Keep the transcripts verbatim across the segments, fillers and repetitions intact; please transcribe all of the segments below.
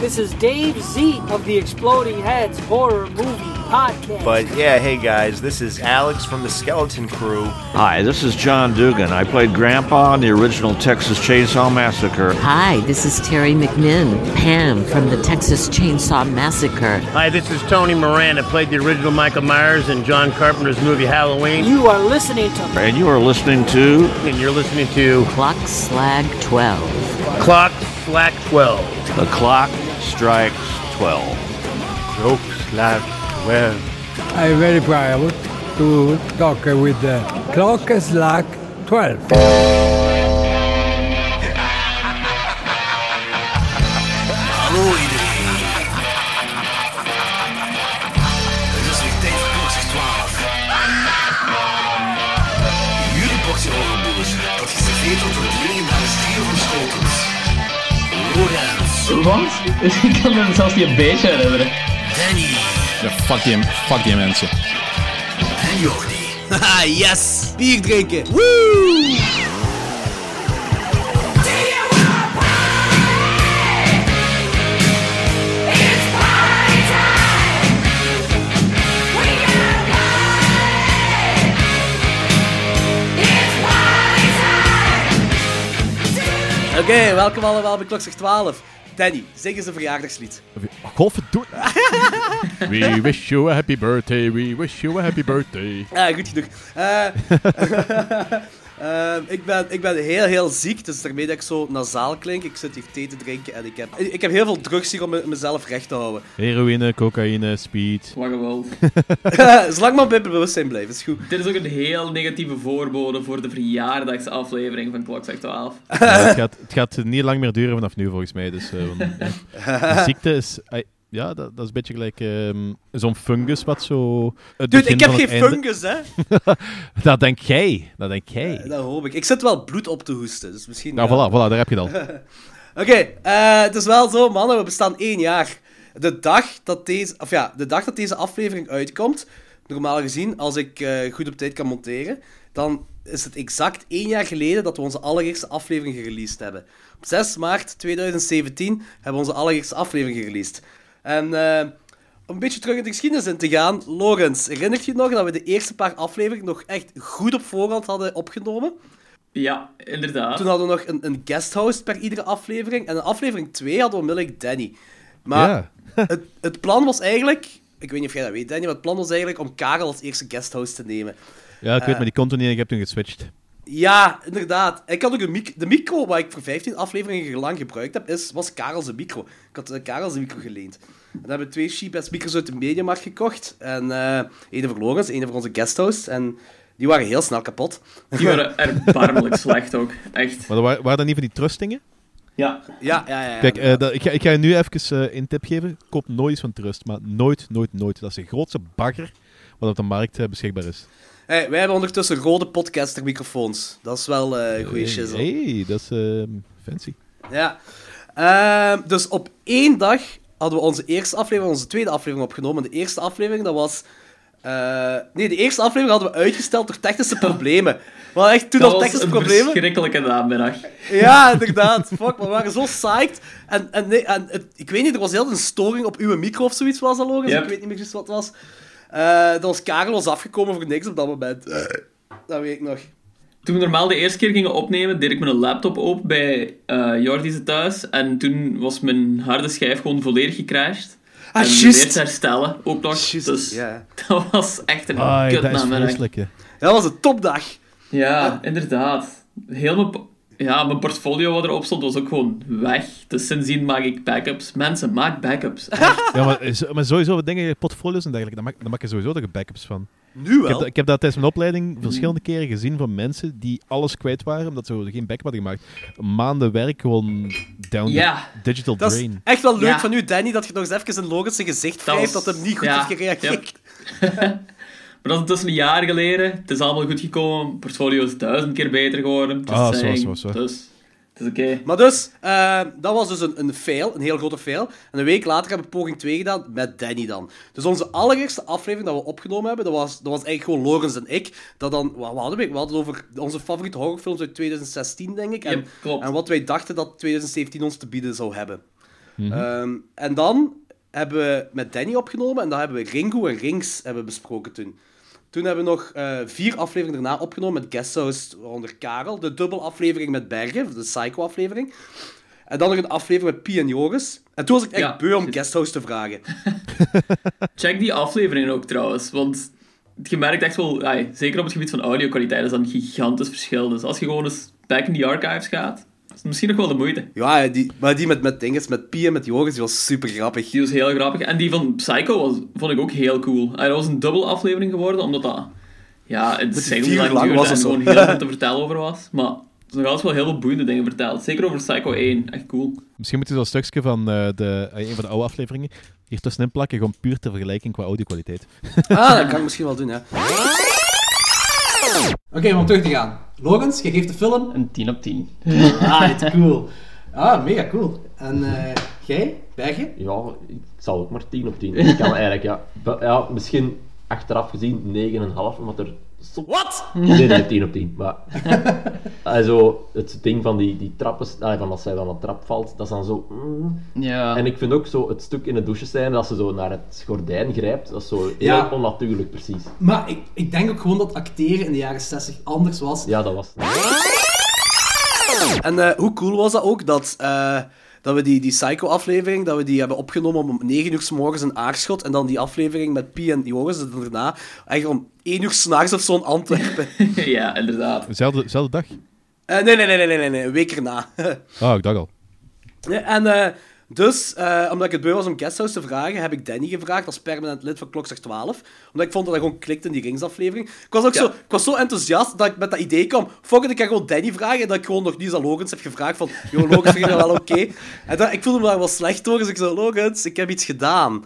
This is Dave Z of the Exploding Heads Horror Movie Podcast. But yeah, hey guys, this is Alex from the Skeleton Crew. Hi, this is John Dugan. I played Grandpa in the original Texas Chainsaw Massacre. Hi, this is Terry McMinn, Pam from the Texas Chainsaw Massacre. Hi, this is Tony Moran. I played the original Michael Myers in John Carpenter's movie Halloween. You are listening to... And you are listening to... And you're listening to... Clock Slag twelve. Clock Slack twelve. The Clock Strikes twelve. Clock Slack twelve. I'm very proud to talk with the Clock Slack twelve. Hallo iedereen. Het is weer tijd voor klokslag twaalf. Jullie portie horrorboers, dat geserveerd wordt door het legendarische stier van Schotens. Lorenz. Wat? Ik kan me zelfs niet een beetje herinneren. Danny. Ja, fuck die, fuck die mensen. En Jordi. Haha, yes! Bier drinken! Woo! Oké, okay, welkom allemaal bij Klokslag twaalf. Danny, zeg eens een verjaardagslied. Oh, godverdomme. We wish you a happy birthday, we wish you a happy birthday. Ah, goed genoeg. Uh, uh, ik, ben, ik ben heel, heel ziek, dus daarmee dat ik zo nasaal klink. Ik zit hier thee te drinken en ik heb, ik heb heel veel drugs hier om me, mezelf recht te houden. Heroïne, cocaïne, speed. Wat geweldig. Zolang maar bij bewustzijn blijven, is goed. Dit is ook een heel negatieve voorbode voor de verjaardagsaflevering van Klokslag twaalf. Ja, het, gaat, het gaat niet lang meer duren vanaf nu, volgens mij. Dus, uh, ja. De ziekte is... Uh, ja, dat, dat is een beetje gelijk um, zo'n fungus wat zo... Dude, ik heb geen einde... fungus, hè? Dat denk jij. Dat denk jij. Uh, dat hoop ik. Ik zit wel bloed op te hoesten, dus misschien... Nou, ja. voilà, voilà, daar heb je het al. Oké, okay, uh, het is wel zo, mannen, we bestaan één jaar. De dag dat deze... Of ja, de dag dat deze aflevering uitkomt, normaal gezien, als ik uh, goed op tijd kan monteren, dan is het exact één jaar geleden dat we onze allereerste aflevering gereleased hebben. Op zes maart tweeduizend zeventien hebben we onze allereerste aflevering gereleased. En uh, om een beetje terug in de geschiedenis in te gaan, Lorenz, herinnert je je nog dat we de eerste paar afleveringen nog echt goed op voorhand hadden opgenomen? Ja, inderdaad. Toen hadden we nog een, een guesthost per iedere aflevering. En in aflevering twee hadden we onmiddellijk Danny. Maar ja. het, het plan was eigenlijk... Ik weet niet of jij dat weet, Danny, maar het plan was eigenlijk om Karel als eerste guesthost te nemen. Ja, ik uh, weet, maar die kon toen niet en ik heb toen geswitcht. Ja, inderdaad. Ik had ook een mic- de micro waar ik voor vijftien afleveringen lang gebruikt heb, is, was Karel's micro. Ik had uh, Karel's micro geleend. En dan hebben we twee cheap-ass micro's uit de Mediamarkt gekocht. En uh, één voor Lorenz, één voor onze guesthost. En die waren heel snel kapot. Die waren erbarmelijk slecht ook, echt. Maar waren, waren dat niet van die trustingen? Ja. Ja, ja, ja. ja Kijk, uh, dat, ik, ga, ik ga je nu even uh, een tip geven. Koop nooit iets van Trust, maar nooit, nooit, nooit. Dat is de grootste bagger wat op de markt uh, beschikbaar is. Hey, wij hebben ondertussen rode podcaster-microfoons. Dat is wel een uh, goede shizzle. Hey, dat is uh, fancy. Ja. Uh, dus op één dag hadden we onze eerste aflevering, onze tweede aflevering opgenomen. De eerste aflevering, dat was... Uh, nee, de eerste aflevering hadden we uitgesteld door technische problemen. We hadden echt toen dat al technische problemen. problemen. Dat was een verschrikkelijke namiddag. Ja, inderdaad. Fuck, we waren zo psyched. En, en, nee, en het, ik weet niet, er was heel een storing op uw micro of zoiets was dat, Lorenz. Yep. Ik weet niet meer juist wat het was. Uh, dat was Karel was afgekomen voor niks op dat moment. Uh, dat weet ik nog. Toen we normaal de eerste keer gingen opnemen, deed ik mijn laptop open bij uh, Jordi's thuis. En toen was mijn harde schijf gewoon volledig gecrashed. Ah, en just. weer te herstellen, ook nog. Just, dus yeah. dat was echt een ah, kut dat is namiddag. vreselijk, hè. Dat was een topdag. Ja, ja. inderdaad. Heel mijn, ja, mijn portfolio wat erop stond was ook gewoon weg. Dus sindsdien maak ik backups. Mensen, maak backups. Ja, maar, maar sowieso wat dingen, portfolios en dergelijke, daar maak, daar maak je sowieso toch backups van. Nu wel? Ik heb, ik heb dat tijdens mijn opleiding verschillende keren gezien van mensen die alles kwijt waren, omdat ze geen backup hadden gemaakt. Maanden werk gewoon down ja. the digital dat drain. Dat is echt wel leuk ja. van u, Danny, dat je nog eens even in Lorenz zijn gezicht dat wrijft, was... dat hem niet goed ja. heeft gereageerd. Yep. Maar dat is intussen een jaar geleden. Het is allemaal goed gekomen. Het portfolio is duizend keer beter geworden. Ah, zo, zo, zo. Dus... Het is oké. Okay. Maar dus, uh, dat was dus een, een fail, een heel grote fail. En een week later hebben we poging twee gedaan, met Danny dan. Dus onze allereerste aflevering dat we opgenomen hebben, dat was, dat was eigenlijk gewoon Lorenz en ik. Dat dan, wat hadden we? We hadden het over onze favoriete horrorfilms uit twintig zestien, denk ik. En, yep, klopt. en wat wij dachten dat twintig zeventien ons te bieden zou hebben. Mm-hmm. Um, en dan hebben we met Danny opgenomen en dan hebben we Ringo en Rings hebben besproken toen. Toen hebben we nog uh, vier afleveringen daarna opgenomen met guesthost onder Karel. De dubbelaflevering met Bergen, de Psycho-aflevering. En dan nog een aflevering met Pie en Joris. En toen was ik echt ja, beu om guesthost te vragen. Check die afleveringen ook trouwens, want je merkt echt wel, ay, zeker op het gebied van audio-kwaliteit, is dat een gigantisch verschil. Dus als je gewoon eens back in the archives gaat, is het misschien nog wel de moeite. Ja, die, maar die met, met dinges, met Pie en met Joris, die was super grappig. Die was heel grappig. En die van Psycho was, vond ik ook heel cool. Ay, dat was een dubbel aflevering geworden, omdat dat... Ja, het is heel lang duurde en gewoon heel veel te vertellen over was. Maar ze hebben wel heel veel boeiende dingen verteld. Zeker over Psycho één. Echt cool. Misschien moet je zo'n stukje van uh, de, uh, een van de oude afleveringen hier tussenin plakken, gewoon puur ter vergelijking qua audio-kwaliteit. Ah, dat kan ik misschien wel doen, ja. Oké, okay, om terug te gaan. Logans, je geeft de film... Een tien op tien. Ah, cool. Ah, mega cool. En uh, jij, Bergen? Ja, ik zal ook maar tien op tien. Ik kan eigenlijk, ja. ja misschien achteraf gezien negen komma vijf, omdat er... Wat? Nee, nee, tien op tien. Maar... also, het ding van die, die trappen... Ah, van als zij dan een trap valt, dat is dan zo... Mm. Ja. En ik vind ook zo het stuk in de douchescène, dat ze zo naar het gordijn grijpt, dat is zo heel ja. onnatuurlijk, precies. Maar ik, ik denk ook gewoon dat acteren in de jaren zestig anders was. Ja, dat was... En uh, hoe cool was dat ook, dat... Uh... Dat we die, die Psycho-aflevering, dat we die hebben opgenomen om negen uur 's morgens in Aarschot. En dan die aflevering met Pie en Joris daarna. Eigenlijk om één uur 's nachts of zo in Antwerpen. Ja, inderdaad. Zelfde, zelfde dag? Uh, nee, nee, nee, nee, nee, nee, een week erna. Oh, ik dacht al. Nee, en uh, dus, uh, omdat ik het beu was om guesthouse te vragen, heb ik Danny gevraagd als permanent lid van Klokslag twaalf. Omdat ik vond dat hij gewoon klikte in die Rings-aflevering. Ik was ook ja. zo, ik was zo enthousiast dat ik met dat idee kwam. Fuck it, ik kan gewoon Danny vragen. En dat ik gewoon nog niet aan Logans heb gevraagd van, joh, Logans, vind je dat wel oké? Okay? En dan, ik voelde me daar wel slecht door, dus ik zei, Logans, ik heb iets gedaan.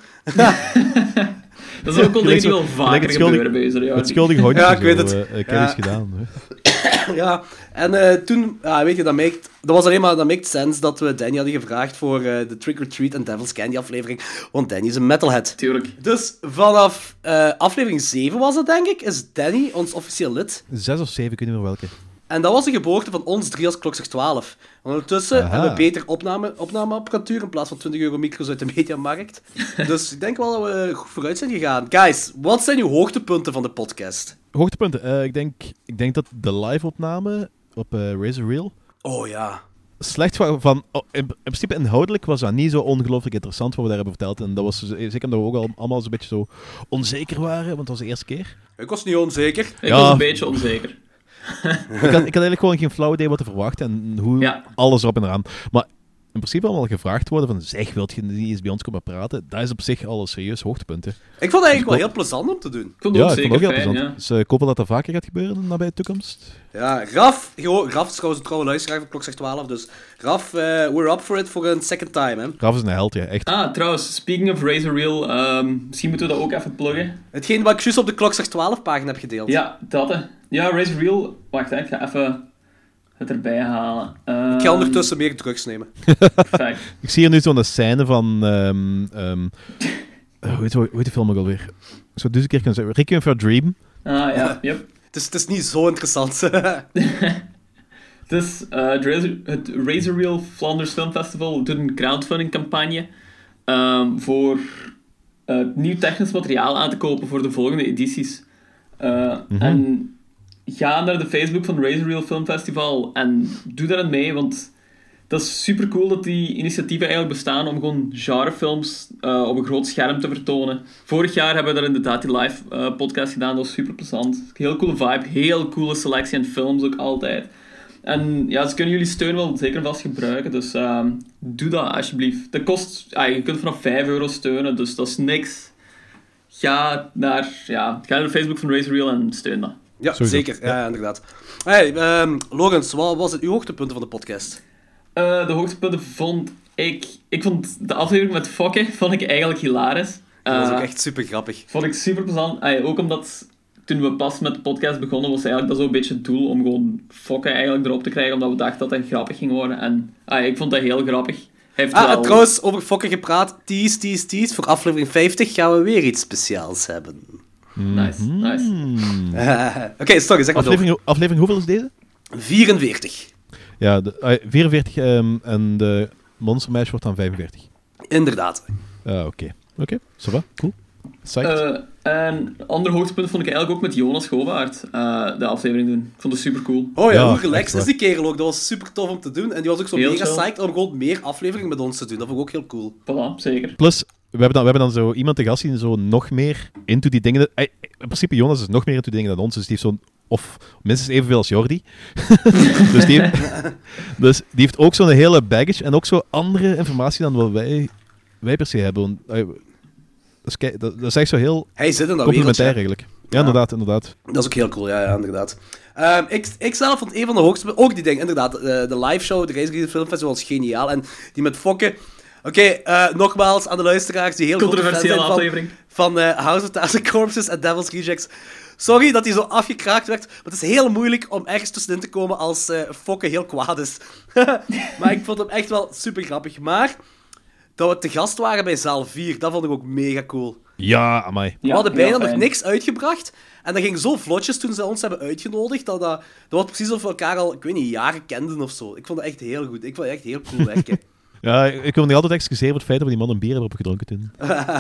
Dat is ook wel dingen die wel vaker gebeuren bij je. Het schuldig hondje. Ja, ik weet het. Uh, ik heb ja. iets gedaan. Ja, en uh, toen, ja, weet je, dat, maakt, dat was alleen maar, dat maakt sense dat we Danny hadden gevraagd voor uh, de Trick or Treat en Devil's Candy aflevering, want Danny is een metalhead. Tuurlijk. Dus vanaf uh, aflevering zeven was het, denk ik, is Danny ons officieel lid. Zes of zeven, ik weet niet meer welke. En dat was de geboorte van ons drie als Klokslag twaalf. Ondertussen Aha. hebben we beter opname, opnameapparatuur in plaats van twintig euro micro's uit de mediamarkt. Dus ik denk wel dat we goed vooruit zijn gegaan. Guys, wat zijn uw hoogtepunten van de podcast? Hoogtepunten? Uh, ik, denk, ik denk dat de live-opname op uh, Razor Reel... Oh ja. Slecht van... van oh, in, in principe inhoudelijk was dat niet zo ongelooflijk interessant wat we daar hebben verteld. En dat was zeker omdat we ook al, allemaal zo'n beetje zo onzeker waren, want het was de eerste keer. Ik was niet onzeker. Ik ja. was een beetje onzeker. ik, had, ik had eigenlijk gewoon geen flauw idee wat te verwachten en hoe ja. alles erop en eraan. Maar in principe allemaal gevraagd worden van zeg, wilt je niet eens bij ons komen praten? Dat is op zich al een serieus hoogtepunt. Hè. Ik vond het eigenlijk wel heel plezant om te doen. Ik vond het ja, ook ik zeker vond het ook heel fijn, plezant. Ja. Dus uh, ik hoop wel dat dat vaker gaat gebeuren in de nabije toekomst. Ja, Raf, Raf is trouwens een trouwe luisteraar van Klokslag twaalf, dus Raf, uh, we're up for it for a second time, hè. Raf is een held, ja, echt. Ah, trouwens, speaking of Razor Reel, um, misschien moeten we dat ook even pluggen. Hetgeen wat ik juist op de Klokslag twaalf pagina heb gedeeld. Ja, dat, hè. Ja, Razor Reel, wacht, hè, ik ga even het erbij halen. Um... Ik ga ondertussen meer drugs nemen. Perfect. Ik zie hier nu zo'n scène van... Um, um, hoe, heet, hoe heet de film ook alweer? Ik zou dus een keer kunnen zeggen. Requiem for a Dream. Ah, ja, yep. Het is, het is niet zo interessant. Dus uh, het, Razor, het Razor Reel Flanders Film Festival doet een crowdfunding campagne um, voor uh, nieuw technisch materiaal aan te kopen voor de volgende edities. Uh, mm-hmm. En ga naar de Facebook van Razor Reel Film Festival en doe daarin mee, want dat is super cool dat die initiatieven eigenlijk bestaan om gewoon genrefilms uh, op een groot scherm te vertonen. Vorig jaar hebben we daar inderdaad die live uh, podcast gedaan, dat was super plezant. Heel coole vibe, heel coole selectie aan films ook altijd. En ja, ze kunnen jullie steun wel zeker vast gebruiken, dus uh, doe dat alsjeblieft. Dat kost, ah, je kunt vanaf vijf euro steunen, dus dat is niks. Ga naar, ja, ga naar de Facebook van Razor Reel en steun dat. Ja, Sowieso. zeker. Ja, ja, inderdaad. Hey, um, Logans, wat was het uw hoogtepunten van de podcast? Uh, de hoogtepunten vond ik... Ik vond de aflevering met Fokke vond ik eigenlijk hilarisch. Uh, dat was ook echt super grappig. Vond ik super plezant. Uh, ook omdat toen we pas met de podcast begonnen, was eigenlijk dat zo'n beetje het doel om gewoon Fokke eigenlijk erop te krijgen, omdat we dachten dat hij grappig ging worden. En uh, ik vond dat heel grappig. Heeft ah, wel... trouwens, over Fokke gepraat. Tease, tease, tease. Voor aflevering vijftig gaan we weer iets speciaals hebben. Nice, nice. Uh, Oké, okay, sorry, zeg maar aflevering, door. Aflevering hoeveel is deze? vierenveertig. Ja, de, uh, vierenveertig um, en de monstermeisje wordt dan vijfenveertig. Inderdaad. Uh, Oké, okay. oké, okay. Ça va, cool. Uh, en een ander hoogtepunt vond ik eigenlijk ook met Jonas Govaert uh, de aflevering doen. Ik vond het super cool. Oh ja, ja hoe relaxed is die kerel ook. Dat was super tof om te doen. En die was ook zo heel mega psyched om gewoon meer afleveringen met ons te doen. Dat vond ik ook heel cool. Voilà, zeker. Plus, we hebben dan, we hebben dan zo iemand te gast die zo nog meer into die dingen... In principe, Jonas is nog meer into die dingen dan ons. Dus die heeft zo'n... Of minstens evenveel als Jordi. dus, die heeft, dus die heeft ook zo'n hele baggage en ook zo andere informatie dan wat wij, wij per se hebben. Dat is, dat, dat is echt zo heel Hij zit in dat complementair wereldje. eigenlijk. Ja, ja, inderdaad, inderdaad. Dat is ook heel cool, ja, ja inderdaad. Um, ik, ik zelf vond een van de hoogste... Ook die dingen, inderdaad. Uh, de live show, de Reisgerichte Filmfestival was geniaal. En die met Fokke... Oké, okay, uh, nogmaals aan de luisteraars die heel grote fan zijn van, van uh, House of Thousand Corpses en Devil's Rejects. Sorry dat hij zo afgekraakt werd, maar het is heel moeilijk om ergens tussenin te komen als uh, Fokke heel kwaad is. Maar ik vond hem echt wel super grappig. Maar dat we te gast waren bij zaal vier, dat vond ik ook mega cool. Ja, amai. We ja, hadden bijna nog fijn. niks uitgebracht. En dat ging zo vlotjes toen ze ons hebben uitgenodigd. Dat, dat, dat was precies of we elkaar al, ik weet niet, jaren kenden of zo. Ik vond het echt heel goed. Ik vond het echt heel cool werken. Ja, ik wil me niet altijd excuseren voor het feit dat we die man een bier hebben opgedronken toen.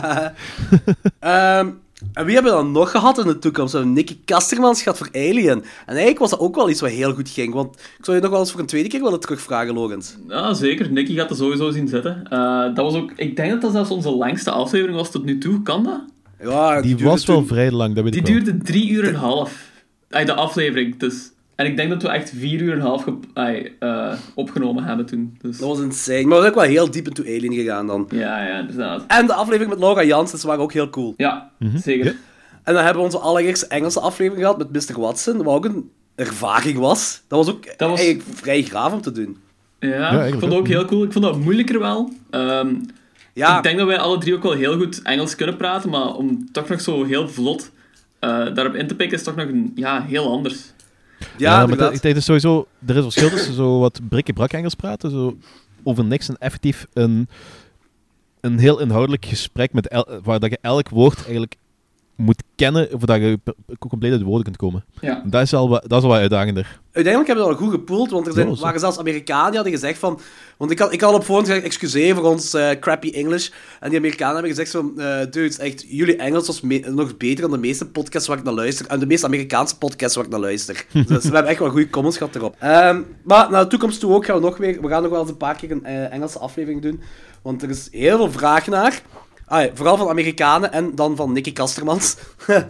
um, en wie hebben we dan nog gehad in de toekomst? We hebben Nicky Kastermans gehad voor Alien. En eigenlijk was dat ook wel iets wat heel goed ging. Want ik zou je nog wel eens voor een tweede keer willen terugvragen, Logans. Ja, zeker. Nicky gaat er sowieso zien zitten. Uh, dat was ook... Ik denk dat dat zelfs onze langste aflevering was tot nu toe. Kan dat? Ja, die, die was wel toen... vrij lang, dat weet die ik wel. Die duurde drie uur en een half. Ay, de aflevering, dus... En ik denk dat we echt vier uur en een half ge- ay, uh, opgenomen hebben toen. Dus. Dat was insane. Maar we zijn ook wel heel diep into Alien gegaan dan. Ja, ja, inderdaad. En de aflevering met Laura Janssens waren ook heel cool. Ja, mm-hmm. zeker. Ja. En dan hebben we onze allereerste Engelse aflevering gehad met mister Watson, wat ook een ervaring was. Dat was ook dat was... eigenlijk vrij gaaf om te doen. Ja, ja ik vond het ook heel cool. Ik vond dat moeilijker wel. Um, ja. Ik denk dat wij alle drie ook wel heel goed Engels kunnen praten, maar om toch nog zo heel vlot uh, daarop in te pikken is toch nog een, ja, heel anders. Ja, ja maar dat, ik denk dus sowieso... Er is verschil tussen zo wat brikke-brak Engels praten, zo over niks en effectief een, een heel inhoudelijk gesprek met el, waar dat je elk woord eigenlijk moet kennen voordat je compleet uit de woorden kunt komen. Ja. Dat is al wat, dat is al wat uitdagender. Uiteindelijk hebben we dat al goed gepoeld, want er zijn, ja, waren zelfs Amerikanen die hadden gezegd van... Want ik had, ik had op voorhand gezegd, excuseer voor ons uh, crappy English. En die Amerikanen hebben gezegd van... Uh, dude, echt, jullie Engels was me- nog beter dan de meeste podcasts waar ik naar luister. En de meeste Amerikaanse podcasts waar ik naar luister. Dus we hebben echt wel goede comments gehad erop. Um, maar naar de toekomst toe ook gaan we nog weer... We gaan nog wel eens een paar keer een uh, Engelse aflevering doen. Want er is heel veel vraag naar... Ah, ja, vooral van Amerikanen en dan van Nicky Kastermans.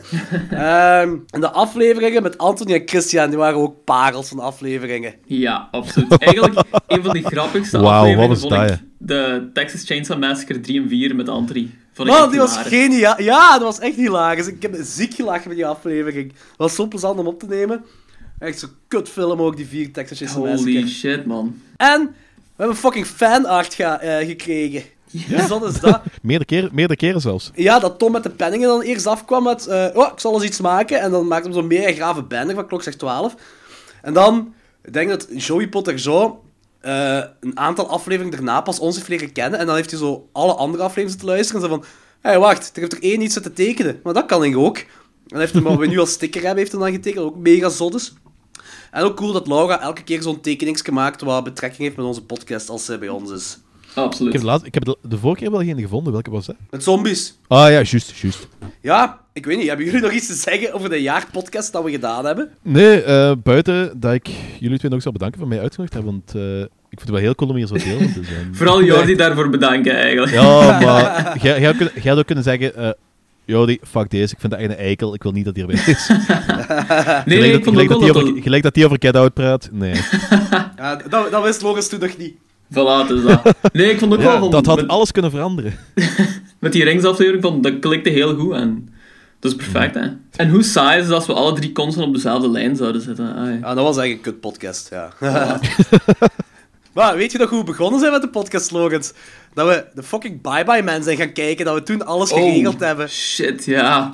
um, en de afleveringen met Anthony en Christian, die waren ook parels van de afleveringen. Ja, absoluut. Eigenlijk, een van de grappigste wow, afleveringen vond ik dat, de Texas Chainsaw Massacre drie en vier met Anthony. Man, die was geniaal. Ja, dat was echt hilarisch. Ik heb ziek gelachen met die aflevering. Het was zo plezant om op te nemen. Echt zo'n kutfilm ook, die vier Texas Chainsaw Massacre. Holy shit, man. En we hebben fucking fanart ga, uh, gekregen. Ja. Dus dat is dat. meerdere, keren, meerdere keren zelfs. Ja, dat Tom met de penningen dan eerst afkwam met... Uh, oh, ik zal eens iets maken. En dan maakte hem zo'n mega grave banner van klok zegt twaalf. En dan, ik denk dat Joey Potter zo... Uh, een aantal afleveringen daarna pas ons heeft leren kennen. En dan heeft hij zo alle andere afleveringen zitten luisteren. En zo van... Hé, hey, wacht. Er heeft er één iets zitten tekenen. Maar dat kan ik ook. En heeft hij, wat we nu als sticker hebben, heeft hij dan getekend. Dat ook mega zot is. En ook cool dat Laura elke keer zo'n tekeningsje maakt... wat betrekking heeft met onze podcast als zij bij ons is. Absoluut. Ik heb, laat, ik heb de, de vorige keer wel geen gevonden. Welke was dat? Met zombies. Ah ja, juist, juist. Ja, ik weet niet. Hebben jullie nog iets te zeggen over de jaarpodcast dat we gedaan hebben? Nee, uh, buiten dat ik jullie twee nog zou bedanken voor mij uitgenodigd hebben. Want uh, ik vind het wel heel cool om hier zo deel van te zijn. Vooral Jordi daarvoor bedanken, eigenlijk. Ja, maar jij, jij, jij had ook kunnen zeggen... Uh, Jordi, fuck deze, ik vind dat echt een eikel. Ik wil niet dat hij erbij is. nee, nee, ik vond ook wel dat... Gelijk dat hij over Get Out praat. Nee. Ja, dat, dat wist Logans toen nog niet. Voilà, dus dat. Nee, ik vond ook ja, wel... Van, dat had met, alles kunnen veranderen. met die Rings-aflevering, van, dat klikte heel goed en... Dat is perfect, hè. En hoe saai is het als we alle drie constant op dezelfde lijn zouden zitten? Ai. Ja, dat was eigenlijk een kut-podcast, ja. ja. Maar weet je nog hoe we begonnen zijn met de podcast-slogans? Dat we de fucking Bye Bye Man zijn gaan kijken, dat we toen alles geregeld oh, hebben. Shit, ja.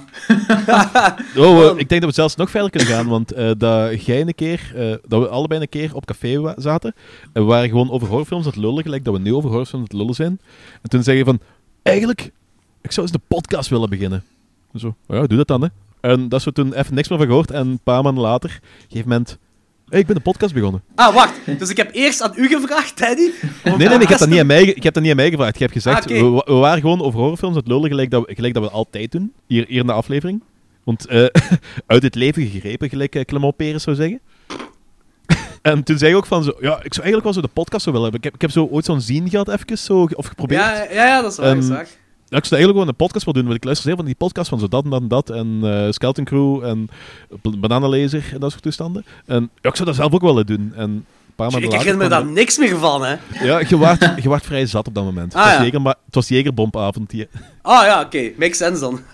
oh, uh, ik denk dat we zelfs nog verder kunnen gaan, want uh, dat jij een keer, uh, dat we allebei een keer op café wa- zaten, en we waren gewoon over horrorfilms aan het lullen, gelijk dat we nu over horrorfilms aan het lullen zijn. En toen zei je van, eigenlijk, ik zou eens de podcast willen beginnen. Zo, ja, doe dat dan, hè. En dat is we toen even niks meer van gehoord, en een paar maanden later, op een gegeven moment... Hey, ik ben de podcast begonnen. Ah, wacht. Dus ik heb eerst aan u gevraagd, Danny. Nee, nee, nee, ik heb dat niet aan mij, ik heb dat niet aan mij gevraagd. Je hebt gezegd, Ah, okay. we, we waren gewoon over horrorfilms aan het lullen, gelijk dat we, gelijk dat we altijd doen. Hier, hier in de aflevering. Want uh, uit het leven gegrepen, gelijk uh, Clement Peres zou zeggen. En toen zei ik ook van zo, ja, ik zou eigenlijk wel zo de podcast zo willen hebben. Ik heb, ik heb zo ooit zo'n zine gehad, even zo, of geprobeerd. Ja, ja, ja, dat is waar, um, dat is waar. Ja, ik zou eigenlijk gewoon een podcast willen doen, want ik luister heel van die podcast van zo dat en dat en dat, en uh, Skeleton Crew, en Bananenlezer, en dat soort toestanden. En ja, ik zou dat zelf ook willen doen. En een paar maanden Ik later... herinner me daar de... niks meer van, hè. Ja, je waart, je waart vrij zat op dat moment. Ah, het, was ja. Jeger, maar, het was Jegerbompavond hier. Ah ja, oké. Okay. Makes sense dan.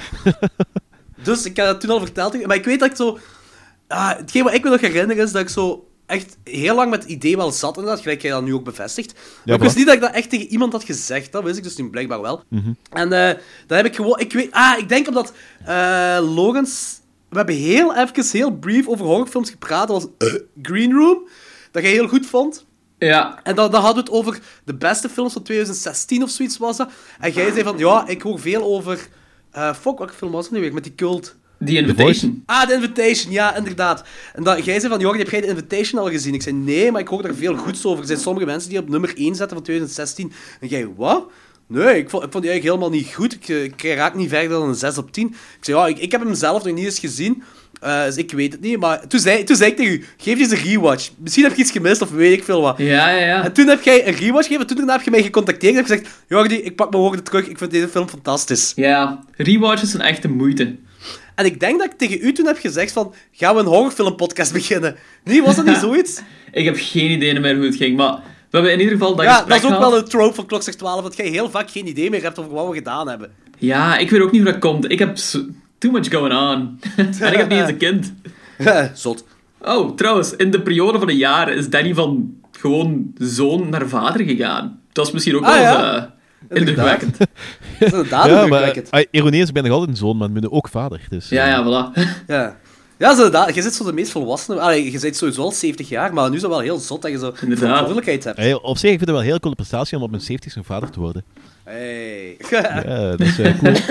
Dus ik had het toen al verteld. Maar ik weet dat ik zo... Ah, hetgeen wat ik me nog herinner is dat ik zo echt heel lang met het idee wel zat inderdaad, gelijk jij dat nu ook bevestigt. Maar Ja, ik wist niet dat ik dat echt tegen iemand had gezegd. Dat wist ik dus nu blijkbaar wel. Mm-hmm. En uh, dan heb ik gewoon... Ik weet... Ah, ik denk omdat uh, Logans... We hebben heel even, heel brief over horrorfilms gepraat. Dat was uh, Green Room. Dat jij heel goed vond. Ja. En dan, dan hadden we het over de beste films van twintig zestien of zoiets was dat. En jij zei van, ja, ik hoor veel over... Uh, fuck, welke film was het nu weer? Met die cult... The Invitation. Ah, The Invitation, ja, inderdaad. En dat, jij zei van, Jorgen, heb jij The Invitation al gezien? Ik zei, nee, maar ik hoor daar veel goeds over. Er zijn sommige mensen die op nummer één zetten van twintig zestien. En jij, wat? Nee, ik vond, ik vond die eigenlijk helemaal niet goed. Ik, ik raak niet verder dan een zes op tien. Ik zei, ja, ik, ik heb hem zelf nog niet eens gezien. Uh, dus ik weet het niet. Maar toen zei, toen zei ik tegen u, geef je eens een rewatch. Misschien heb je iets gemist of weet ik veel wat. Ja, ja, ja. En toen heb jij een rewatch gegeven. En toen daarna heb je mij gecontacteerd en gezegd, Jordi, ik pak mijn woorden terug. Ik vind deze film fantastisch. Ja, rewatches zijn echt de moeite. En ik denk dat ik tegen u toen heb gezegd van, gaan we een horrorfilmpodcast beginnen? Nee, was dat niet zoiets? Ik heb geen idee meer hoe het ging, maar we hebben in ieder geval dat ja, gesprek dat is ook gehad. wel een trope van Klokslag twaalf, dat jij heel vaak geen idee meer hebt over wat we gedaan hebben. Ja, ik weet ook niet hoe dat komt. Ik heb so- too much going on. En ik heb niet eens een kind. Zot. Oh, trouwens, in de periode van een jaar is Danny van gewoon zoon naar vader gegaan. Dat is misschien ook Ah, wel ja. eens, uh, indrukwekkend. Dat is inderdaad Ja, indrukwekkend. maar uh, ironie is, ik ben nog altijd een zoon, maar ik ben ook vader. Dus, Ja, uh, ja, voilà. Ja. Ja, dat is inderdaad. Je zit zo de meest volwassene... Allee, je bent sowieso al zeventig jaar, maar nu is het wel heel zot dat je zo verantwoordelijkheid hebt. Hey, op zich, ik vind het wel een heel coole prestatie om op mijn zeventigste een vader te worden. Hey. Ja, dat is uh, cool.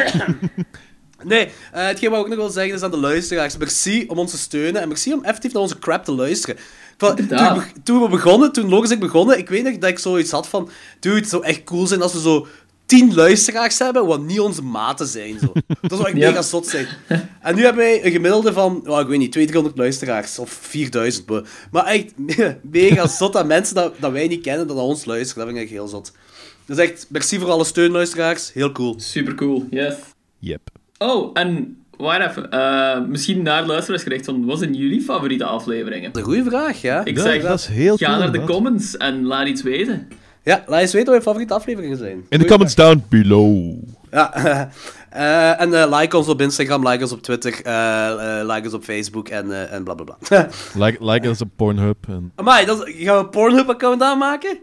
Nee, uh, hetgeen wat ik ook nog wil zeggen is aan de luisteraars. Merci om ons te steunen en merci om effectief naar onze crap te luisteren. Van, toen, we, toen we begonnen, toen Logan en ik begonnen, ik weet nog dat ik zoiets had van, dude, het zou echt cool zijn als we zo tien luisteraars hebben, wat niet onze maten zijn. Zo. Dat zou echt Yep. mega zot zijn. En nu hebben wij een gemiddelde van, oh, ik weet niet, tweehonderd, driehonderd luisteraars, of vierduizend. Be. Maar echt mega zot dat mensen dat, dat wij niet kennen, dat naar ons luisteren. Dat vind ik echt heel zot. Dus echt, merci voor alle steun, luisteraars. Heel cool. Super cool, yes. Yep. Oh, en wacht even. Uh, misschien naar de luisteraars gericht van, wat zijn jullie favoriete afleveringen? Dat is een goede vraag, ja. Ik Ja, zeg, dat is heel ga cool, naar de inderdaad. comments en laat iets weten. Ja, laat eens weten wat je favoriete afleveringen zijn. In de comments down below. Ja, uh, en uh, like ons op Instagram, like ons op Twitter, uh, uh, like ons op Facebook en, uh, en blablabla. Bla, bla. Like, like us op Pornhub. En... Amai, dat is, gaan we een Pornhub-account aanmaken?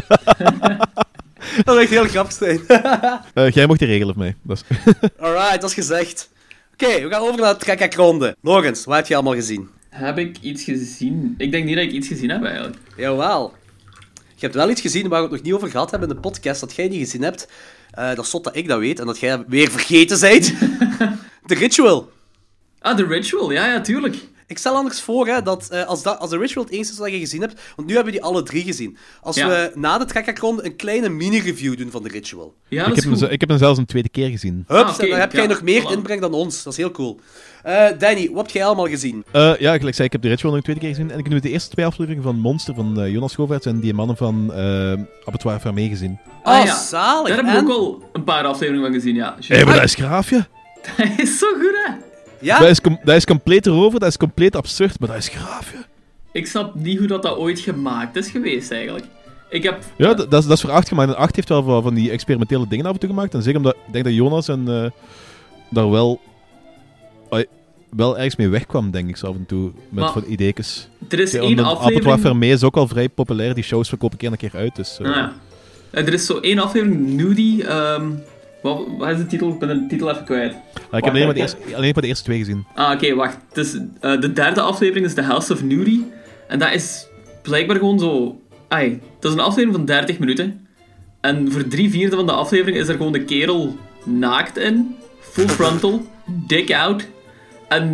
Dat zou echt heel grappig zijn. uh, jij mocht die regelen of mij. Dat is... Alright, dat is gezegd. Oké, okay, we gaan over naar de trekkerronde. Logans, wat heb je allemaal gezien? Heb ik iets gezien? Ik denk niet dat ik iets gezien heb, eigenlijk. Jawel. Je hebt wel iets gezien waar we het nog niet over gehad hebben in de podcast, dat jij niet gezien hebt. Uh, dat is zot dat ik dat weet en dat jij weer vergeten bent. The Ritual. Ah, The Ritual, ja, ja, tuurlijk. Ik stel anders voor hè, dat uh, als, dat als The Ritual het enige is wat je gezien hebt, want nu hebben we die alle drie gezien. Als Ja. we na de trekkerronde een kleine mini-review doen van The Ritual. Ja, ik, dat is heb hem, goed. zo- ik heb hem zelfs een tweede keer gezien. Hups, Ah, oké, en dan heb ja, jij nog meer voilà. inbreng dan ons. Dat is heel cool. Uh, Danny, wat heb jij allemaal gezien? Uh, ja, gelijk zei ik heb de Ritual nog een tweede keer gezien. En ik heb nu de eerste twee afleveringen van Monster van uh, Jonas Schoverts en die mannen van uh, Abattoir Fermé gezien. Oh, Ah, ja. zalig. Daar heb ik En? ook al een paar afleveringen van gezien, ja. Hé, hey, maar dat is graafje. Dat is zo goed, hè? Ja? Dat is, com- dat is compleet erover, dat is compleet absurd, maar dat is graafje. Ik snap niet hoe dat, dat ooit gemaakt is geweest, eigenlijk. Ik heb... Ja, dat, dat, is, dat is voor acht gemaakt. En acht heeft wel van, van die experimentele dingen af en toe gemaakt. En zeker omdat ik denk dat Jonas en, uh, daar wel, uh, wel ergens mee wegkwam, denk ik, zo af en toe. Met Maar van ideekes. er is Ja, één omdat aflevering- Abattoir Fermé is ook al vrij populair. Die shows verkopen keer een keer uit. Dus, uh, Ah, ja. En er is zo één aflevering, Nudie. Um, wat, wat is de titel? Ik ben de titel even kwijt. Ah, ik heb alleen maar, de eerste, alleen maar de eerste twee gezien. Ah, oké, okay, wacht. Dus, uh, de derde aflevering is The House of Nudie. En dat is blijkbaar gewoon zo... Ai, dat is een aflevering van dertig minuten. En voor drie vierde van de aflevering is er gewoon de kerel naakt in. Full frontal. Dick out. En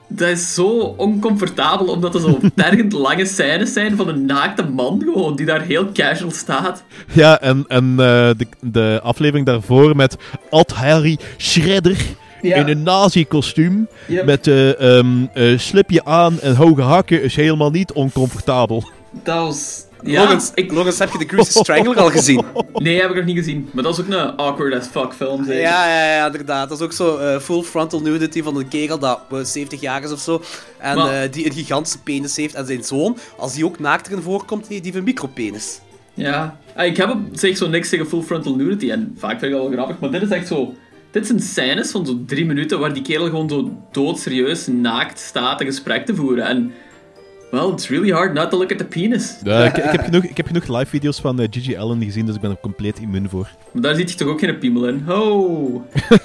dat is zo oncomfortabel, omdat er zo tergend lange scènes zijn van een naakte man gewoon, die daar heel casual staat. Ja, en, en uh, de, de aflevering daarvoor met Ad Harry Schredder ja. in een nazi-kostuum. Yep. Met uh, um, uh, slipje aan en hoge hakken is helemaal niet oncomfortabel. Dat was... Ja, Logans, ik... Logans, heb je de Greasy Strangler al gezien? Nee, heb ik nog niet gezien. Maar dat is ook een awkward as fuck film. Zeker? Ja, ja, ja, inderdaad. Dat is ook zo uh, full frontal nudity van een kerel dat uh, zeventig jaar is of zo. En maar... uh, die een gigantische penis heeft. En zijn zoon, als die ook naakt erin voorkomt, die heeft een micropenis. Ja, ik heb op zich zo niks tegen full frontal nudity. En vaak vind ik dat wel grappig. Maar dit is echt zo... Dit zijn scènes van zo drie minuten waar die kerel gewoon zo doodserieus naakt staat een gesprek te voeren. En... Well, it's really hard not to look at the penis. Ja, ik, ik, heb genoeg, ik heb genoeg live video's van uh, Gigi Allen gezien, dus ik ben er compleet immuun voor. Maar daar zit je toch ook geen piemel in? Oh!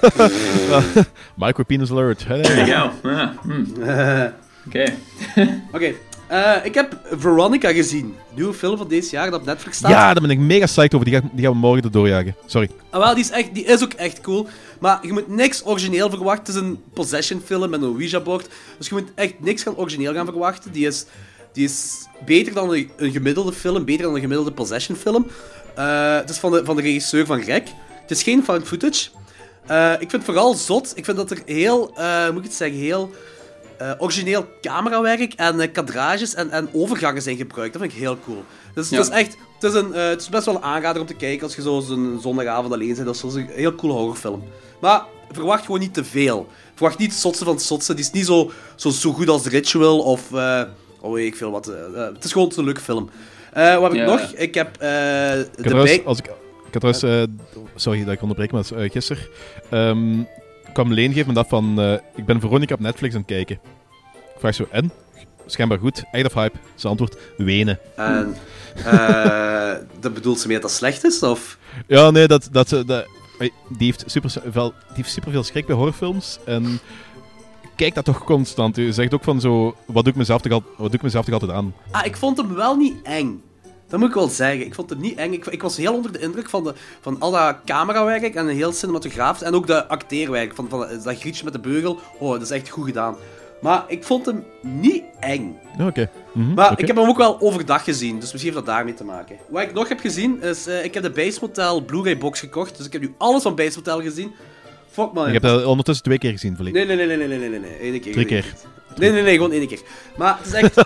Micropenis alert. Hey. There you go. Ah, hmm. Oké. Okay. Oké. Okay. Uh, ik heb Veronica gezien. Nieuwe film van deze jaar dat op Netflix staat. Ja, daar ben ik mega psyched over. Die, ga, die gaan we morgen erdoor jagen. Sorry. Ah, wel, die is, echt, die is ook echt cool. Maar je moet niks origineel verwachten. Het is een possession film met een Ouija-bord. Dus je moet echt niks gaan origineel gaan verwachten. Die is, die is beter dan een, een gemiddelde film. Beter dan een gemiddelde possession film. Uh, het is van de, van de regisseur van Greg. Het is geen found footage. Uh, ik vind het vooral zot. Ik vind dat er heel, uh, moet ik het zeggen, heel... Uh, origineel camerawerk en uh, kadrages en, en overgangen zijn gebruikt. Dat vind ik heel cool. Dus ja. Het is echt... Het is, een, uh, het is best wel een aanrader om te kijken als je zo een zondagavond alleen bent. Dat is een heel coole horrorfilm. Maar verwacht gewoon niet te veel. Verwacht niet het zotste van het zotste. Die is niet zo, zo, zo goed als The Ritual of... Uh, oh, weet ik veel wat. Uh, uh, het is gewoon een leuke film. Uh, wat heb ik ja. nog? Ik heb... Uh, ik, had trouwens, als ik, ik had trouwens... Uh, sorry dat ik onderbreek, maar uh, gisteren... Um, kwam Leen geven me dat van... Uh, ik ben Veronica op Netflix aan het kijken. Ik vraag zo, en? Schijnbaar goed. Echt of hype? Zijn antwoord, wenen. En... Uh, dat bedoelt ze mee dat dat slecht is, of? Ja, nee, dat... dat, dat die heeft super veel, die heeft super veel schrik bij horrorfilms. En... Kijk dat toch constant. U zegt ook van zo... Wat doe ik mezelf toch, al, wat doe ik mezelf toch altijd aan? Ah, ik vond hem wel niet eng. Dat moet ik wel zeggen. Ik vond het niet eng. Ik, ik was heel onder de indruk van, de, van al dat camerawerk en heel cinematograaf. En ook de acteerwerk. Van, van dat grietje met de beugel. Oh, dat is echt goed gedaan. Maar ik vond hem niet eng. Oké. Okay. Mm-hmm. Maar okay. ik heb hem ook wel overdag gezien. Dus misschien heeft dat daarmee te maken. Wat ik nog heb gezien is... Uh, ik heb de Bates Motel Blu-ray box gekocht. Dus ik heb nu alles van Bates Motel gezien. Fuck man. Ik heb dat ondertussen twee keer gezien, volledig. Nee, nee, nee, nee, nee, nee, nee, nee. Eén keer. Drie keer. Nee, nee, nee, gewoon één keer. Maar het is echt...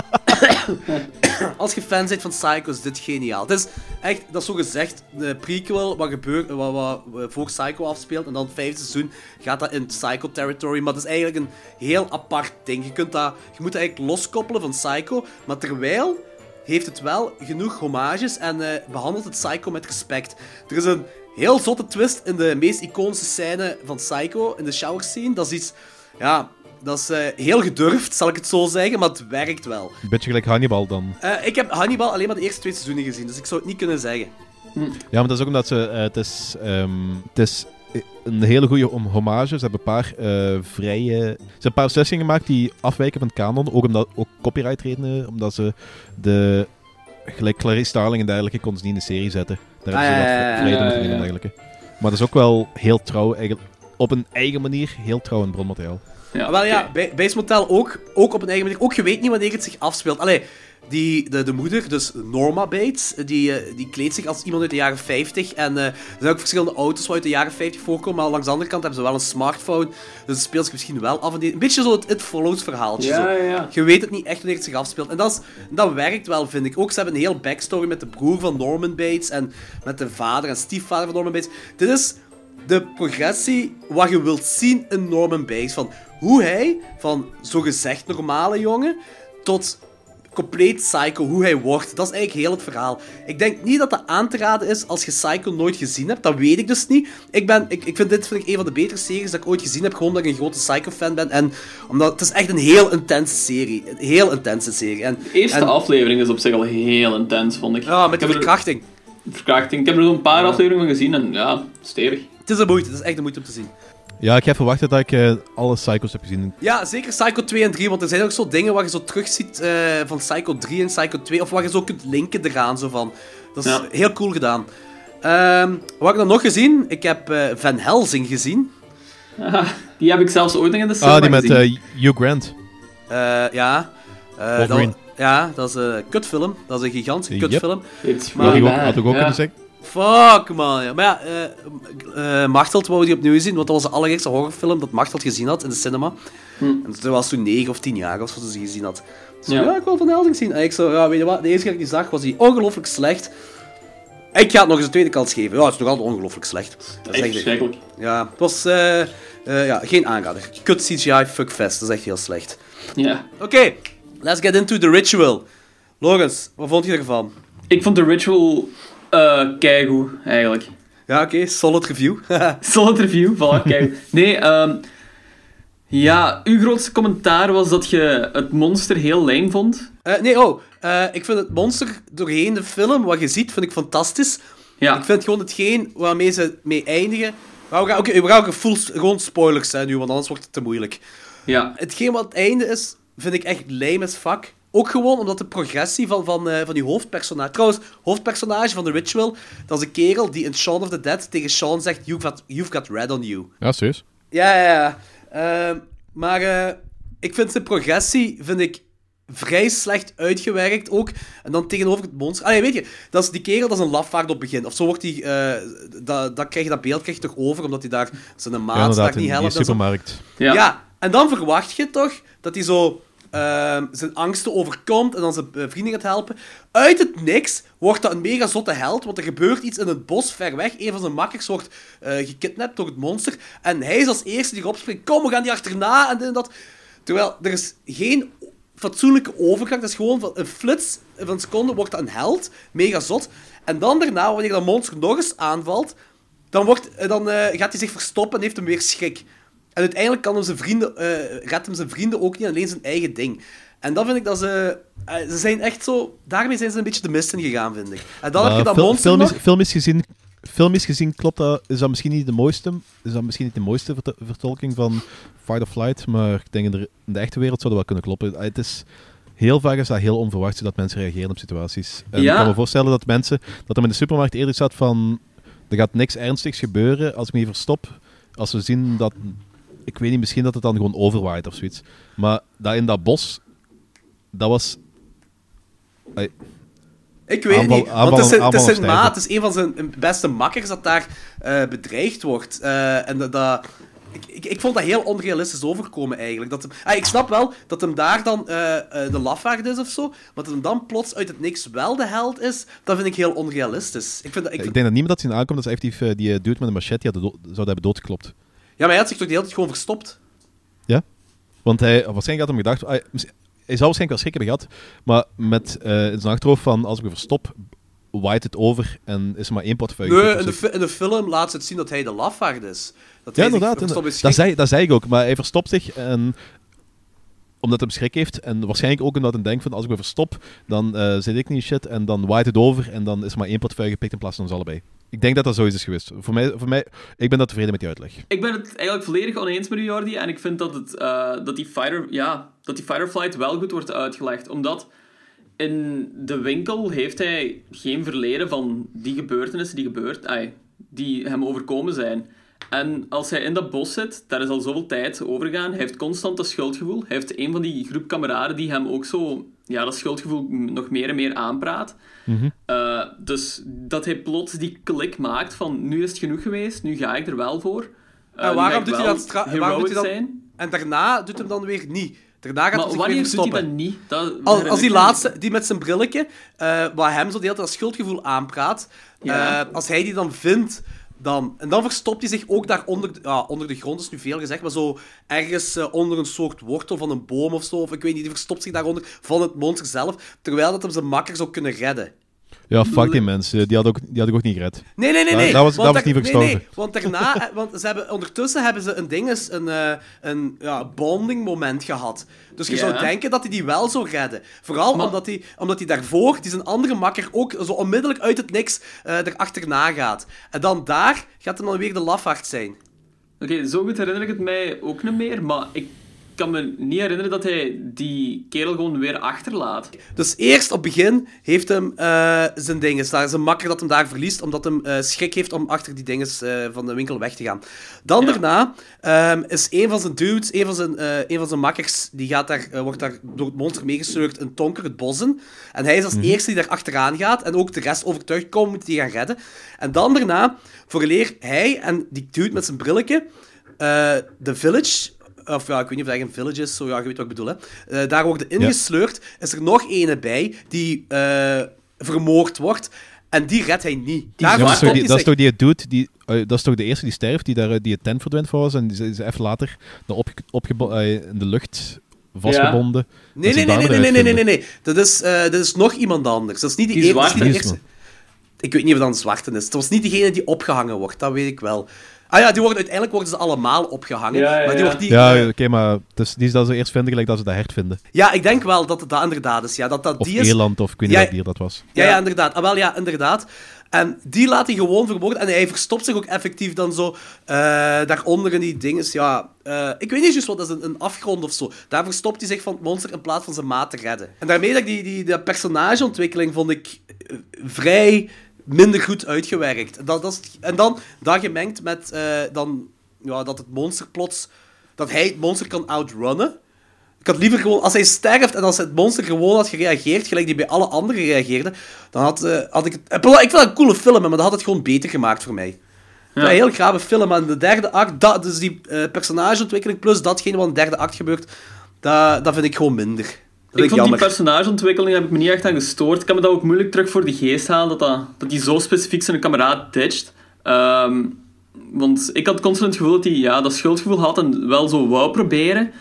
Als je fan bent van Psycho, is dit geniaal. Het is echt, dat is zo gezegd, de prequel wat, gebeurt, wat, wat, wat voor Psycho afspeelt. En dan het vijfde seizoen gaat dat in Psycho-territory. Maar het is eigenlijk een heel apart ding. Je, kunt dat, je moet dat eigenlijk loskoppelen van Psycho. Maar terwijl heeft het wel genoeg homages en uh, behandelt het Psycho met respect. Er is een heel zotte twist in de meest iconische scène van Psycho, in de shower scene. Dat is iets... Ja... Dat is uh, heel gedurfd, zal ik het zo zeggen, maar het werkt wel. Een beetje gelijk Hannibal dan. Uh, ik heb Hannibal alleen maar de eerste twee seizoenen gezien, dus ik zou het niet kunnen zeggen. Hm. Ja, maar dat is ook omdat ze... Uh, het, is, um, het is een hele goede hommage. Ze hebben een paar uh, vrije... Ze hebben een paar beslissingen gemaakt die afwijken van het kanon. Ook omdat ook copyright redenen, omdat ze de... Gelijk Clarice Starling en dergelijke konden ze niet in de serie zetten. Daar hebben ze ah, wat ja, vrijheden ja, moeten ja, nemen ja. en dergelijke. Maar dat is ook wel heel trouw, eigenlijk. Op een eigen manier heel trouw in bronmateriaal. Ja, wel ja, bij Bates Motel ook, ook op een eigen manier. Ook je weet niet wanneer het zich afspeelt. Allee, die, de, de moeder, dus Norma Bates, die, uh, die kleedt zich als iemand uit de jaren vijftig. En uh, er zijn ook verschillende auto's wat uit de jaren vijftig voorkomen. Maar langs de andere kant hebben ze wel een smartphone. Dus het speelt zich misschien wel af en toe. Een beetje zo het It Follows verhaaltje. Ja, zo. ja, ja. Je weet het niet echt wanneer het zich afspeelt. En dat, is, dat werkt wel, vind ik. Ook, ze hebben een heel backstory met de broer van Norman Bates. En met de vader en stiefvader van Norman Bates. Dit is de progressie wat je wilt zien in Norman Bates. Van hoe hij, van zogezegd normale jongen, tot compleet psycho, hoe hij wordt. Dat is eigenlijk heel het verhaal. Ik denk niet dat dat aan te raden is als je Psycho nooit gezien hebt. Dat weet ik dus niet. Ik, ben, ik, ik vind dit vind ik een van de betere series dat ik ooit gezien heb. Gewoon omdat ik een grote Psycho-fan ben. En omdat het is echt een heel intense serie. Een heel intense serie. En, de eerste en, aflevering is op zich al heel intens, vond ik. Ja, met de verkrachting. Er, verkrachting. Ik heb er zo'n paar ja. afleveringen van gezien en ja, stevig. Het is een moeite. Het is echt een moeite om te zien. Ja, ik heb verwacht dat ik uh, alle Psycho's heb gezien. Ja, zeker Psycho twee en drie, want er zijn ook zo dingen waar je zo terugziet uh, van Psycho drie en Psycho twee, of waar je zo kunt linken eraan, zo van. Dat is ja. heel cool gedaan. Um, wat heb ik dan nog gezien? Ik heb uh, Van Helsing gezien. Aha. Die heb ik zelfs ooit nog in de cinema Ah, die met gezien. uh, Hugh Grant. Uh, ja. Uh, Wolverine. Dat, ja, dat is een kutfilm. Dat is een gigantische Yep. kutfilm. It's Had ik ook, bad. had ik ook Ja. kunnen zeggen. Fuck, man. Ja. Maar ja, uh, uh, Machteld wou die opnieuw zien, want dat was de allereerste horrorfilm dat Machteld gezien had in de cinema. Hm. En ze was toen negen of tien jaar of zo dat ze gezien had. Dus Ja. ja. ik wil Van Helsing zien. En ik zo, ja, weet je wat, de eerste keer dat ik die zag, was die ongelooflijk slecht. Ik ga het nog eens een tweede kans geven. Ja, het is nog altijd ongelooflijk slecht. Dat is Echt echt... verschrikkelijk. Ja, het was uh, uh, ja, geen aanrader. Kut C G I, fuckfest. Dat is echt heel slecht. Ja. Oké, okay, let's get into The Ritual. Logans, wat vond je ervan? Ik vond The Ritual uh, keigoed, eigenlijk. Ja, oké, okay, solid review. Solid review, voilà, kijk. Nee, um, ja, uw grootste commentaar was dat je het monster heel lame vond. Uh, nee, oh, uh, ik vind het monster doorheen de film, wat je ziet, vind ik fantastisch. Ja. Ik vind gewoon hetgeen waarmee ze mee eindigen... Maar we gaan, okay, we gaan ook full, gewoon spoilers zijn nu, want anders wordt het te moeilijk. Ja. Hetgeen wat het einde is, vind ik echt lame as fuck. Ook gewoon omdat de progressie van, van, uh, van die hoofdpersonage... Trouwens, hoofdpersonage van The Ritual, dat is een kerel die in Shaun of the Dead tegen Shaun zegt... You've got, you've got red on you. Ja, serieus? Ja, ja, ja. Uh, maar uh, ik vind zijn progressie, vind ik... vrij slecht uitgewerkt ook. En dan tegenover het monster... Allee, weet je, dat is die kerel, dat is een lafaard op het begin. Of zo wordt hij... Uh, dat, dat, krijg je, dat beeld krijg je toch over, omdat hij daar zijn maat ja, daar niet in helpt. die supermarkt. Ja. ja, en dan verwacht je toch dat hij zo uh, zijn angsten overkomt en dan zijn uh, vrienden gaat helpen. Uit het niks wordt dat een mega zotte held, want er gebeurt iets in het bos ver weg. Een van zijn makkers wordt uh, gekidnapt door het monster. En hij is als eerste die erop springt. Kom, we gaan die achterna en dit en dat. Terwijl, er is geen... fatsoenlijke overgang. Dat is gewoon van een flits van een seconde wordt dat een held. Mega zot. En dan daarna, wanneer dat monster nog eens aanvalt, dan, wordt, dan uh, gaat hij zich verstoppen en heeft hem weer schrik. En uiteindelijk kan hem zijn vrienden, uh, redt hem zijn vrienden ook niet, alleen zijn eigen ding. En dan vind ik dat ze... Uh, ze zijn echt zo... Daarmee zijn ze een beetje de mist in gegaan, vind ik. En dan uh, heb je dat fil- monster filmisch, nog... filmisch gezien... Filmisch gezien klopt dat, is dat misschien niet de mooiste, is dat misschien niet de mooiste vert- vertolking van Fight or Flight, maar ik denk in de, in de echte wereld zou dat wel kunnen kloppen. Het is, heel vaak is dat heel onverwachts dat mensen reageren op situaties. En Ja. ik kan me voorstellen dat mensen, dat er in de supermarkt eerder staat van, er gaat niks ernstigs gebeuren als ik me hier verstop. Als we zien dat, ik weet niet, misschien dat het dan gewoon overwaait of zoiets. Maar dat in dat bos, dat was... Ay, Ik weet Aanval- niet, want aanval- het is, het is aanval zijn of maat, het is een van zijn beste makkers dat daar uh, bedreigd wordt. Uh, en dat... dat ik, ik, ik vond dat heel onrealistisch overkomen, eigenlijk. Dat hem, ah, ik snap wel dat hem daar dan uh, uh, de lafaard is of zo, maar dat hem dan plots uit het niks wel de held is, dat vind ik heel onrealistisch. Ik, vind dat, ik, ik vind... denk dat niemand dat zien aankomt, dat ze effectief uh, die dude met een machete hadden do- zou hebben doodgeklopt. Ja, maar hij had zich toch de hele tijd gewoon verstopt? Ja, want hij, waarschijnlijk had hem gedacht... Hij, hij zou waarschijnlijk wel schrik hebben gehad, maar met uh, in zijn achterhoofd van, als ik me verstop, waait het over en is er maar één portefeuille. Nee, in de, fi- in de film laat ze het zien dat hij de lafaard is. Dat Ja, hij zich inderdaad. verstopt is Dat schrik. zei, dat zei ik ook, maar hij verstopt zich en... Omdat hij schrik heeft en waarschijnlijk ook omdat hij denkt van, als ik me verstop, dan uh, zit ik niet shit en dan waait het over en dan is er maar één portefeuille gepikt in plaats van ons allebei. Ik denk dat dat zoiets is geweest. Voor mij, voor mij, ik ben dat tevreden met die uitleg. Ik ben het eigenlijk volledig oneens met u, Jordi. En ik vind dat, het, uh, dat, die fighter, ja, dat die fight or flight wel goed wordt uitgelegd. Omdat in de winkel heeft hij geen verleden van die gebeurtenissen die, gebeurt, ay, die hem overkomen zijn. En als hij in dat bos zit, daar is al zoveel tijd overgegaan. Hij heeft constant dat schuldgevoel. Hij heeft een van die groep kameraden die hem ook zo... Ja, dat schuldgevoel nog meer en meer aanpraat. Mm-hmm. Uh, dus dat hij plots die klik maakt van... Nu is het genoeg geweest, nu ga ik er wel voor. Uh, En waarom doet hij dat... Stra- heroic waarom doet hij dat... zijn. En daarna doet hij hem dan weer niet. Daarna gaat Maar hij zich wanneer weer doet hij verstoppen. dat niet? Dat Als, als die ik laatste, die met zijn brilletje, uh, waar hem zo de hele tijd dat schuldgevoel aanpraat, Ja. uh, als hij die dan vindt, dan... En dan verstopt hij zich ook daar onder de, ja, onder de grond, is nu veel gezegd, maar zo ergens uh, onder een soort wortel van een boom of zo, of ik weet niet, die verstopt zich daaronder van het monster zelf, terwijl dat hem zijn makker zou kunnen redden. Ja, fuck die mensen. Die had, ook, die had ik ook niet gered. Nee, nee, nee, Dat- nee. dat was- Want dat was daar- niet nee, gestorven. nee, want daarna... want ze hebben, ondertussen hebben ze een dinges, een, uh, een ja, bonding moment gehad. Dus je Ja. zou denken dat hij die wel zou redden. Vooral Maar- omdat hij omdat hij daarvoor, die zijn andere makker, ook zo onmiddellijk uit het niks uh, erachterna gaat. En dan daar gaat hem dan weer de lafaard zijn. Oké, zo goed herinner ik het mij ook niet meer, maar ik kan me niet herinneren dat hij die kerel gewoon weer achterlaat. Dus eerst op het begin heeft hem uh, zijn dinges, daar, zijn makker dat hem daar verliest, omdat hem uh, schrik heeft om achter die dinges uh, van de winkel weg te gaan. Dan ja. daarna um, is een van zijn dudes, een van zijn, uh, een van zijn makkers, die gaat daar, uh, wordt daar door het monster meegesleurd in Tonker, het bos in. En hij is als mm-hmm. eerste die daar achteraan gaat en ook de rest overtuigd komen, moet die gaan redden. En dan daarna, vooraleer hij en die dude met zijn brilletje, uh, de village... Of ja, ik weet niet of dat een village is, zo, ja, je weet wat ik bedoel, hè. Uh, daar worden ingesleurd. Ja. Is er nog ene bij die uh, vermoord wordt. En die redt hij niet. Ja, dat, is toch die, dat is toch die dude, die, uh, dat is toch de eerste die sterft, die daar uh, die het tent verdwijnt voor was, en die is even later opge, opge, uh, in de lucht vastgebonden. Ja. Nee, nee, nee, nee, nee, nee, nee, nee, nee. Dat is, uh, dat is nog iemand anders. Dat is niet die, die eerste. zwarte. Die eerste. Ik weet niet of dat een zwarte is. Het was niet degene die opgehangen wordt, dat weet ik wel. Ah ja, die worden, uiteindelijk worden ze allemaal opgehangen. Ja, ja, maar die wordt niet, ja uh... oké, okay, maar dus die is dat ze eerst vinden, gelijk dat ze dat hert vinden. Ja, ik denk wel dat het dat inderdaad is. Ja, dat dat of die is... eland, of ik weet niet ja, wat dier dat was. Ja, ja, inderdaad. Ah, wel, ja, inderdaad. En die laat hij gewoon vermoorden. En hij verstopt zich ook effectief dan zo uh, daaronder in die dingen. Ja, uh, ik weet niet juist wat, dat is een, een afgrond of zo. Daar verstopt hij zich van het monster in plaats van zijn maat te redden. En daarmee dat die, die, die personageontwikkeling vond ik uh, vrij minder goed uitgewerkt. Dat, dat is, en dan dat gemengd met uh, dan, ja, dat het monster plots... Dat hij het monster kan outrunnen. Ik had liever gewoon... Als hij sterft en als het monster gewoon had gereageerd, gelijk die bij alle anderen reageerde, dan had, uh, had ik het... Ik vind dat een coole film, maar dat had het gewoon beter gemaakt voor mij. Ja. Een heel grave film. Maar in de derde act, dat, dus die uh, personageontwikkeling plus datgene wat in de derde act gebeurt, dat, dat vind ik gewoon minder. Dat ik vond jammer. die personageontwikkeling heb ik me niet echt aan gestoord. Ik kan me dat ook moeilijk terug voor de geest halen, dat, dat, dat die zo specifiek zijn kameraad ditcht. Um, want ik had constant het gevoel dat hij ja, dat schuldgevoel had en wel zo wou proberen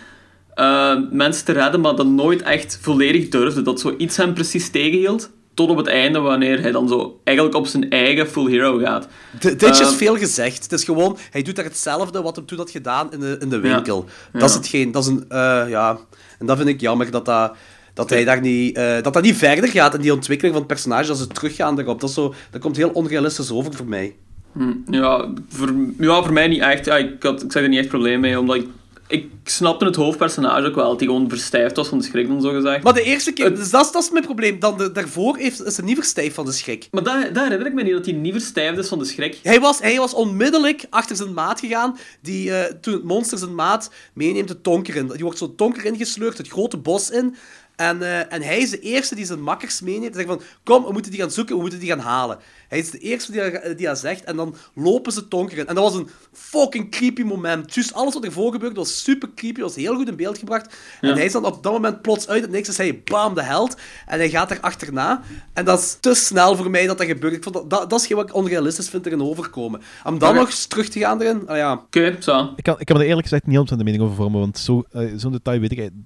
uh, mensen te redden, maar dat nooit echt volledig durfde. Dat zoiets hem precies tegenhield, tot op het einde, wanneer hij dan zo eigenlijk op zijn eigen full hero gaat. Dit is uh, veel gezegd. Het is gewoon, hij doet daar hetzelfde wat hij toen had gedaan in de, in de winkel. Ja, dat ja. is hetgeen. Dat is een, uh, ja... En dat vind ik jammer, dat, dat, dat hij daar niet, uh, dat dat niet verder gaat in die ontwikkeling van het personage, dat ze teruggaan daarop. Dat, is zo, dat komt heel onrealistisch over voor mij. Hm, ja, voor, ja, voor mij niet echt. Ja, ik, had, ik zag er niet echt probleem mee, omdat ik... Ik snapte het hoofdpersonage ook wel, dat hij gewoon verstijfd was van de schrik, dan zo gezegd. Maar de eerste keer, dus dat, is, dat is mijn probleem. Dan de, daarvoor heeft, is hij niet verstijfd van de schrik. Maar dat, dat herinner ik me niet, dat hij niet verstijfd is van de schrik. Hij was, hij was onmiddellijk achter zijn maat gegaan, die uh, toen het monster zijn maat meeneemt de Tonker in. Die wordt zo Tonker ingesleurd, het grote bos in. En, uh, en hij is de eerste die zijn makkers meeneemt en zegt van, kom, we moeten die gaan zoeken, we moeten die gaan halen. Hij is de eerste die, die dat zegt en dan lopen ze Tonker in. En dat was een fucking creepy moment. Juist alles wat ervoor gebeurde was super creepy, was heel goed in beeld gebracht. Ja. En hij is dan op dat moment plots uit het niks, is hij bam, de held. En hij gaat er achterna. En dat is te snel voor mij dat dat gebeurt. Ik vond dat, dat, dat is wat ik onrealistisch vind erin overkomen. Om dan okay. nog eens terug te gaan erin, ah ja. Oké, okay, zo. Ik kan, ik kan me er eerlijk gezegd niet ontzettend mening over vormen, want zo, uh, zo'n detail weet ik...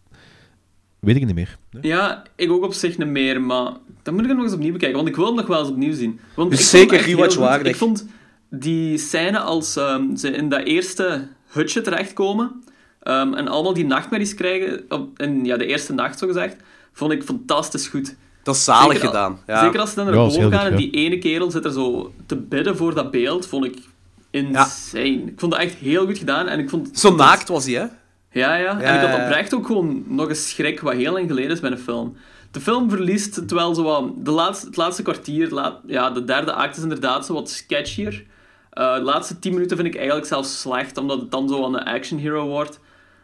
Weet ik niet meer. Nee? Ja, ik ook op zich niet meer, maar dan moet ik hem nog eens opnieuw bekijken, want ik wil hem nog wel eens opnieuw zien. Want dus ik zeker rewatch-waardig. Ik vond die scène als um, ze in dat eerste hutje terechtkomen um, en allemaal die nachtmerries krijgen, op, in ja, de eerste nacht zo gezegd, vond ik fantastisch goed. Dat is zalig zeker, gedaan. Ja. Zeker als ze dan naar boven gaan en die ene kerel zit er zo te bidden voor dat beeld, vond ik insane. Ja. Ik vond dat echt heel goed gedaan. En ik vond zo naakt was hij, hè? Ja, ja, en ik had oprecht ook gewoon nog een schrik, wat heel lang geleden is bij een film. De film verliest het wel zo wat... De laatste, het laatste kwartier, laat, ja, de derde act is inderdaad zo wat sketchier. Uh, de laatste tien minuten vind ik eigenlijk zelfs slecht, omdat het dan zo aan een action hero wordt.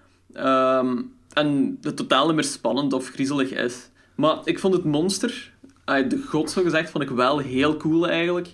Um, en het totaal niet meer spannend of griezelig is. Maar ik vond het monster, uh, de god zo gezegd, vond ik wel heel cool eigenlijk.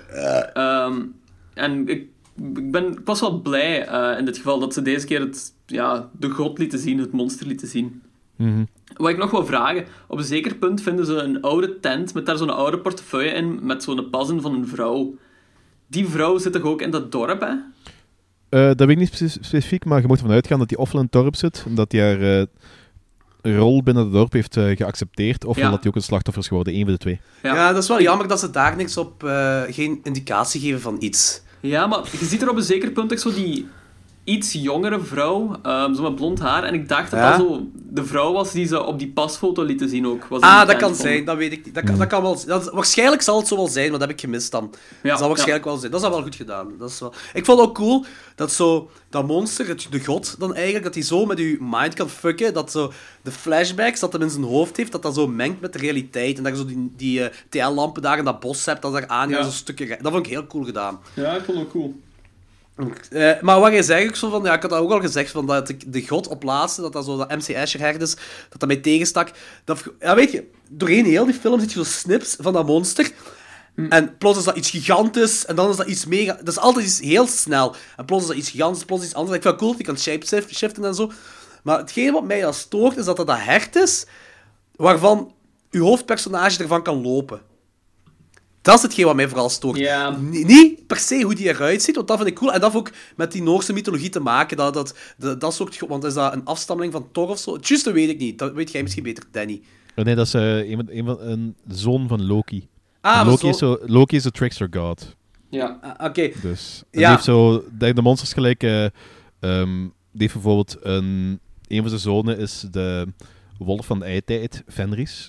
Um, en ik, ik, ben, ik was wel blij uh, in dit geval dat ze deze keer het, ja, de god lieten zien, het monster lieten zien. Mm-hmm. Wat ik nog wil vragen, op een zeker punt vinden ze een oude tent met daar zo'n oude portefeuille in, met zo'n pas in van een vrouw. Die vrouw zit toch ook in dat dorp, hè? Uh, dat weet ik niet spe- specifiek, maar je moet ervan uitgaan dat die ofwel in het dorp zit, en dat hij haar uh, rol binnen het dorp heeft uh, geaccepteerd, ofwel ja. dat hij ook een slachtoffer is geworden, één van de twee. Ja. ja, dat is wel jammer dat ze daar niks op, uh, geen indicatie geven van iets. Ja, maar je ziet er op een zeker punt echt zo die... iets jongere vrouw, um, zo met blond haar. En ik dacht dat Ja? dat zo de vrouw was die ze op die pasfoto lieten zien ook. Was Ah, die dat kan bekend zijn, dat weet ik niet. Dat kan, dat kan wel, dat, waarschijnlijk zal het zo wel zijn, maar dat heb ik gemist dan. Ja, dat zal waarschijnlijk wel zijn. Dat is wel goed gedaan. Dat is wel... Ik vond het ook cool dat zo dat monster, het, de god dan eigenlijk, dat hij zo met je mind kan fucken, dat zo de flashbacks dat hij in zijn hoofd heeft, dat dat zo mengt met de realiteit. En dat je zo die, die uh, T L-lampen daar in dat bos hebt, dat daar aan Ja. zo'n stukje... Dat vond ik heel cool gedaan. Ja, ik vond het ook cool. Uh, maar wat jij zegt ook zo van, ja, ik had dat ook al gezegd, van dat ik de god op laatste, dat dat zo dat M C Escher is, dat dat mij tegenstak. Dat, ja, weet je, doorheen heel die film zit je zo snips van dat monster. Hm. En plots is dat iets gigantisch, en dan is dat iets mega... Dat is altijd iets heel snel. En plots is dat iets gigantisch, plots iets anders. Ik vind het cool dat je kan shapeshiften en zo. Maar hetgeen wat mij dan stoort, is dat dat dat hert is, waarvan je hoofdpersonage ervan kan lopen. Dat is hetgeen wat mij vooral stoort. Ja. N- niet per se hoe die eruit ziet, want dat vind ik cool. En dat heeft ook met die Noorse mythologie te maken. Dat, dat, dat, dat soort, want is dat een afstammeling van Thor of zo? Juist, dat weet ik niet. Dat weet jij misschien beter, Danny. Oh, nee, dat is uh, een, een, van- een zoon van Loki. Ah, En maar Loki, zo- is zo, Loki is de trickster god. Ja. Ah, Oké. Dus en Ja. die heeft zo, de, de monsters gelijk. eh, ehm, die heeft bijvoorbeeld een, een van zijn zonen is de wolf van de eitijd, Fenris.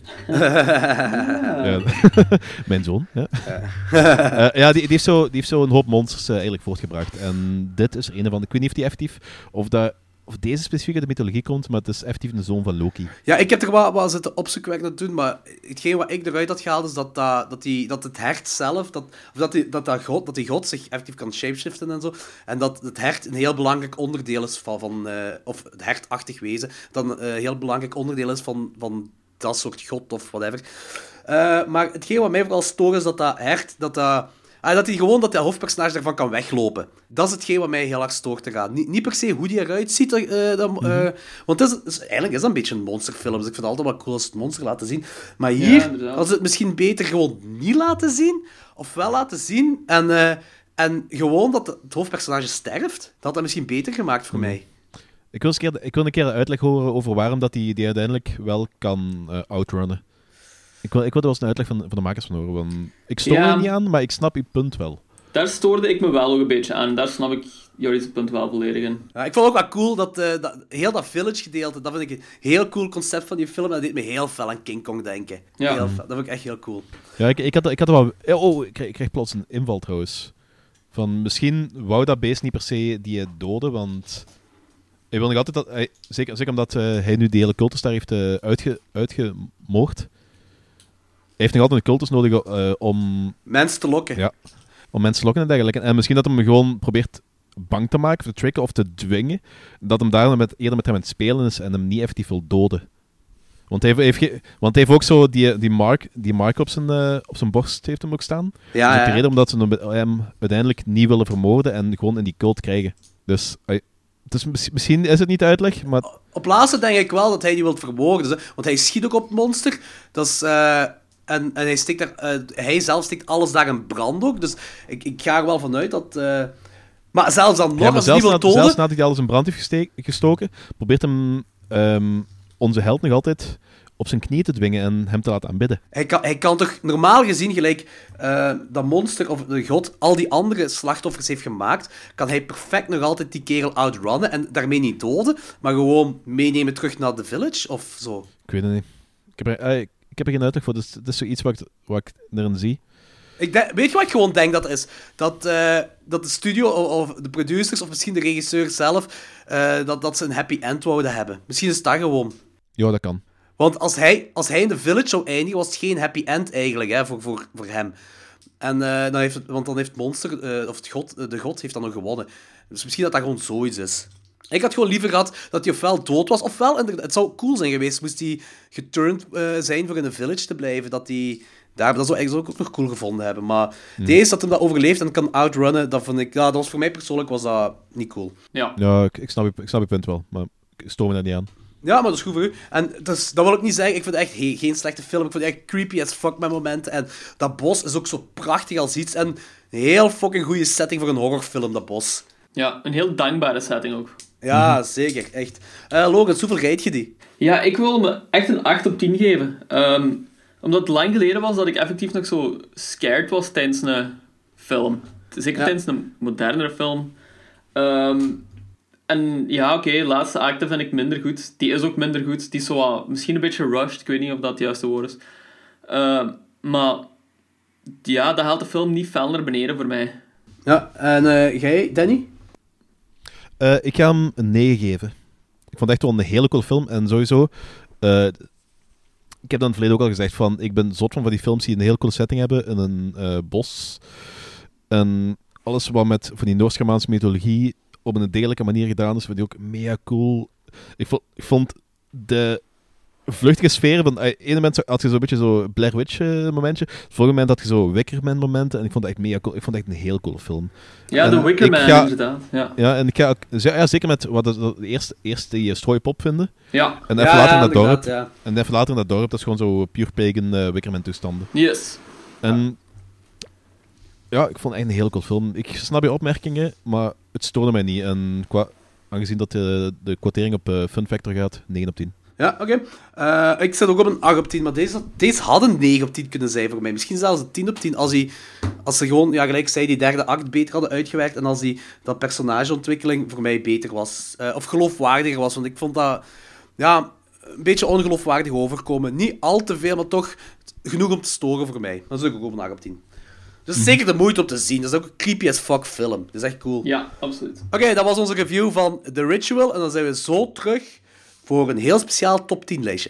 Ja, mijn zoon. Ja, Eh, ja die, die heeft zo, die heeft zo een hoop monsters eh, eigenlijk voortgebracht. En dit is er een van. Ik weet niet of die effectief of dat. Of deze specifiek uit de mythologie komt, maar het is effectief een zoon van Loki. Ja, ik heb er wat, wat zitten opzoekwerk naar doen, maar hetgeen wat ik eruit had gehaald is dat, dat, dat, die, dat het hert zelf, dat, of dat, die, dat, dat, god, dat die god zich effectief kan shapeshiften en zo, en dat het hert een heel belangrijk onderdeel is van, van uh, of het hertachtig wezen, dat een uh, heel belangrijk onderdeel is van, van dat soort god of whatever. Uh, maar hetgeen wat mij vooral stoort is dat dat hert, dat dat... Ah, dat hij gewoon dat de hoofdpersonage ervan kan weglopen. Dat is hetgeen wat mij heel erg stoort te gaan. Niet, niet per se hoe die eruit ziet. Uh, dat, uh, Mm-hmm. Want het is, is, eigenlijk is dat een beetje een monsterfilm. Dus ik vind het altijd wel cool als ze het monster laten zien. Maar hier, Ja, als ze het misschien beter gewoon niet laten zien, of wel laten zien, en, uh, en gewoon dat het hoofdpersonage sterft, dat had dat misschien beter gemaakt voor Mm. mij. Ik wil, eens een keer, ik wil een keer de uitleg horen over waarom dat die, die uiteindelijk wel kan uh, outrunnen. Ik wil, ik wil er wel eens een uitleg van, van de makers van horen. Want ik stoor Ja. er niet aan, maar ik snap je punt wel. Daar stoorde ik me wel ook een beetje aan. En daar snap ik Joris' punt wel volledig in. Ja, ik vond ook wel cool dat, uh, dat heel dat village gedeelte, dat vind ik een heel cool concept van die film. En dat deed me heel fel aan King Kong denken. Ja. Heel fel. Dat vond ik echt heel cool. Ja, ik, ik, had, ik had er wel... Oh, ik kreeg, ik kreeg plots een inval trouwens. Van misschien wou dat beest niet per se die doden, want... Ik wil nog altijd dat... Hij, zeker, zeker omdat uh, hij nu die hele cultus daar heeft uh, uitge, uitgemoord. Hij heeft nog altijd een cultus nodig uh, om... Mensen te lokken. Ja, om mensen te lokken en dergelijke. En misschien dat hem gewoon probeert bang te maken, of te tricken of te dwingen. Dat hem daar met, eerder met hem aan het spelen is en hem niet effectief wil doden. Want hij heeft, heeft, want hij heeft ook zo die, die, mark, die mark op zijn, uh, op zijn borst heeft hem ook staan. Ja, dat is ja. de reden omdat ze hem uiteindelijk niet willen vermoorden en gewoon in die cult krijgen. Dus... Uh, Dus misschien is het niet uitleg, maar... Op laatste denk ik wel dat hij die wil vermoorden. Dus, want hij schiet ook op het monster. Dat is, uh, en, en hij, steekt daar, uh, hij zelf steekt alles daar in brand ook. Dus ik, ik ga er wel vanuit dat... Uh... Maar zelfs dan nog, ja, maar als hij die wil na, doden... zelfs nadat hij alles in brand heeft geste- gestoken, probeert hem um, onze held nog altijd op zijn knieën te dwingen en hem te laten aanbidden. Hij kan, hij kan toch normaal gezien, gelijk uh, dat monster of de god al die andere slachtoffers heeft gemaakt, kan hij perfect nog altijd die kerel outrunnen en daarmee niet doden, maar gewoon meenemen terug naar de village of zo. Ik weet het niet. Ik heb er, uh, ik heb er geen uitleg voor, dus het is zoiets wat ik, wat ik erin zie. Ik denk, weet je wat ik gewoon denk dat is? Dat, uh, dat de studio of, of de producers of misschien de regisseur zelf, uh, dat, dat ze een happy end wouden hebben. Misschien is dat gewoon. Ja, dat kan. Want als hij, als hij in de village zou eindigen, was het geen happy end eigenlijk hè, voor, voor, voor hem. En, uh, dan heeft het, want dan heeft Monster, uh, of het god, de god, heeft dan nog gewonnen. Dus misschien dat dat gewoon zoiets is. Ik had gewoon liever gehad dat hij ofwel dood was, ofwel... Het zou cool zijn geweest, moest hij geturned uh, zijn voor in de village te blijven. Dat hij... Daar, dat zou ik ook nog cool gevonden hebben. Maar hmm. deze, dat hij dat overleeft en kan outrunnen, dat vond ik... Ja, dat was voor mij persoonlijk was dat niet cool. Ja, ja ik, ik, snap je, ik snap je punt wel, maar ik stoor me daar niet aan. Ja, maar dat is goed voor u. En dus, dat wil ik niet zeggen. Ik vind het echt he- geen slechte film. Ik vind het echt creepy as fuck met momenten. En dat bos is ook zo prachtig als iets. En een heel fucking goede setting voor een horrorfilm, dat bos. Ja, een heel dankbare setting ook. Ja, Mm-hmm. zeker. Echt. Uh, Logan, hoeveel rijd je die? Ja, ik wil me echt een acht op tien geven. Um, omdat het lang geleden was dat ik effectief nog zo scared was tijdens een film. Zeker ja. tijdens een modernere film. Um, En ja, oké, okay, de laatste acte vind ik minder goed. Die is ook minder goed. Die is zo wat, misschien een beetje rushed. Ik weet niet of dat het juiste woord is. Uh, maar ja, dat haalt de film niet fel naar beneden voor mij. Ja, en uh, jij, Danny? Uh, ik ga hem een negen geven. Ik vond het echt wel een hele cool film. En sowieso... Uh, ik heb dan in het verleden ook al gezegd van... Ik ben zot van van die films die een heel cool setting hebben. In een uh, bos. En alles wat met van die Noord-Germaanse mythologie... op een degelijke manier gedaan is, vind ik ook mega cool. Ik vond, ik vond de vluchtige sfeer van... Op ene moment had je zo'n beetje zo Blair Witch uh, momentje. Het volgende moment had je zo Wickerman momenten. En ik vond het echt mega cool. Ik vond het echt een heel coole film. Ja, en de Wickerman ga, inderdaad. Ja. ja, en ik ga ook, ja, zeker met wat de, de eerste, eerst die strooipop vinden. Ja. En even ja, later ja, in dat dorp. Ja. En even later in dat dorp, dat is gewoon zo pure pagan uh, Wickerman toestanden. Yes. En... Ja, ik vond het echt een heel cool film. Ik snap je opmerkingen, maar het stoorde mij niet. En qua, aangezien dat de, de quotering op uh, Fun Factor gaat, negen op tien. Ja, oké. Okay. Uh, ik zet ook op een acht op tien, maar deze, deze had een negen op tien kunnen zijn voor mij. Misschien zelfs een tien op tien als, die, als ze gewoon, ja, gelijk zei, die derde act beter hadden uitgewerkt en als die, dat personageontwikkeling voor mij beter was. Uh, of geloofwaardiger was, want ik vond dat, ja, een beetje ongeloofwaardig overkomen. Niet al te veel, maar toch genoeg om te storen voor mij. Dan zit ik ook op een acht op tien. Dus zeker de moeite om te zien. Dat is ook een creepy as fuck film. Dat is echt cool. Ja, absoluut. Oké, okay, dat was onze review van The Ritual. En dan zijn we zo terug voor een heel speciaal top tien lijstje.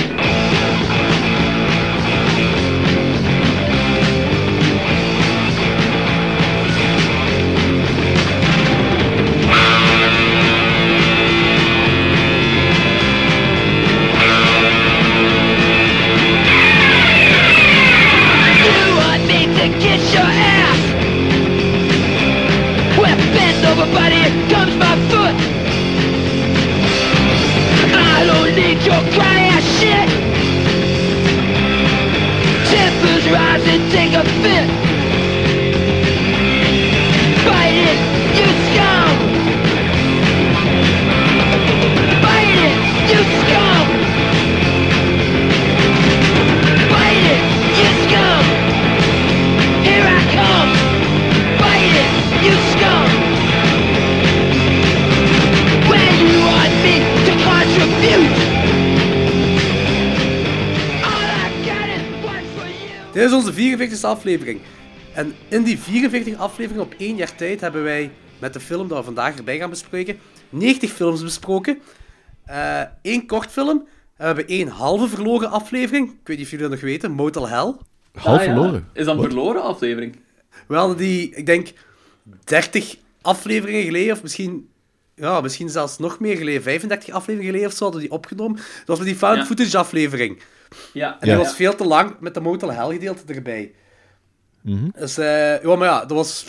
Dit is onze vierenveertigste aflevering. En in die vierenveertig afleveringen op één jaar tijd hebben wij met de film dat we vandaag erbij gaan bespreken negentig films besproken. Uh, één kortfilm. En we hebben één halve verloren aflevering. Ik weet niet of jullie dat nog weten. Motel Hell. Half ah, ja. verloren? Is dat een What? verloren aflevering? We hadden die, ik denk, dertig afleveringen geleden, of misschien... Ja, misschien zelfs nog meer geleden. vijfendertig afleveringen geleden of zo hadden die opgenomen. Dat was met die found Ja. footage aflevering. Ja. En die Ja. was veel te lang met de Motel Hell gedeelte erbij. Mhm. Dus, uh, ja, maar ja, dat was...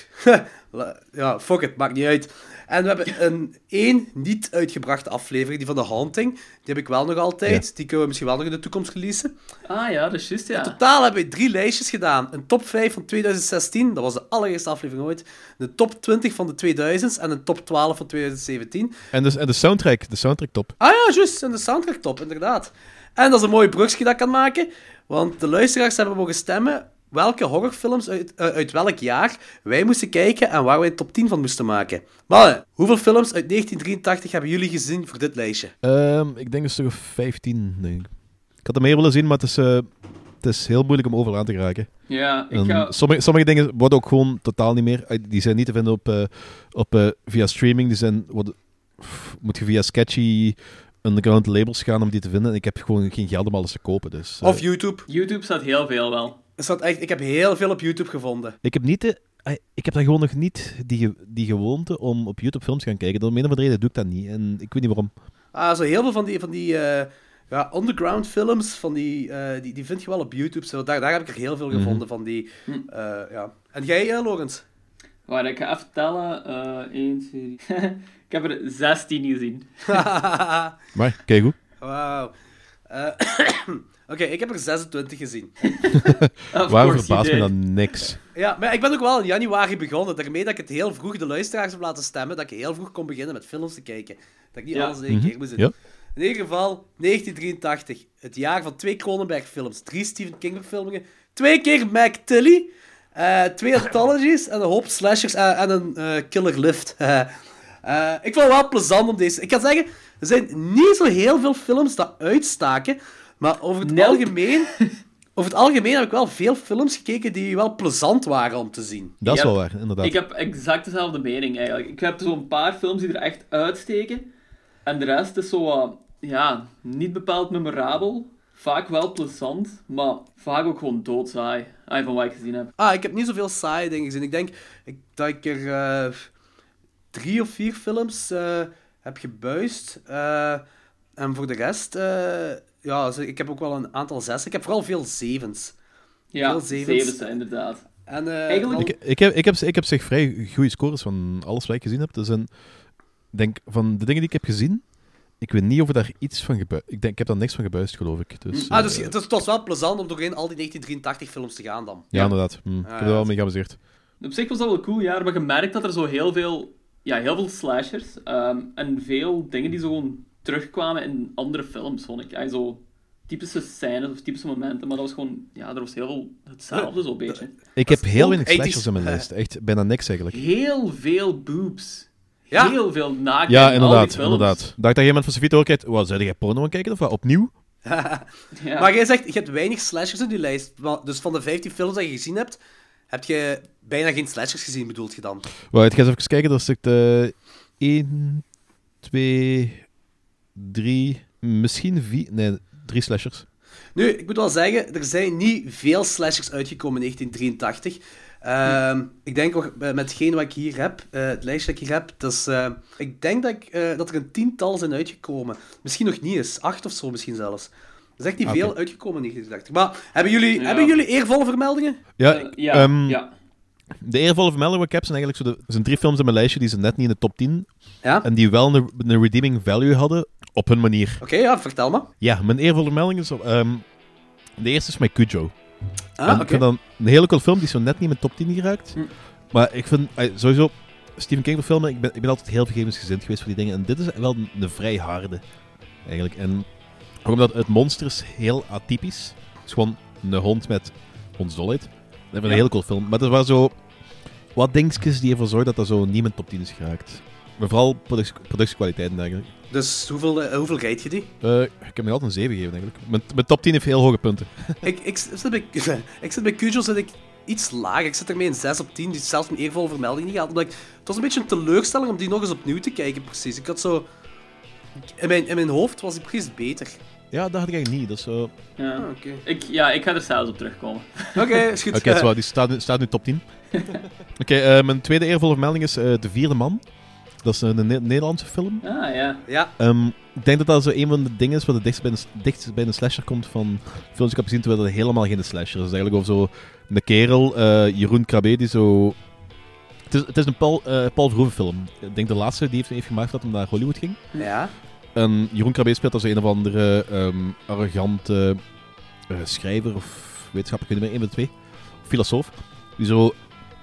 ja, fuck it, maakt niet uit. En we hebben een één niet uitgebrachte aflevering, die van The Haunting. Die heb ik wel nog altijd. Ja. Die kunnen we misschien wel nog in de toekomst releasen. Ah ja, dat is juist, ja. In totaal hebben we drie lijstjes gedaan. Een top vijf van twintig zestien, dat was de allereerste aflevering ooit. Een top twintig van de tweeduizends en een top twaalf van twintig zeventien. En de, en de soundtrack, de soundtrack top. Ah ja, juist. En de soundtrack top, inderdaad. En dat is een mooi brugje dat ik kan maken. Want de luisteraars hebben mogen stemmen welke horrorfilms uit, uh, uit welk jaar wij moesten kijken en waar wij een top tien van moesten maken. Maar hoeveel films uit negentien drieëntachtig hebben jullie gezien voor dit lijstje? Um, ik denk een stuk of vijftien. Nee. Ik had er meer willen zien, maar het is, uh, het is heel moeilijk om overal aan te geraken. Ja, ik En ga... sommige, sommige dingen worden ook gewoon totaal niet meer. Die zijn niet te vinden op, uh, op, uh, via streaming. Die zijn, worden, pff, moet je via sketchy underground labels gaan om die te vinden. En ik heb gewoon geen geld om alles te kopen. Dus, uh, Of YouTube. YouTube staat heel veel wel. Er staat echt, ik heb heel veel op YouTube gevonden. Ik heb niet de, ik heb daar gewoon nog niet die, die gewoonte om op YouTube films te gaan kijken. Door een of andere reden doe ik dat niet. En ik weet niet waarom. Ah, zo heel veel van die, van die uh, ja, underground films, van die, uh, die, die vind je wel op YouTube. Zo, daar, daar heb ik er heel veel Mhm. gevonden van die. Uh, ja. En jij, uh, Lorenz? Waar ik ga even tellen. Uh, één, twee, ik heb er zestien gezien. Maar, kijk goed. Wauw. Uh, Oké, okay, ik heb er zesentwintig gezien. Waarom verbaast me dan niks? Ja, maar ik ben ook wel in januari begonnen. Daarmee dat ik het heel vroeg de luisteraars heb laten stemmen. Dat ik heel vroeg kon beginnen met films te kijken. Dat ik niet Ja. alles in één keer moest doen. Ja. In ieder geval, negentien drieëntachtig. Het jaar van twee Cronenberg-films. Drie Stephen King-verfilmingen. Twee keer Mac Tilly. Uh, twee anthologies en een hoop slashers uh, en een uh, killer lift. Uh, Uh, ik vond het wel plezant om deze... Ik kan zeggen, er zijn niet zo heel veel films dat uitstaken, maar over het, Nope. algemeen, over het algemeen heb ik wel veel films gekeken die wel plezant waren om te zien. Dat is Yep. wel waar, inderdaad. Ik heb exact dezelfde mening eigenlijk. Ik heb zo'n paar films die er echt uitsteken. En de rest is zo wat, ja, niet bepaald memorabel. Vaak wel plezant, maar vaak ook gewoon doodsaai. Ah, van wat ik gezien heb. Ah, ik heb niet zoveel saaie dingen gezien. Ik denk ik, dat ik er uh, drie of vier films uh, heb gebuist. Uh, en voor de rest, uh, ja, ik heb ook wel een aantal zes. Ik heb vooral veel zevens. Ja, veel zevens. zevens, inderdaad. En, uh, Eigenlijk... dan... ik, ik, heb, ik, heb, ik heb zeg vrij goede scores van alles wat ik gezien heb. Dus een, denk, van de dingen die ik heb gezien, ik weet niet of er daar iets van gebuist... Ik, denk, ik heb daar niks van gebuist, geloof ik. Dus, ah, dus uh, het was wel plezant om doorheen al die negentien drieëntachtig films te gaan dan. Ja, ja. inderdaad. Hm. Ik Ah, heb er wel ja. mee geamuseerd. Op zich was dat wel een cool jaar, maar je merkt dat er zo heel veel... Ja, heel veel slashers. Um, en veel dingen die zo gewoon terugkwamen in andere films, vond ik. Ja, zo typische scènes of typische momenten, maar dat was gewoon... Ja, er was heel veel hetzelfde, zo'n beetje. Ik heb heel weinig eighties slashers in mijn lijst. Echt bijna niks, eigenlijk. Heel veel boobs. Ja. Heel veel naakt. Ja, in al die inderdaad. films. inderdaad. Dacht dat je iemand van Sofie ook kijkt, wat, zou jij porno aan kijken of wat? Opnieuw? Ja. Maar jij zegt, je hebt weinig slashers in die lijst. Dus van de vijftien films dat je gezien hebt, heb je bijna geen slashers gezien, bedoelt je dan? Wacht, ik ga eens even kijken. Dat is uh, één, twee, drie, misschien vier... Nee, drie slashers. Nu, ik moet wel zeggen, er zijn niet veel slashers uitgekomen in negentien drieëntachtig. Uh, hm. Ik denk ook met hetgeen wat ik hier heb, uh, het lijstje dat ik hier heb, dus, uh, ik denk dat, ik, uh, dat er een tiental zijn uitgekomen. Misschien nog niet eens, acht of zo misschien zelfs. Er is echt niet okay. veel uitgekomen in negentien drieëntachtig. Maar hebben jullie, ja. hebben jullie eervolle vermeldingen? Ja, uh, ja, um, ja. De eervolle vermeldingen wat ik heb zijn eigenlijk zo de, er zijn drie films in mijn lijstje die zijn net niet in de top tien. Ja? En die wel een, een redeeming value hadden op hun manier. Oké, okay, ja, vertel me. Ja, mijn eervolle vermelding is... Um, de eerste is met Cujo. Ah, en okay. Ik vind dat een hele cool film, die is zo net niet in mijn top tien geraakt. Hm. Maar ik vind, sowieso, Stephen King filmen, ik ben, ik ben altijd heel vergevensgezind geweest voor die dingen. En dit is wel een, een vrij harde, eigenlijk. En ook omdat het monster is heel atypisch. Het is gewoon een hond met hondsdolheid. Dat is ja. een hele cool film. Maar er waren zo wat dingetjes die ervoor zorgen dat dat zo niet in mijn top tien is geraakt. Maar vooral productie, productiekwaliteit en dergelijke. Dus hoeveel, uh, hoeveel rate je die? Uh, ik heb nog altijd een zeven gegeven, eigenlijk. Mijn, mijn top tien heeft heel hoge punten. ik, ik, zit bij, ik zit bij Cujo zit ik iets lager. Ik zit ermee een zes op tien, die zelfs een eervolle vermelding niet gehad. Omdat ik, het was een beetje een teleurstelling om die nog eens opnieuw te kijken, precies. Ik had zo... In mijn, in mijn hoofd was die precies beter. Ja, dat had ik eigenlijk niet. Dat is zo... Ja. Ah, okay. ik, ja, ik ga er zelfs op terugkomen. Oké, okay, is goed. Oké, okay, uh, die staat nu, staat nu top tien. Oké, okay, uh, mijn tweede eervolle vermelding is uh, De Vierde Man. Dat is een, een, een Nederlandse film. Ah, ja. ja. Um, ik denk dat dat zo een van de dingen is wat het dichtst bij een, dichtst bij een slasher komt van films die ik heb gezien, terwijl dat helemaal geen slasher is. Het is eigenlijk over zo een kerel, uh, Jeroen Krabbe, die zo... Het is, het is een Paul, uh, Paul Verhoeven film. Ik denk de laatste die heeft, heeft gemaakt dat hij naar Hollywood ging. Ja. En Jeroen Krabbe speelt als een of andere um, arrogante uh, schrijver of wetenschapper, ik weet niet meer, één van de twee. Filosoof. Die zo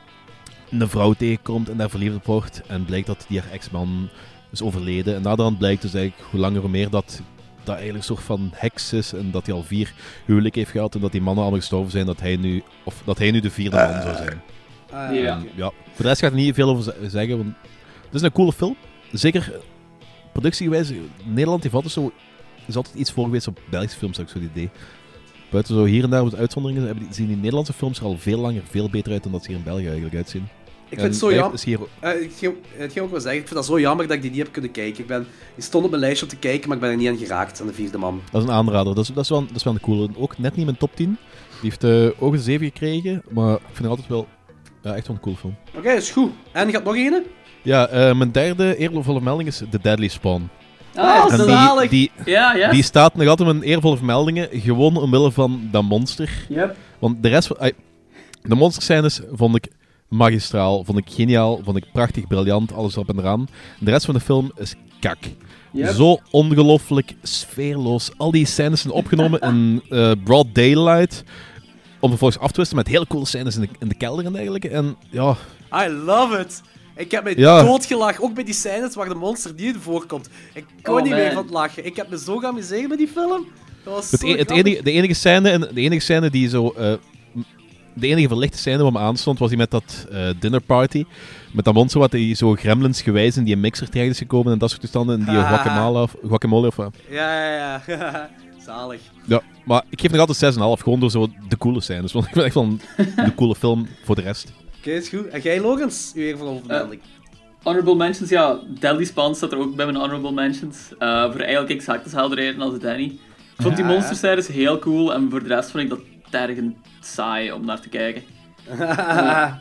een vrouw tegenkomt en daar verliefd op wordt. En blijkt dat die haar ex-man is overleden. En naderhand blijkt dus eigenlijk hoe langer hoe meer dat dat eigenlijk een soort van heks is. En dat hij al vier huwelijken heeft gehad. En dat die mannen allemaal gestorven zijn. Dat hij nu, of dat hij nu de vierde man uh, zou zijn. Uh, ja. En, ja. Voor de rest ga ik er niet veel over zeggen. Want het is een coole film. Zeker productiegewijs. Nederland heeft altijd zo... is altijd iets voor geweest op Belgische films, heb ik zo het idee. Buiten zo hier en daar wat uitzonderingen zien die Nederlandse films er al veel langer veel beter uit dan dat ze hier in België eigenlijk uitzien. Ik vind het zo jammer. Hier... Uh, ik ga ook wel zeggen, ik vind dat zo jammer dat ik die niet heb kunnen kijken. Ik ben, die stond op mijn lijstje om te kijken, maar ik ben er niet aan geraakt, aan De Vierde Man. Dat is een aanrader, dat is, dat is, wel, dat is wel een coole. Ook net niet in mijn top tien. Die heeft uh, ook een zeven gekregen, maar ik vind het altijd wel ja, echt wel een cool film. Oké, okay, is goed. En je gaat nog een? Ja, uh, mijn derde eervolle melding is The Deadly Spawn. Ah, en zalig! Die, die, ja, ja. die staat nog altijd met eervolle vermeldingen, gewoon omwille van dat monster. Yep. Want de rest van... Ay, de monsterscènes vond ik magistraal, vond ik geniaal, vond ik prachtig, briljant, alles erop en eraan. De rest van de film is kak. Yep. Zo ongelooflijk sfeerloos. Al die scènes zijn opgenomen in uh, broad daylight, om vervolgens af te wisselen met hele coole scènes in de, in de kelder en dergelijke. En ja... I love it! Ik heb me ja. doodgelachen, ook bij die scènes waar de monster niet in voorkomt. Ik kon oh, niet man. meer van het lachen. Ik heb me zo geamuseerd met die film. Dat was het zo e- het enige, de, enige scène, de enige scène die zo uh, de enige verlichte scène wat me aanstond, was die met dat uh, dinnerparty. Met dat monster wat die zo gremlins gewijs in die mixer terecht is gekomen en dat soort toestanden. En die Ah. guacamole of... Guacamole of wat. Ja, ja, ja. Zalig. Ja, maar ik geef nog altijd zes komma vijf, gewoon door zo de coole scènes. Want ik ben echt van de coole film voor de rest. Oké, okay, is goed. En jij, Logans? Uw eerste vermelding. Uh, honorable mentions, ja. Deadly Spawn staat er ook bij mijn honorable mentions. Uh, voor eigenlijk exact dezelfde reden als Danny. Ik vond Ja, die monsterscènes heel cool en voor de rest vond ik dat tergend saai om naar te kijken. uh,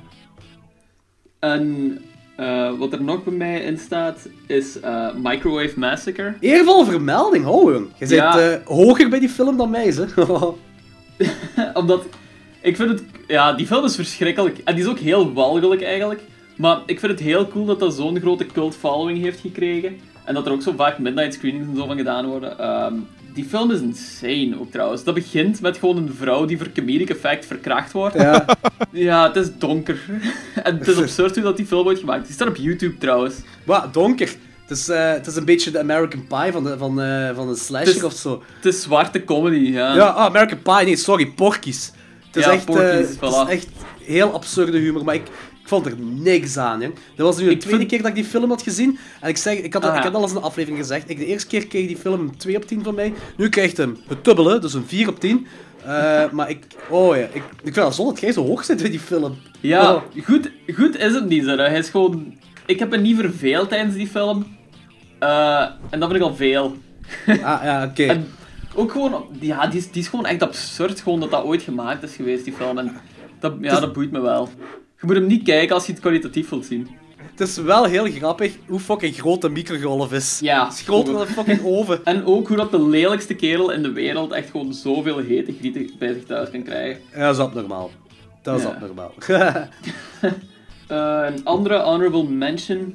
en uh, wat er nog bij mij in staat is uh, Microwave Massacre. Eervolle vermelding, oh jong. Je zit ja. uh, hoger bij die film dan mij, hè? Omdat, ik vind het... Ja, die film is verschrikkelijk. En die is ook heel walgelijk eigenlijk. Maar ik vind het heel cool dat dat zo'n grote cult following heeft gekregen. En dat er ook zo vaak midnight screenings en zo van gedaan worden. Um, die film is insane ook trouwens. Dat begint met gewoon een vrouw die voor comedic effect verkracht wordt. Ja, ja het is donker. En het is absurd hoe dat die film wordt gemaakt. Die staat op YouTube trouwens. Wat, donker? Het is, uh, het is een beetje de American Pie van, de, van, uh, van een slasher is, of zo. Het is zwarte comedy, ja. Ja, oh, American Pie, nee, sorry, Porky's. Het is, ja, echt, Porky's, uh, voilà. het is echt heel absurde humor, maar ik, ik vond er niks aan, jong. Dat was nu de ik tweede vind... keer dat ik die film had gezien. En ik, zeg, ik, had, ah, ik had al eens in een aflevering gezegd, ik, de eerste keer kreeg die film een twee op tien van mij. Nu krijgt hij het dubbele, dus een vier op tien. Uh, maar ik, oh ja, ik, ik vind het zonde dat jij zo hoog zit in die film. Ja, oh. goed, goed is het niet, hè. Hij is gewoon... Ik heb me niet verveeld tijdens die film. Uh, en dat vind ik al veel. Ah, ja, oké. Okay. Ook gewoon, ja, die is, die is gewoon echt absurd, gewoon dat dat ooit gemaakt is geweest, die film. En dat, ja, is... dat boeit me wel. Je moet hem niet kijken als je het kwalitatief wilt zien. Het is wel heel grappig hoe fucking groot de microgolf is. Ja. Het is groter dan een fucking oven. En ook hoe dat de lelijkste kerel in de wereld echt gewoon zoveel hete grieten bij zich thuis kan krijgen. Ja, dat is abnormaal. Dat is ja. abnormaal. uh, een andere honorable mention...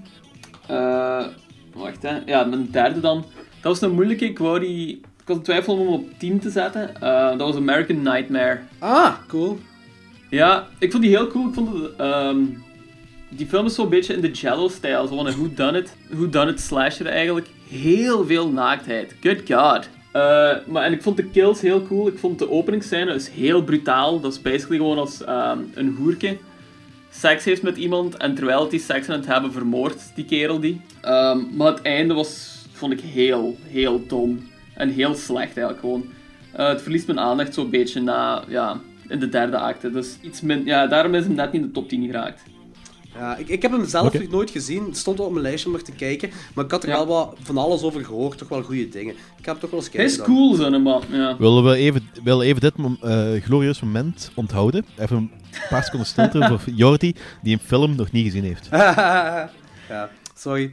Uh, wacht, hè. Ja, mijn derde dan. Dat was een moeilijke. Ik wou die... Ik was in twijfel om hem op tien te zetten. Uh, dat was American Nightmare. Ah, cool. Ja, ik vond die heel cool. Ik vond het... Um, die film is zo'n beetje in de Jello-stijl. Zo'n whodunit, whodunit slasher eigenlijk. Heel veel naaktheid. Good god. Uh, maar, en ik vond de kills heel cool. Ik vond de openingsscène is heel brutaal. Dat is basically gewoon als um, een hoerke seks heeft met iemand. En terwijl die seks aan het hebben vermoordt die kerel die. Um, maar het einde was, vond ik heel, heel dom. En heel slecht eigenlijk gewoon. Uh, het verliest mijn aandacht zo'n beetje na, ja, in de derde acte. Dus iets min, ja, daarom is hem net niet in de top tien geraakt. Ja, ik, ik heb hem zelf okay. nog nooit gezien. Het stond wel op mijn lijstje om er te kijken. Maar ik had er ja. wel wat van alles over gehoord. Toch wel goede dingen. Ik heb toch wel eens kijken. Hij is cool, zo'n man. Ja. Willen we even, willen even dit uh, glorieus moment onthouden? Even een paar seconden stilte voor Jordi, die een film nog niet gezien heeft. Ja, sorry.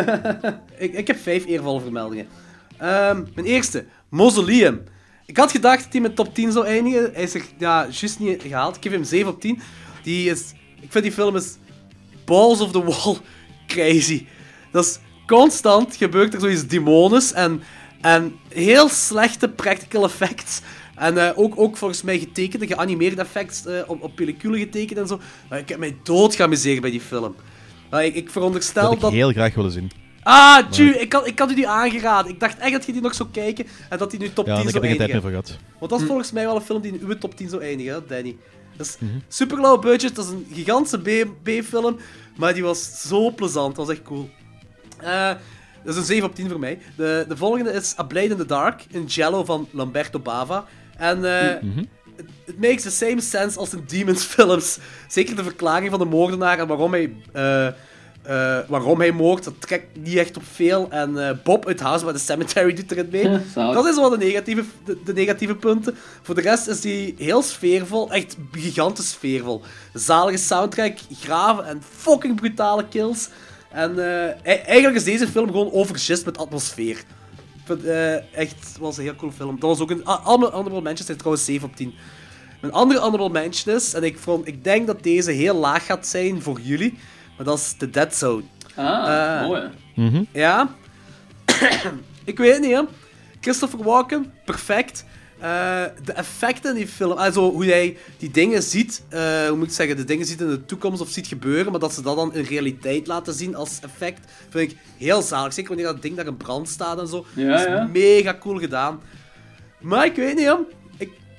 ik, ik heb vijf eervolle vermeldingen. Um, mijn eerste, Mausoleum. Ik had gedacht dat hij met top tien zou eindigen. Hij is er ja, juist niet gehaald. Ik geef hem zeven op tien. Die is, ik vind die film is balls of the wall crazy. Dat is constant gebeurt er zoiets demonisch en, en heel slechte practical effects. En uh, ook, ook volgens mij getekende, geanimeerde effects uh, op, op pellicule getekend en zo. Uh, ik heb mij dood geamuseerd bij die film. Uh, ik, ik veronderstel dat... Dat ik dat... heel graag willen zien. Ah, Ju, ik had, ik had u die aangeraden. Ik dacht echt dat je die nog zou kijken en dat die nu top ja, tien zou eindigen. Ja, ik heb er geen tijd meer voor gehad. Want dat is volgens mij wel een film die in uw top tien zou eindigen, hè, Danny. Dat is mm-hmm. super low budget, dat is een gigantische B-film, maar die was zo plezant, dat was echt cool. Uh, dat is een zeven op tien voor mij. De, de volgende is A Blade in the Dark, in Jello van Lamberto Bava. En uh, mm-hmm. it, it makes the same sense als in Demons films. Zeker de verklaring van de moordenaar en waarom hij... Uh, Uh, waarom hij moordt, dat trekt niet echt op veel. En uh, Bob uit House by the Cemetery doet erin mee. Ja, dat is wel de negatieve, de, de negatieve punten. Voor de rest is die heel sfeervol. Echt gigantisch sfeervol. Zalige soundtrack, graven en fucking brutale kills. En uh, eigenlijk is deze film gewoon overgist met atmosfeer. Uh, echt, was een heel cool film. Dat was ook een... Alle honorable mentions zijn trouwens zeven op tien. Een andere honorable mention is, en ik, vond, ik denk dat deze heel laag gaat zijn voor jullie... Maar dat is The Dead Zone. Ah, uh, mooi. Mm-hmm. Ja. Ik weet het niet, hè. Christopher Walken, perfect. Uh, de effecten in die film, also hoe hij die dingen ziet, uh, hoe moet ik zeggen, de dingen ziet in de toekomst of ziet gebeuren, maar dat ze dat dan in realiteit laten zien als effect, vind ik heel zalig. Zeker wanneer dat ding daar in brand staat en zo. Ja, dat is ja. mega cool gedaan. Maar ik weet niet, hè. Ik, ik,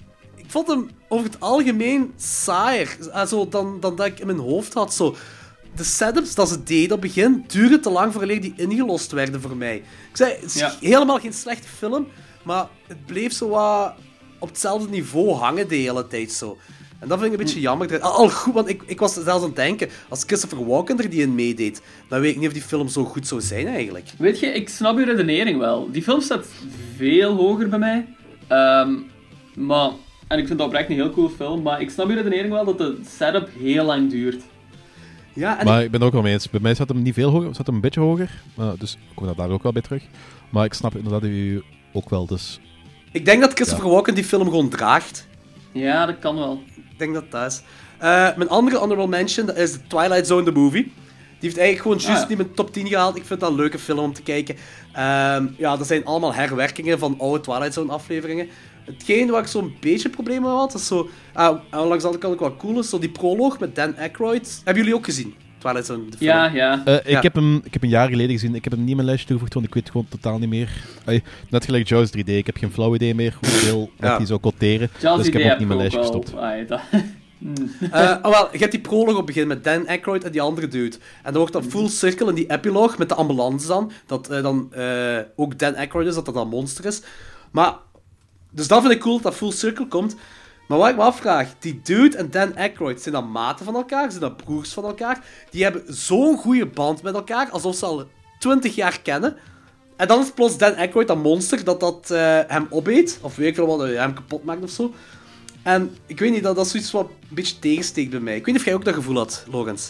vond hem over het algemeen saaier also, dan, dan dat ik in mijn hoofd had. Zo. De setups dat ze deden op het begin duurden te lang voordat die ingelost werden voor mij. Ik zei, het is Ja. helemaal geen slechte film, maar het bleef zo wat op hetzelfde niveau hangen de hele tijd zo. En dat vind ik een beetje jammer. Al, al goed, want ik, ik was zelfs aan het denken, als Christopher Walken er die in meedeed, dan weet ik niet of die film zo goed zou zijn eigenlijk. Weet je, ik snap je redenering wel. Die film staat veel hoger bij mij. Ehm, maar, en ik vind dat oprecht een heel cool film, maar ik snap je redenering wel dat de setup heel lang duurt. Ja, en Maar ik... ik ben het ook wel mee eens. Bij mij zat hem niet veel hoger, zat hem een beetje hoger. Uh, dus ik kom daar ook wel bij terug. Maar ik snap inderdaad u ook wel. Dus... ik denk dat Christopher Ja. Walken die film gewoon draagt. Ja, dat kan wel. Ik denk dat dat is. Uh, mijn andere honorable mention, dat is The Twilight Zone, the movie. Die heeft eigenlijk gewoon juist Ah, ja. niet in mijn top tien gehaald. Ik vind dat een leuke film om te kijken. Um, ja, dat zijn allemaal herwerkingen van oude Twilight Zone afleveringen. Hetgeen waar ik zo'n beetje problemen mee had, is zo... Uh, langs de andere kant ook wel cool is, zo die proloog met Dan Aykroyd. Hebben jullie ook gezien? Twilight Zone, de film. Ja, ja. Uh, ik, Ja. heb hem, ik heb een jaar geleden gezien. Ik heb hem niet in mijn lijstje toegevoegd, want ik weet gewoon totaal niet meer. Ay, net gelijk Jaws drie D. Ik heb geen flauw idee meer hoeveel Ja. wat die zou quoteren. Jaws Dus ik heb idee hem ook niet in mijn lijstje wel- gestopt. ai, dat- Hmm. Uh, oh, wel, je hebt die proloog op het begin met Dan Aykroyd en die andere dude. En dan wordt dat full circle in die epiloog met de ambulance dan. Dat uh, dan uh, ook Dan Aykroyd is, dat dat een monster is. Maar, dus dat vind ik cool dat dat full circle komt. Maar wat ik me afvraag, die dude en Dan Aykroyd, zijn dat maten van elkaar? Zijn dat broers van elkaar? Die hebben zo'n goede band met elkaar, alsof ze al twintig jaar kennen. En dan is plots Dan Aykroyd dat monster dat, dat uh, hem opeet. Of weet ik veel wat, uh, hem kapot maakt of zo. En ik weet niet, dat, dat is zoiets wat een beetje tegensteekt bij mij. Ik weet niet of jij ook dat gevoel had, Logans.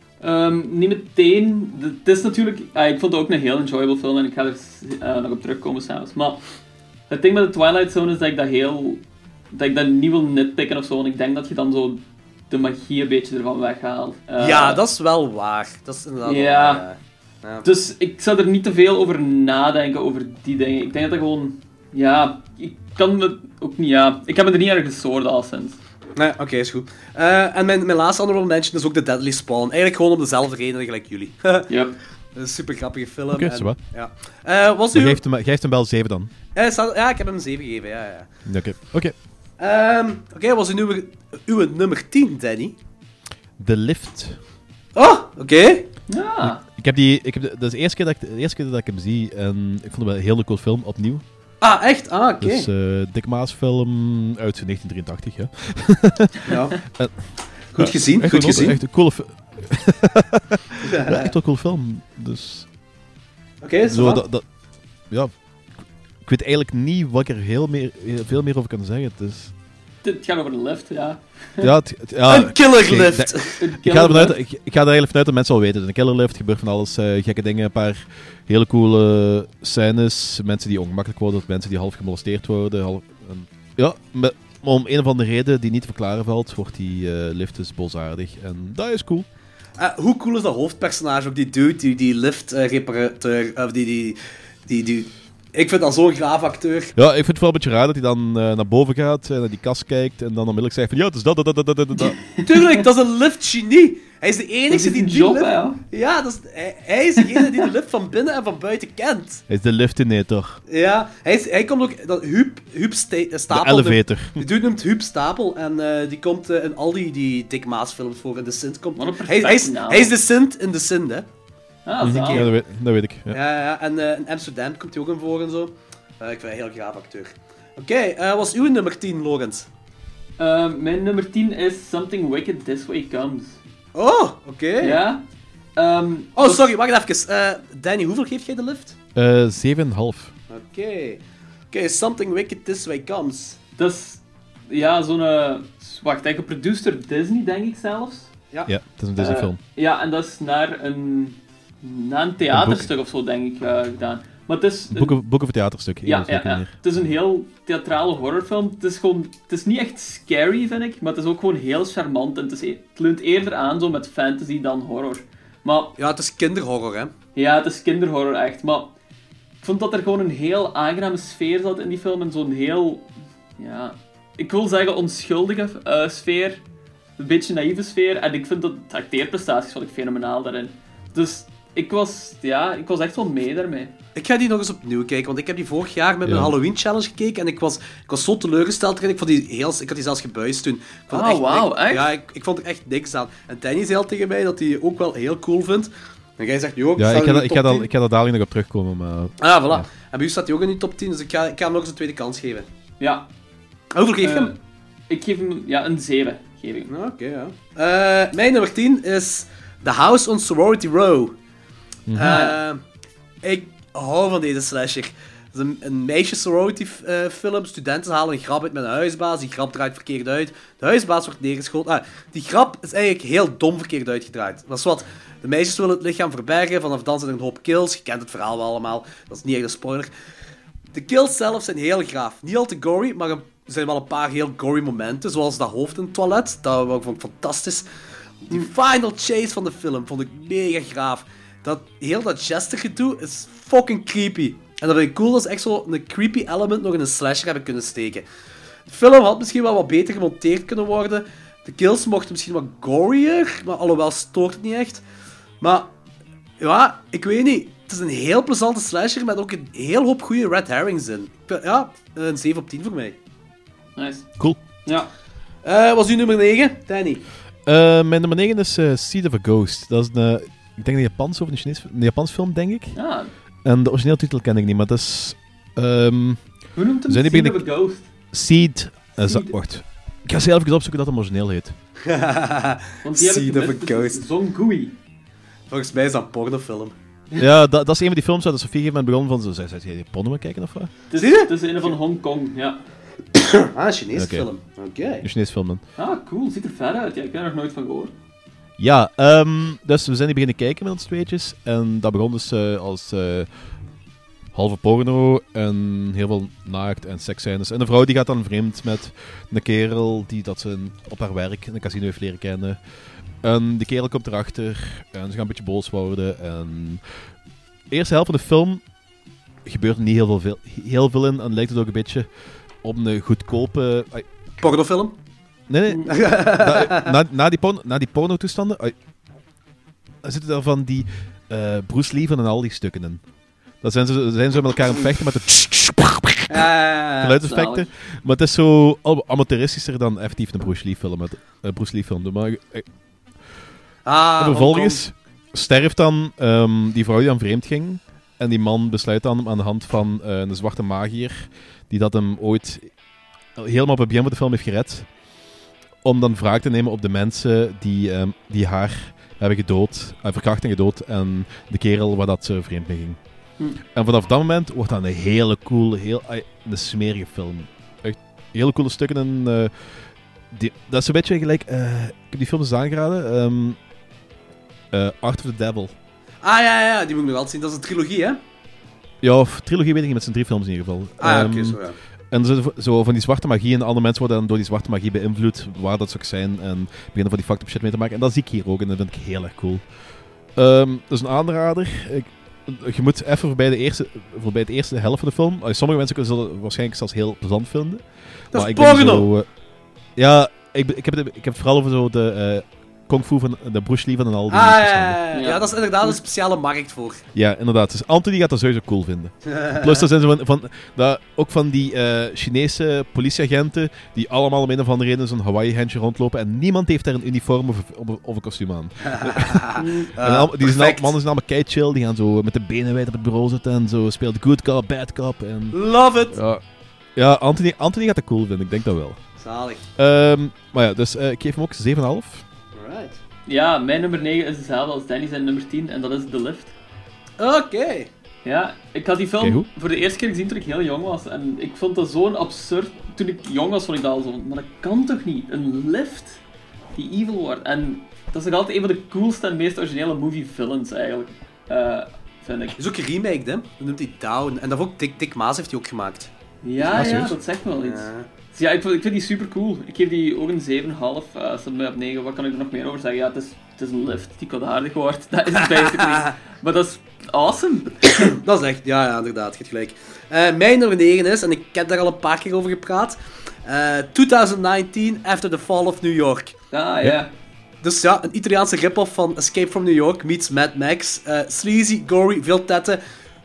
Um, niet meteen. Het is natuurlijk... Ah, ik vond het ook een heel enjoyable film en ik ga er uh, nog op terugkomen s'avonds. Maar het ding met de Twilight Zone is dat ik dat heel... dat ik dat niet wil nitpicken of zo. En ik denk dat je dan zo de magie een beetje ervan weghaalt. Uh, ja, dat is wel waar. Dat is inderdaad wel ja. waar, ja. Ja. Dus ik zou er niet te veel over nadenken, over die dingen. Ik denk dat dat gewoon... Ja, ik kan me ook niet... Ja, ik heb me er niet erg gestoord al sinds. Nee, oké, okay, is goed. Uh, en mijn, mijn laatste honorable mention is ook The Deadly Spawn. Eigenlijk gewoon om dezelfde reden gelijk jullie. Yep. Een super grappige film. Oké, en, zo wat. ja. Uh, was Je u... geeft hem, jij geeft hem wel zeven dan? Uh, staat... Ja, ik heb hem een zeven gegeven, ja, ja. Oké, oké. Okay. Um, Oké, okay, was uw nummer, uw nummer tien, Danny? The Lift. Oh, oké. Okay. Ja. Ik heb die... Ik heb de, dat is de eerste, keer dat ik, de eerste keer dat ik hem zie en ik vond het wel een hele cool film, opnieuw. Ah, echt? Ah, oké. Okay. Dus uh, Dick Maas film uit negentien drieëntachtig, ja. Ja. en, goed ja, gezien, echt goed een, gezien. Echt een coole film. ja, echt wel een cool film, dus... Oké, okay, zo dat, dat, ja, ik weet eigenlijk niet wat ik er heel meer, veel meer over kan zeggen. Het, is... het gaat over de lift, ja. ja, het, het, ja een killerlift. Ik, ik, ga vanuit, ik, ik ga er eigenlijk vanuit dat mensen al weten. Een killerlift gebeurt van alles, uh, gekke dingen, een paar hele coole scènes, mensen die ongemakkelijk worden, mensen die half gemolesteerd worden. Half, en, ja, met, maar om een of andere reden die niet te verklaren valt, wordt die uh, lift dus boosaardig. En dat is cool. Uh, hoe cool is dat hoofdpersonage ook, die dude, die, die lift-reparateur, uh, of die, die, die, die... Ik vind dat zo'n graaf acteur. Ja, ik vind het wel een beetje raar dat hij dan uh, naar boven gaat, en naar die kast kijkt, en dan onmiddellijk zegt van, ja, het is dat, dat, dat, dat, dat, dat. Tuurlijk, dat is een lift-genie. Hij is de enige die die job, lift... Ja, ja dat is, hij, hij is degene die de lift van binnen en van buiten kent. Hij is de liftinator. Ja, hij, is, hij komt ook... Dat, Huub, Huub sta, Stapel... De elevator. Die dude noemt Huub Stapel en uh, die komt uh, in al die, die Dick Maas films voor. In The Sint komt... Wat een hij, hij, is, naam. hij is de Sint in The Sint, hè. Ah, dat ja, dat weet, dat weet ik. Ja, ja, ja. En uh, in Amsterdam komt hij ook in voor en zo. Uh, ik vind een heel graaf acteur. Oké, okay, uh, wat is uw nummer tien, Logans? Uh, mijn nummer tien is Something Wicked This Way Comes. Oh, oké. Okay. Ja. Um, oh, dus... sorry, wacht even. Uh, Danny, hoeveel geef jij de lift? Uh, zeven komma vijf. Oké. Okay. Oké, okay, Something Wicked This Way Comes. Dat is... Ja, zo'n... Uh, wacht, hij geproduceerd door Disney, denk ik zelfs. Ja, ja het is een Disney film. Uh, ja, en dat is naar een... Naar een theaterstuk een of zo, denk ik, uh, gedaan. Maar het is... Boek of, boek of theaterstuk. Ja, ja, ja. Het is een heel theatrale horrorfilm. Het is gewoon... Het is niet echt scary, vind ik, maar het is ook gewoon heel charmant. En het, is, het leunt eerder aan zo met fantasy dan horror. Maar... Ja, het is kinderhorror, hè? Ja, het is kinderhorror, echt. Maar ik vond dat er gewoon een heel aangename sfeer zat in die film. En zo'n heel... Ja... Ik wil zeggen onschuldige uh, sfeer. Een beetje naïeve sfeer. En ik vind dat de acteerprestaties vond ik fenomenaal daarin. Dus ik was... Ja, ik was echt wel mee daarmee. Ik ga die nog eens opnieuw kijken, want ik heb die vorig jaar met mijn Ja. Halloween Challenge gekeken en ik was, ik was zo teleurgesteld erin. Ik, vond die heel, ik had die zelfs gebuist toen. Ik vond Oh, het wauw, niks- echt? Ja, ik, ik vond er echt niks aan. En Danny zei al tegen mij dat hij die ook wel heel cool vindt. En jij zegt, joh, Ja, staat ik in ga, de ik, top ga daar, tien. ik ga daar dadelijk nog op terugkomen, maar... Ah, voilà. Ja. En bij u staat hij ook in die top tien, dus ik ga, ik ga hem nog eens een tweede kans geven. Ja. Hoeveel geef je Eh, hem? Ik geef hem ja, een zeven. Geef ik. Oké, okay, ja. Uh, mijn nummer tien is The House on Sorority Row. Mhm. Uh, ik hou van deze slasher. Het is een, een meisjes-sorority-film. Studenten halen een grap uit met een huisbaas. Die grap draait verkeerd uit. De huisbaas wordt neergeschoten. Ah, die grap is eigenlijk heel dom verkeerd uitgedraaid. Dat is wat... De meisjes willen het lichaam verbergen. Vanaf dan zijn er een hoop kills. Je kent het verhaal wel allemaal. Dat is niet echt een spoiler. De kills zelf zijn heel graaf. Niet al te gory, maar er zijn wel een paar heel gory momenten. Zoals dat hoofd in het toilet. Dat vond ik fantastisch. Die final chase van de film vond ik mega graaf. Dat, heel dat Jester-gedoe is fucking creepy. En dat vind ik cool dat ze echt zo een creepy element nog in een slasher hebben kunnen steken. De film had misschien wel wat beter gemonteerd kunnen worden. De kills mochten misschien wat gorier, maar alhoewel stoort het niet echt. Maar, ja, ik weet niet. Het is een heel plezante slasher met ook een heel hoop goede red herrings in. Ja, een zeven op tien voor mij. Nice. Cool. Ja. Uh, wat is uw nummer negen, Danny? Uh, mijn nummer negen is uh, Seed of a Ghost. Dat is een, ik denk een Japans of een Chinees, een Japans film, denk ik. Ja. En de originele titel ken ik niet, maar dat is... Um, Hoe noemt hem? Seed Seed of a Ghost? Seed. Uh, Seed. Wacht. Ik ga zelf even opzoeken dat het origineel heet. Want die heb ik Seed of a gemist. Ghost. Zo'n gooey. Volgens mij is dat een pornofilm. Ja, dat, dat is een van die films waar de Sofie heeft begonnen van... Zo, zei zij, jij porno kijken of wat? Het Zie is, je? het is een van Hongkong, ja. Ah, een Chinese Oké. film. Oké. Een Chinese film dan. Ah, cool. Ziet er vet uit. Ja, ik heb er nog nooit van gehoord. Ja, um, dus we zijn die beginnen kijken met ons tweetjes. En dat begon dus uh, als uh, halve porno en heel veel naakt en seksscènes. En de vrouw die gaat dan vreemd met een kerel die dat ze op haar werk in een casino heeft leren kennen. En die kerel komt erachter en ze gaan een beetje boos worden. En de eerste helft van de film gebeurt er niet heel veel, veel, heel veel in. En lijkt het ook een beetje op een goedkope... Uh, Pornofilm? Nee, nee. na, na, na die, porno, na die porno-toestanden uh, zitten er van die uh, Bruce Lee van en al die stukken in. Dat zijn ze, zijn ze met elkaar aan het vechten met de uh, geluidseffecten. Maar het is zo amateuristischer dan effectief een Bruce Lee film. Met, uh, Bruce Lee film. Maar, uh, ah, en vervolgens sterft dan um, die vrouw die dan vreemd ging. En die man besluit dan aan de hand van uh, een zwarte magier die dat hem ooit helemaal op het begin van de film heeft gered, om dan wraak te nemen op de mensen die, um, die haar hebben gedood, uh, verkracht en gedood, en de kerel waar dat ze vreemd mee ging. Hm. En vanaf dat moment wordt dat een hele coole, heel, uh, een smerige film. Echt hele coole stukken. En, uh, die, dat is een beetje gelijk... Uh, ik heb die film eens aangeraden. Um, uh, Art of the Devil. Ah ja, ja, die moet ik nog altijd zien. Dat is een trilogie, hè? Ja, of trilogie weet ik niet, met zijn drie films in ieder geval. Ah ja, um, oké, okay, zo ja. En zo, zo van die zwarte magie, en andere mensen worden dan door die zwarte magie beïnvloed, waar dat zou zijn, en beginnen van die fucked up shit mee te maken. En dat zie ik hier ook, en dat vind ik heel erg cool. Um, dat is een aanrader. Ik, je moet even voorbij de eerste, voorbij de eerste helft van de film. Sommige mensen zullen het waarschijnlijk zelfs heel plezant vinden. Dat maar is ik ben porno! zo, uh, ja, ik, ik, heb het, ik heb het vooral over zo de... Uh, Kung Fu van de Bruce Lee van en al die ah, ja, toestanden. ja, ja, dat is inderdaad een speciale markt voor. Ja, inderdaad. Dus Anthony gaat dat sowieso cool vinden. Plus, er zijn zo van, van, dat, ook van die uh, Chinese politieagenten die allemaal om een of andere reden zo'n Hawaii-handje rondlopen en niemand heeft daar een uniform of, of, of een kostuum aan. uh, en al, die zijn al, mannen zijn allemaal kei chill, die gaan zo met de benen wijd op het bureau zitten en zo speelt good cop, bad cop. En, Love it! Ja, ja Anthony, Anthony gaat dat cool vinden, ik denk dat wel. Zalig. Um, maar ja, dus uh, ik geef hem ook zeven komma vijf. Alright. Ja, mijn nummer negen is hetzelfde als Danny zijn nummer tien, en dat is The Lift. Oké. Okay. Ja, ik had die film okay, voor de eerste keer gezien toen ik heel jong was. En ik vond dat zo'n absurd... Toen ik jong was, vond ik dat al zo... Maar dat kan toch niet? Een lift die evil wordt. En dat is nog altijd een van de coolste en meest originele movie villains, eigenlijk. Uh, vind ik. Dat is ook geremaked, hè? Dat noemt hij Down. En dat ook Dick, Dick Maas heeft hij ook gemaakt. Ja, ja, dat zegt me wel iets. Ja. Dus ja, ik vind, ik vind die super cool. Ik geef die ook een zeven komma vijf. Uh, staat mij op negen. Wat kan ik er nog meer over zeggen? Ja, het is, het is een lift die kwaadaardig wordt. Dat is het basically. Maar dat is awesome. Dat is echt, ja, ja, inderdaad. Je hebt gelijk. Uh, mijn nummer negen is, en ik heb daar al een paar keer over gepraat, uh, twintig negentien After the Fall of New York. Ah, ja. Yeah. Dus ja, een Italiaanse rip-off van Escape from New York meets Mad Max. Uh, sleazy, gory, veel tetten.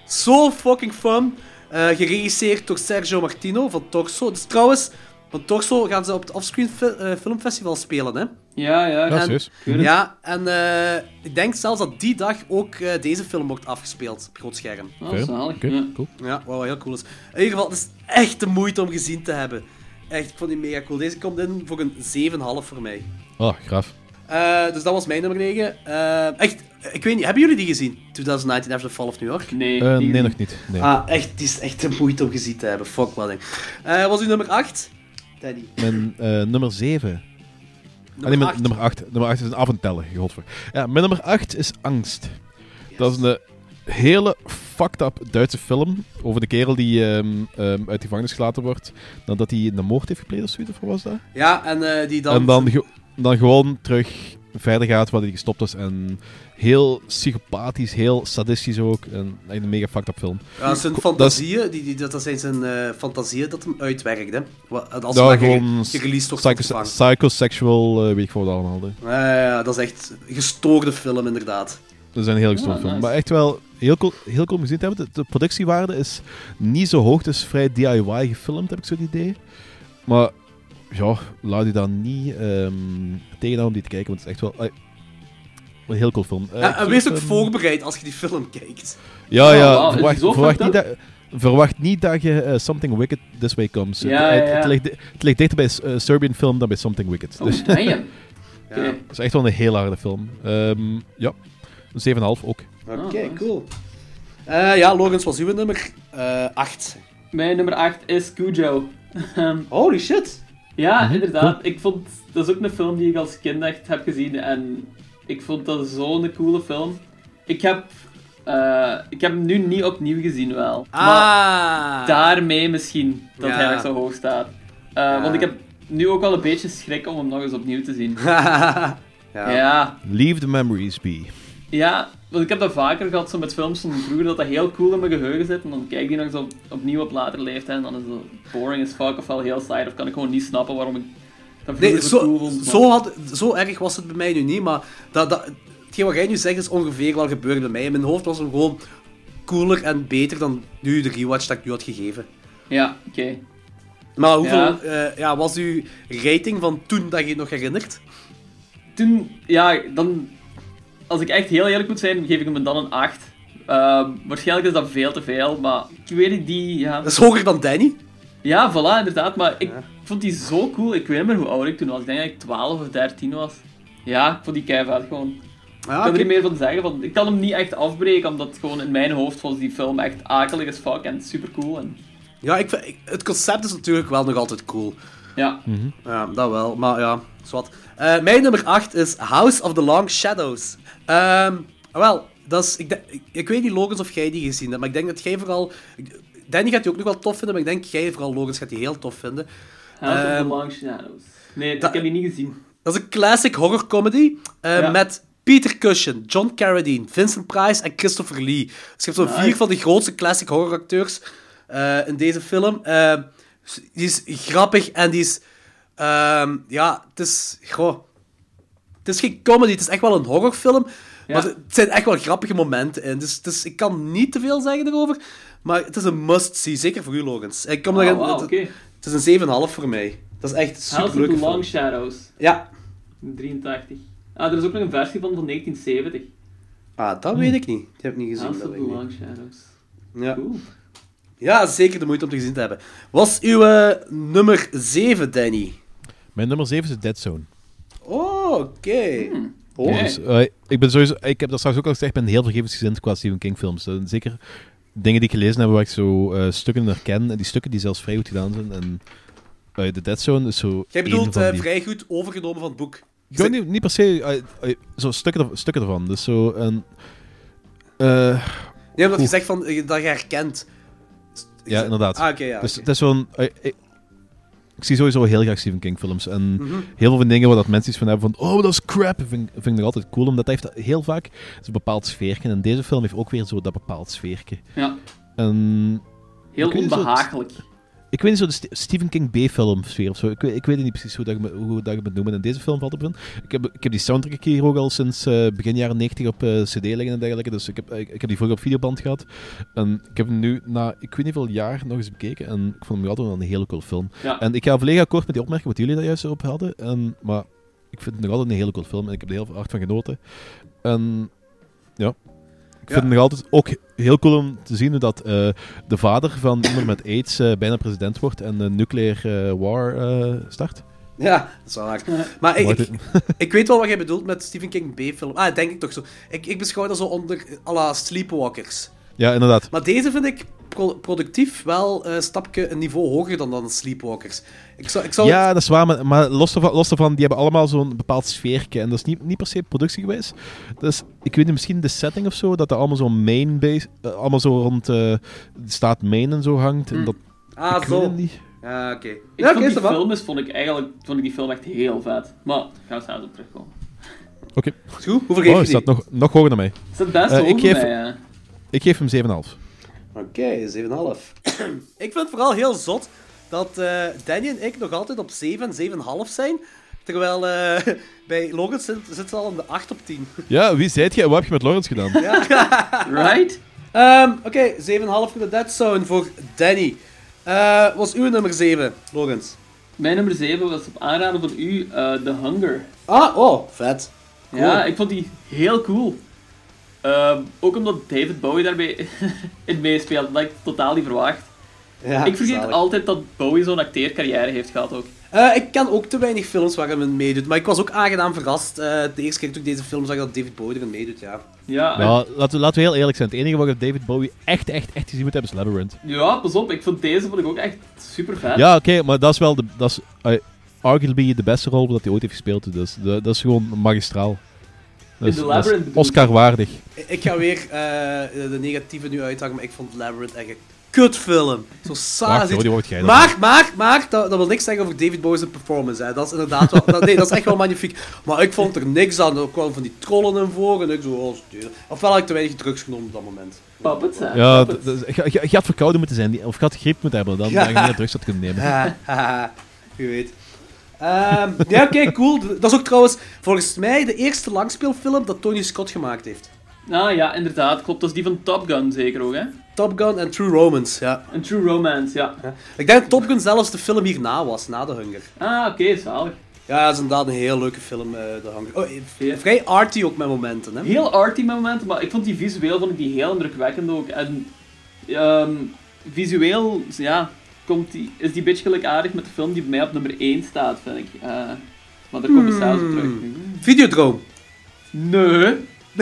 Zo fucking fun. Uh, geregisseerd door Sergio Martino van Torso. Dus trouwens, van Torso gaan ze op het Offscreen fi- uh, Filmfestival spelen, hè? Ja, ja. Ja, serieus. Ja, en uh, ik denk zelfs dat die dag ook uh, deze film wordt afgespeeld op groot scherm. Oh, zalig. Oké, Ja. cool. Ja, wat wel heel cool is. In ieder geval, het is echt de moeite om gezien te hebben. Echt, ik vond die mega cool. Deze komt in voor een zeven komma vijf voor mij. Oh, graaf. Uh, dus dat was mijn nummer negen. Uh, echt, ik weet niet, hebben jullie die gezien? twintig negentien After the Fall of New York? Nee, Uh, die- nee, nog niet. Nee. Ah, echt, die is echt de moeite om gezien te hebben. Fuck wat ding. Uh, was uw nummer acht? Teddy. Mijn uh, nummer zeven. Nummer ah, nee, mijn acht. nummer acht. Nummer acht is een avondteller, godver. Ja, mijn nummer acht is Angst. Dat is een hele fucked up Duitse film over de kerel die um, um, uit de gevangenis gelaten wordt nadat hij een moord heeft gepleegd of zoiets, of wat was dat? Ja, en uh, die dan... En dan, ge- dan gewoon terug verder gaat waar hij gestopt is en heel psychopathisch, heel sadistisch ook. En echt een mega fucked up film. Ja, dat zijn Dat is- fantasieën, die, die, dat, dat zijn zijn uh, fantasieën dat hem uitwerkt, hè. Wat- Als Ja, hij gewoon gereleased wordt psycho- ontvangen. psychosexual, uh, weet ik wat allemaal. Hè. Ja, ja, ja, dat is echt een gestoorde film, inderdaad. Dat is een heel gestoord Ah, film. nice. Maar echt wel heel cool, heel cool om gezien te hebben. De, de productiewaarde is niet zo hoog. Het is vrij D I Y gefilmd, heb ik zo het idee. Maar ja, laat u dan niet um, tegenhouden om die te kijken, want het is echt wel... Uh, een heel cool film. Uh, Ja, ik en wees geef ook hem- voorbereid als je die film kijkt. Ja, Oh, ja. wow, is die verwacht, zo verwacht, fucked niet dat, verwacht niet dat je uh, Something Wicked this way comes. Ja, het, ja, ja. Het, ligt, het ligt dichter bij uh, Serbian film dan bij Something Wicked. Oh, Dus damn. Ja. Oké. het is echt wel een heel harde film. Um, ja, een zeven komma vijf ook. Oké, Ah, nice. cool. Uh, ja, Logans was uw nummer uh, acht. Mijn nummer acht is Cujo. Ehm, Holy shit. ja, Mhm, inderdaad. Ik vond... Dat is ook een film die ik als kind echt heb gezien. En ik vond dat zo'n coole film. Ik heb... eh, ik heb hem nu niet opnieuw gezien wel. Maar Ah. daarmee misschien dat Ja. hij nog zo hoog staat. Eh, Ja. Want ik heb nu ook wel een beetje schrik om hem nog eens opnieuw te zien. ja. Ja. Leave the memories be. Ja, want ik heb dat vaker gehad zo met films van vroeger, dat dat heel cool in mijn geheugen zit. En dan kijk ik die nog zo op, opnieuw op later leeftijd en dan is het boring as fuck of wel heel saai. Of kan ik gewoon niet snappen waarom ik dat vroeger Nee, zo, zo, cool vond. maar- zo, had, zo erg was het bij mij nu niet, maar dat, dat, hetgeen wat jij nu zegt is ongeveer wel gebeurd bij mij. In mijn hoofd was hem gewoon cooler en beter dan nu de rewatch dat ik nu had gegeven. Ja, oké. Maar hoeveel Ja. ja. ja, was uw rating van toen dat je het nog herinnert? Toen, ja, dan... Als ik echt heel eerlijk moet zijn, geef ik hem dan een acht. Ehm, waarschijnlijk is dat veel te veel, maar ik weet niet, die... Ja, Dat is hoger dan Danny. ja voilà, inderdaad. Maar ik Ja. vond die zo cool. Ik weet niet meer hoe oud ik toen was. Ik denk dat ik twaalf of dertien was. Ja, ik vond die keivet gewoon. Ik Ja, kan er oké. niet meer van zeggen. Want ik kan hem niet echt afbreken, omdat gewoon in mijn hoofd was die film echt akelig as fuck en super cool. En... Ja, ik, vind- ik- het concept is natuurlijk wel nog altijd cool. Ja. Ja, dat wel, maar ja, zwart. Eh mijn nummer acht is House of the Long Shadows. Ehm, wel, dat is, ik, denk- ik, ik weet niet, Logans, of jij die gezien hebt, maar ik denk dat jij vooral... Danny gaat die ook nog wel tof vinden, maar ik denk jij vooral, Logans, gaat die heel tof vinden. House of Ehm, the Long Shadows. Nee, dat- ik heb die niet gezien. Dat is een classic horror comedy eh, Ja. met Peter Cushing, John Carradine, Vincent Price en Christopher Lee. Dus je hebt zo'n Nice. vier van de grootste classic horror acteurs eh, in deze film. Eh, die is grappig en die is... ehm, ja, het is... Goh, het is geen comedy, het is echt wel een horrorfilm. Ja. Maar het zijn echt wel grappige momenten in. Dus, dus ik kan niet te veel zeggen erover. Maar het is een must-see, zeker voor u, Logans. Ik kom Oh, erin, wow, het, oké. het is een zeven komma vijf voor mij. Dat is echt een House of superleuke the film. Long Shadows. Ja. drieëntachtig. Ah, er is ook nog een versie van van negentien zeventig. Ah, dat weet ik niet. Die heb ik niet gezien. House dat of weet the ik Long niet. Shadows. Ja. Cool. Ja, zeker de moeite om te gezien te hebben. Was uw eh, nummer zeven, Danny? Mijn nummer zeven is Dead Zone. Oh, oké. Oh. Oké. Dus, eh, ik, ben sowieso, ik heb dat straks ook al gezegd, ik ben heel vergevensgezind qua Stephen King films. Uh, zeker dingen die ik gelezen heb waar ik zo uh, stukken herken. En die stukken die zelfs vrij goed gedaan zijn. En uh, de Dead Zone is zo... Jij één bedoelt van uh, die... vrij goed overgenomen van het boek. Ja, niet, niet per se. Uh, uh, zo stukken, er, stukken ervan. Dus zo een... Uh, nee, omdat je zegt van, uh, dat je herkent. Ja, inderdaad. Ah, oké, ja. Dus okay. het is zo'n... Uh, ik, ik zie sowieso heel graag Stephen King films. En Mm-hmm. heel veel van dingen waar dat mensen iets van hebben van... Oh, dat is crap. Vind, vind ik nog altijd cool. Omdat hij heeft heel vaak een bepaald sfeertje. En deze film heeft ook weer zo dat bepaald sfeertje. Ja. En... Heel ik weet niet, zo- onbehagelijk. Ik weet niet, zo de St- Stephen King B-film sfeer of zo. Ik weet, ik weet niet precies hoe, dat je, hoe dat je het noemen. En deze film valt op in. Ik heb, ik heb die soundtrack hier ook al sinds uh, begin jaren negentig op uh, cd liggen en dergelijke. Dus ik heb, ik, ik heb die vroeger op videoband gehad. En ik heb hem nu na, ik weet niet hoeveel jaar nog eens bekeken. En ik vond hem altijd wel een hele cool film. Ja. En ik ga volledig akkoord met die opmerking wat jullie daar juist op hadden. En, maar ik vind het nog altijd een hele cool film. En ik heb er heel hard van genoten. En ja... Ik vind Ja. het nog altijd ook heel cool om te zien hoe dat uh, de vader van iemand met AIDS uh, bijna president wordt en een nuclear uh, war uh, start. Ja, dat is wel waar. Maar ik, ik, ik weet wel wat jij bedoelt met Stephen King B-film. Ah, denk ik toch zo. Ik, ik beschouw dat zo onder à la Sleepwalkers. Ja, inderdaad. Maar deze vind ik pro- productief wel een stapje een niveau hoger dan, dan Sleepwalkers. Ik zou, ik zou Ja, dat is waar, maar, maar los, daarvan, los daarvan, die hebben allemaal zo'n bepaald sfeerke. En dat is niet, niet per se productiegewijs. Dus ik weet niet, misschien de setting of zo, dat er allemaal zo main base, uh, allemaal zo rond uh, de staat Maine en zo hangt. En dat, Ah, ik zo. weet het niet. Ja, oké. Okay. Ik Ja, vond oké, die okay, film is, vond ik eigenlijk vond ik die film echt heel vet. Maar daar gaan we straks op terugkomen. Oké. Okay. Goed, hoeveel geef oh, je staat die? nog, nog hoger dan mij. Is dat best uh, hoog ik geef, bij, ja. Ik geef hem zeven komma vijf. Oké, okay, zeven komma vijf. Ik vind het vooral heel zot dat uh, Danny en ik nog altijd op zeven en zeven komma vijf zijn. Terwijl uh, bij Lawrence zit, zit ze al in de acht op tien. Ja, wie zijt je en wat heb je met Lawrence gedaan? Ja. Right? Um, Oké, okay, zeven komma vijf voor de Dead Zone voor Danny. Uh, was uw nummer zeven, Lawrence? Mijn nummer zeven was op aanraden van u uh, The Hunger. Ah, oh, vet. Cool. Ja, ik vond die heel cool. Uh, ook omdat David Bowie daarbij in meespeelt, dat ik totaal niet verwacht. Ja, ik vergeet zalig. altijd dat Bowie zo'n acteercarrière heeft gehad ook. Uh, ik ken ook te weinig films waar hij in meedoet, maar ik was ook aangenaam verrast uh, de eerste keer toen ik deze film zag dat David Bowie erin meedoet, ja. Ja, nou, laten, we, laten we heel eerlijk zijn. Het enige wat David Bowie echt, echt, echt gezien moet hebben is Labyrinth. Ja, pas op. Ik vond deze vond ik ook echt super vet. Ja, oké, okay, maar dat is wel de, dat is, uh, arguably de beste rol dat hij ooit heeft gespeeld. Dus de, dat is gewoon magistraal. Dus, dat is Oscar-waardig. Ik ga weer uh, de negatieve nu uithangen, maar ik vond Labyrinth echt een kutfilm. Zo saai. Wacht, hoor, die maar, maar, maar, dat, dat wil niks zeggen over David Bowie's performance. Hè. Dat is inderdaad wel, dat, nee, dat is echt wel magnifiek. Maar ik vond er niks aan. Er kwamen van die trollen in voor en ik zo, oh, stuur. Ofwel had ik te weinig drugs genomen op dat moment. Puppets, hè? Ja, je had verkouden moeten zijn, of je had griep moeten hebben, dan ja. had je meer drugs had kunnen nemen. Haha, wie weet. Um, ja, oké, okay, cool. Dat is ook trouwens, volgens mij, de eerste langspeelfilm dat Tony Scott gemaakt heeft. Ah ja, inderdaad. Klopt, dat is die van Top Gun zeker ook, hè? Top Gun en True Romance, ja. En True Romance, ja. ja. Ik denk dat Top Gun zelfs de film hierna was, na The Hunger. Ah, oké, okay, zalig. Ja, dat is inderdaad een heel leuke film, uh, The Hunger. Oh, ja. Vrij arty ook met momenten, hè? Heel arty met momenten, maar ik vond die visueel vond ik die heel indrukwekkend ook. En um, visueel, ja, komt die, is die beetje gelijkaardig met de film die bij mij op nummer één staat, vind ik. Uh, maar daar komen we zelfs op terug. Videodroom. Nee.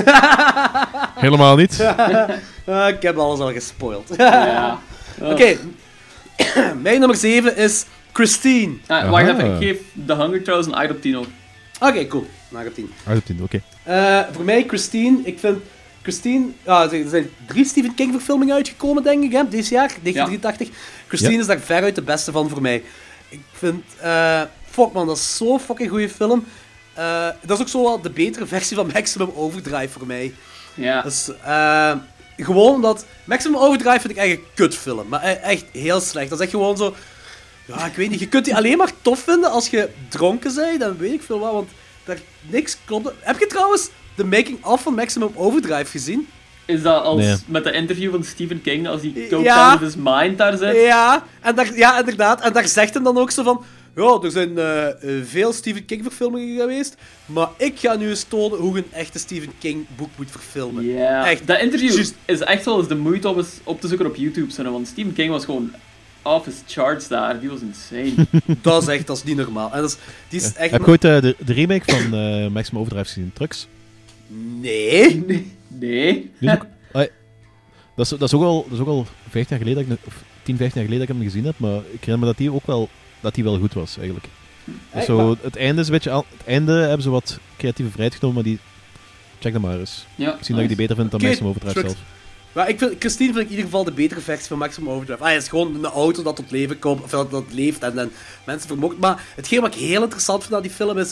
Helemaal niet. uh, ik heb alles al gespoild. Ja. Oké. Okay. Mijn nummer zeven is Christine. Ah, wacht even, ik geef The Hunger trouwens een acht op tien ook. Oké, okay, cool. Een acht op tien. acht op tien, oké. Okay. Uh, voor mij, Christine, ik vind... Christine... Ja, er zijn drie Stephen King verfilmingen uitgekomen, denk ik, hè, deze jaar. negentien drieëntachtig. Ja. Christine ja. is daar veruit de beste van voor mij. Ik vind... Uh, fuck man, dat is zo'n fucking goede film. Uh, dat is ook zo wel de betere versie van Maximum Overdrive voor mij. Ja. Dus, uh, gewoon omdat... Maximum Overdrive vind ik echt een kutfilm. Maar echt heel slecht. Dat is echt gewoon zo... Ja, ik weet niet. Je kunt die alleen maar tof vinden als je dronken bent. Dan weet ik veel wat, want daar niks klopt. Heb je trouwens de making-of van Maximum Overdrive gezien? Is dat als nee. met de interview van Stephen King, als die coke ja. out of his mind daar zit? Ja, en daar, ja, inderdaad. En daar zegt hij dan ook zo van... Ja, er zijn uh, veel Stephen King verfilmingen geweest, maar ik ga nu eens tonen hoe je een echte Stephen King boek moet verfilmen. Ja, yeah. Echt. Dat interview Just... is echt wel eens de moeite om eens op te zoeken op YouTube, want Stephen King was gewoon off his charts daar. Die was insane. Dat is echt, dat is niet normaal. En dat is, die is ja. echt Heb je ooit uh, de, de remake van uh, Maximum Overdrive gezien? Trucks? Nee. Nee. nee. Ook, uh, dat, is, dat, is ook al, dat is ook al vijftien jaar geleden, dat ik, of tien, vijftien jaar geleden dat ik hem gezien heb, maar ik herinner me dat die ook wel, dat die wel goed was, eigenlijk. Dus zo, het einde is een beetje... Al, het einde hebben ze wat creatieve vrijheid genomen, maar die... Check dat maar eens. Ja, Misschien nice. Dat je die beter vindt dan okay, Maximum Overdrive trucks. zelf. Maar ik vind, Christine vind ik in ieder geval de betere versie van Maximum Overdrive. Ah, het is gewoon een auto dat tot leven komt, of dat, dat leeft en, en mensen vermokt. Maar hetgeen wat ik heel interessant vind aan die film is...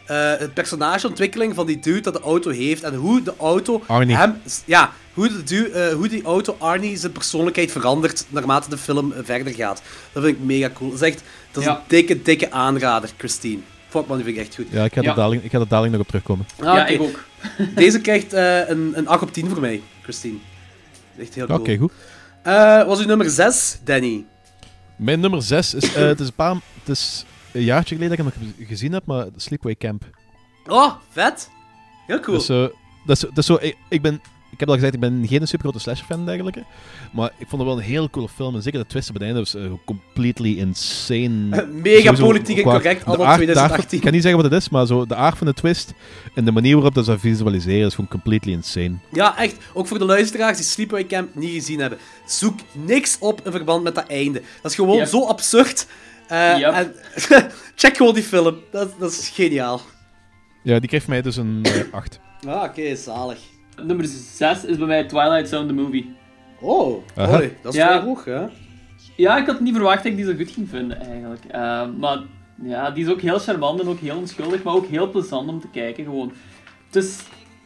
uh, het personageontwikkeling van die dude dat de auto heeft en hoe de auto Arnie. hem... Ja, hoe, de du- uh, hoe die auto Arnie zijn persoonlijkheid verandert naarmate de film uh, verder gaat. Dat vind ik mega cool. Dat is echt dat is Ja. een dikke, dikke aanrader, Christine. Fuck man, die vind ik echt goed. Ja, ik ga, Ja. Er dadelijk, ik ga er dadelijk nog op terugkomen. Ah, Ja, oké. ik ook. Deze krijgt uh, een, een acht op tien voor mij, Christine. Echt heel Oké, cool. goed. Uh, was uw nummer zes, Danny? Mijn nummer zes is... Uh, het, is een paar, het is een jaartje geleden dat ik hem nog gezien heb, maar Sleepaway Camp. Oh, vet. Heel cool. Dus, uh, dat is, dat is zo... Ik, ik ben... Ik heb al gezegd, ik ben geen supergrote slasher-fan en dergelijke. Maar ik vond het wel een heel coole film. En zeker de twist op het einde was uh, completely insane. Mega Sowieso politiek en qua- correct, de allemaal aard- twintig de aard- achttien. Ik kan niet zeggen wat het is, maar zo, de aard van de twist en de manier waarop dat ze dat visualiseren is gewoon completely insane. Ja, echt. Ook voor de luisteraars die Sleepaway Camp niet gezien hebben. Zoek niks op in verband met dat einde. Dat is gewoon Yep. zo absurd. Uh, Yep. en check gewoon die film. Dat, dat is geniaal. Ja, die kreeg mij dus een uh, acht. Ah, oké, zalig. Nummer zes is bij mij Twilight Zone, the movie. Oh, Aha. hoi, dat is Ja. vrij hoog, hè? Ja, ik had niet verwacht dat ik die zo goed ging vinden, eigenlijk. Uh, maar ja, die is ook heel charmant en ook heel onschuldig, maar ook heel plezant om te kijken, gewoon. Het is...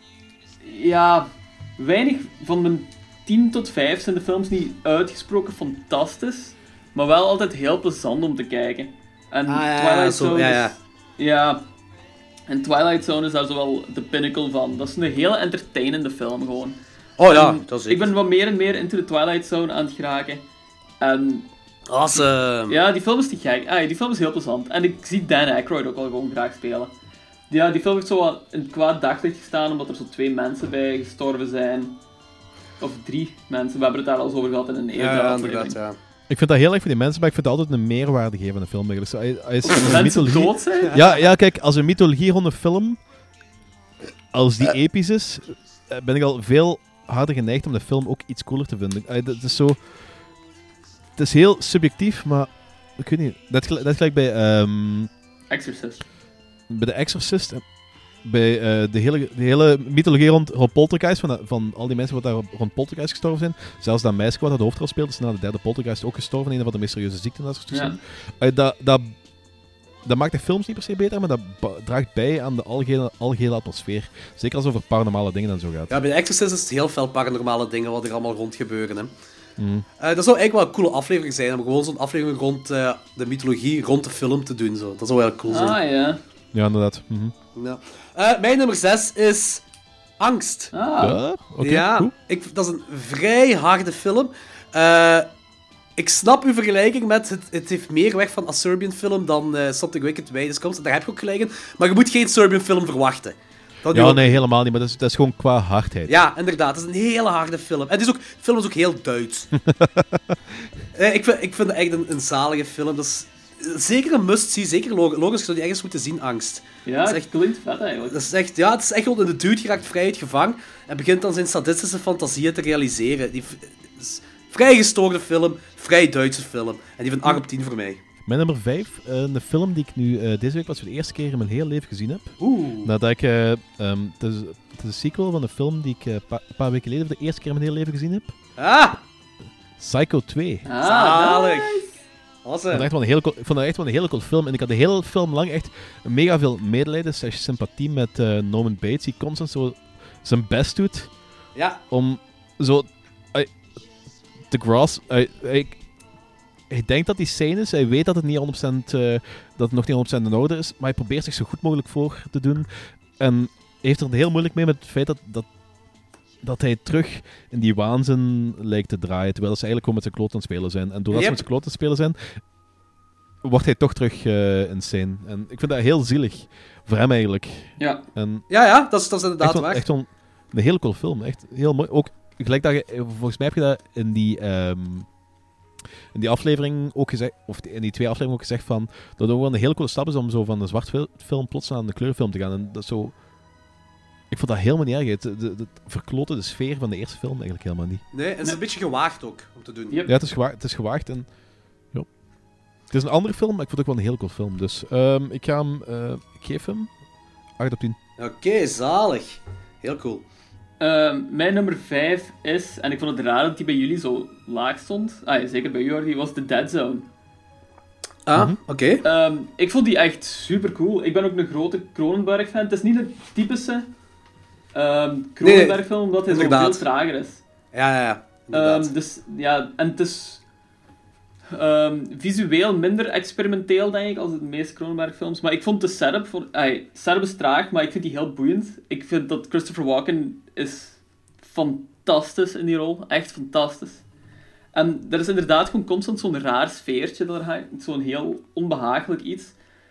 Ja... Weinig van mijn tien tot vijf zijn de films niet uitgesproken fantastisch, maar wel altijd heel plezant om te kijken. En Ah, ja, Twilight zo, Zone ja, is... ja. Ja... En Twilight Zone is daar zo wel de pinnacle van. Dat is een hele entertainende film, gewoon. Oh ja, En dat is ik ben wat meer en meer into de Twilight Zone aan het geraken. En Awesome. ja, die film is niet gek. Ah, die film is heel plezant. En ik zie Dan Aykroyd ook wel gewoon graag spelen. Ja, die film heeft zo wat in het kwaad daglicht gestaan, omdat er zo twee mensen bij gestorven zijn. Of drie mensen, we hebben het daar al eens over gehad in een eerdere Ja, aflevering. inderdaad, ja. Ik vind dat heel erg voor die mensen, maar ik vind het altijd een meerwaarde geven aan een film. eigenlijk. Zo, hij- hij is- als een Mensen mythologie- dood zijn? Ja, ja, kijk, als een mythologie rond een film, als die episch is, eh, ben ik al veel harder geneigd om de film ook iets cooler te vinden. Eh, Het is zo... Het is heel subjectief, maar... Ik weet niet. Dat, gel- dat gelijk bij... ehm, Exorcist. bij The Exorcist, eh, bij eh, de, hele, de hele mythologie rond, rond Poltergeist, van, de- van al die mensen wat daar rond Poltergeist gestorven zijn, zelfs dat meisje wat dat de hoofdrol speelt, is na de derde Poltergeist ook gestorven, een van de mysterieuze ziekten dat er Ja. zijn. Eh, dat, dat, dat maakt de films niet per se beter, maar dat ba- draagt bij aan de algehele, algehele atmosfeer. Zeker als het over paranormale dingen en zo gaat. Ja, bij de Exorcist is het heel veel paranormale dingen wat er allemaal rond gebeuren, hè. Mm. Uh, dat zou eigenlijk wel een coole aflevering zijn, om gewoon zo'n aflevering rond uh, de mythologie, rond de film te doen. Zo. Dat zou wel cool zijn. Ah, ja. Ja, inderdaad. Mhm. Ja. Uh, mijn nummer zes is Angst. Ah. Ja, oké, ja, goed. ik, dat is een vrij harde film. Uh, ik snap uw vergelijking met het, het heeft meer weg van een Serbian film dan uh, Something Wicked Ways Comes. Daar heb je ook gelijk in. Maar je moet geen Serbian film verwachten. Dat Ja, ook... nee, helemaal niet, maar dat is, dat is gewoon qua hardheid. Ja, inderdaad. Het is een hele harde film. En het is ook, de film is ook heel Duits. uh, ik, vind, ik vind het echt een, een zalige film. Dat is zeker een must-see. Zeker logisch, je zou die ergens moeten zien, Angst. Ja, dat het is echt, klinkt vet eigenlijk. dat is echt, ja, het is echt gewoon in de dude geraakt vrij uit gevangen en begint dan zijn sadistische fantasieën te realiseren. Die f- is vrij gestoorde film, vrij Duitse film. En die heeft een acht op tien voor mij. Mijn nummer vijf, uh, een film die ik nu uh, deze week pas voor de eerste keer in mijn hele leven gezien heb. Oeh. Nadat ik... Uh, um, het, is, het is een sequel van een film die ik uh, pa- een paar weken geleden voor de eerste keer in mijn hele leven gezien heb. Ah! Psycho twee. Ah, Zalig! nice. Ik vond, het echt wel een hele cool, ik vond het echt wel een hele cool film. En ik had de hele film lang echt mega veel medelijden, slash sympathie met uh, Norman Bates, die constant zo zijn best doet. Ja. Om zo... Uh, de Gross... Uh, ik, hij denkt dat die scène is, hij weet dat het, niet honderd procent, uh, dat het nog niet honderd procent in orde is, maar hij probeert zich zo goed mogelijk voor te doen. En heeft er heel moeilijk mee met het feit dat, dat, dat hij terug in die waanzin lijkt te draaien, terwijl ze eigenlijk gewoon met zijn kloot aan het spelen zijn. En doordat Yep. ze met zijn kloot aan het spelen zijn, wordt hij toch terug uh, in scène. En ik vind dat heel zielig. Voor hem eigenlijk. Ja. En Ja, ja, dat is, dat is inderdaad echt wel, waar. echt wel een hele cool film. Echt heel mooi. Ook gelijk dat je, volgens mij heb je dat in die... Um, in die aflevering ook gezegd, of in die twee afleveringen ook gezegd van, dat het ook wel een hele coole stap is om zo van de zwartfilm plots naar een kleurfilm te gaan. En dat is zo... Ik vond dat helemaal niet erg. Het, de, de, de verklote de sfeer van de eerste film eigenlijk helemaal niet. Nee, en het is een beetje gewaagd ook, om te doen. Yep. Ja, het is gewaagd, het is gewaagd en... Ja. Het is een andere film, maar ik vond het ook wel een heel cool film. Dus um, ik ga hem... Uh, ik geef hem acht op tien. Oké, okay, zalig. Heel cool. Uh, mijn nummer vijf is, en ik vond het raar dat die bij jullie zo laag stond, ah, ja, zeker bij Jordi, was The Dead Zone. Ah, oké. Okay. Um, ik vond die echt super cool. Ik ben ook een grote Cronenberg-fan. Het is niet de typische um, Cronenberg-film, nee, omdat hij zo veel trager is. Ja, ja, ja. Um, dus, ja, en het is um, visueel minder experimenteel, denk ik, als de meeste Cronenberg-films. Maar ik vond de setup... Voor, ay, setup is traag, maar ik vind die heel boeiend. Ik vind dat Christopher Walken is fantastisch in die rol. Echt fantastisch. En er is inderdaad gewoon constant zo'n raar sfeertje dat er hangt. Zo'n heel onbehagelijk iets.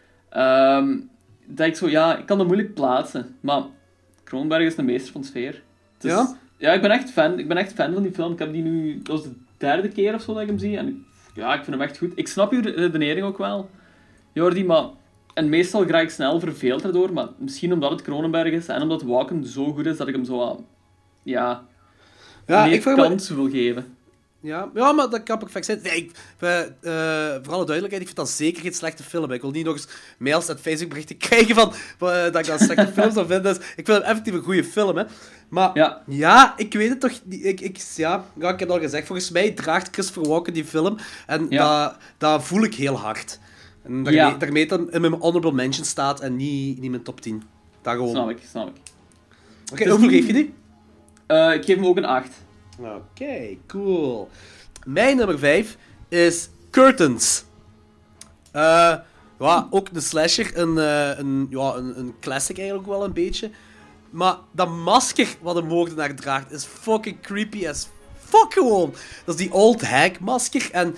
Um, dat ik zo... Ja, ik kan dat moeilijk plaatsen. Maar Cronenberg is de meester van sfeer. Dus, ja? Ja, ik ben echt fan. Ik ben echt fan van die film. Ik heb die nu... Dat is de derde keer of zo dat ik hem zie. En ik, ja, ik vind hem echt goed. Ik snap je redenering ook wel, Jordi, maar... En meestal raak ik snel verveeld erdoor, maar misschien omdat het Cronenberg is en omdat Walken zo goed is, dat ik hem zo aan... Ja... Ja, meer ik kans me... wil geven. Ja, ja, maar dat kan perfect zijn. Nee, ik, uh, uh, voor alle duidelijkheid, ik vind dat zeker geen slechte film. Ik wil niet nog eens mails en Facebook-berichten krijgen van, uh, dat ik dat een slechte film zou vinden. Dus ik vind het effectief een goede film, hè. Maar ja, ja ik weet het toch niet. Ik, ik, ja, ja, ik heb het al gezegd, volgens mij draagt Christopher Walken die film. En ja. dat, dat voel ik heel hard. En daarmee, ja. daarmee dat in mijn honorable mention staat en niet, niet mijn top tien. Dat gewoon. Snap ik, snap ik. Oké, okay, hoeveel geef je die? Uh, ik geef hem ook een acht. Oké, okay, cool. Mijn nummer vijf is Curtains. Uh, ja, ook een slasher, een, uh, een, ja, een, een classic eigenlijk wel een beetje. Maar dat masker wat de moordenaar draagt is fucking creepy as fuck gewoon. Dat is die old hag masker. En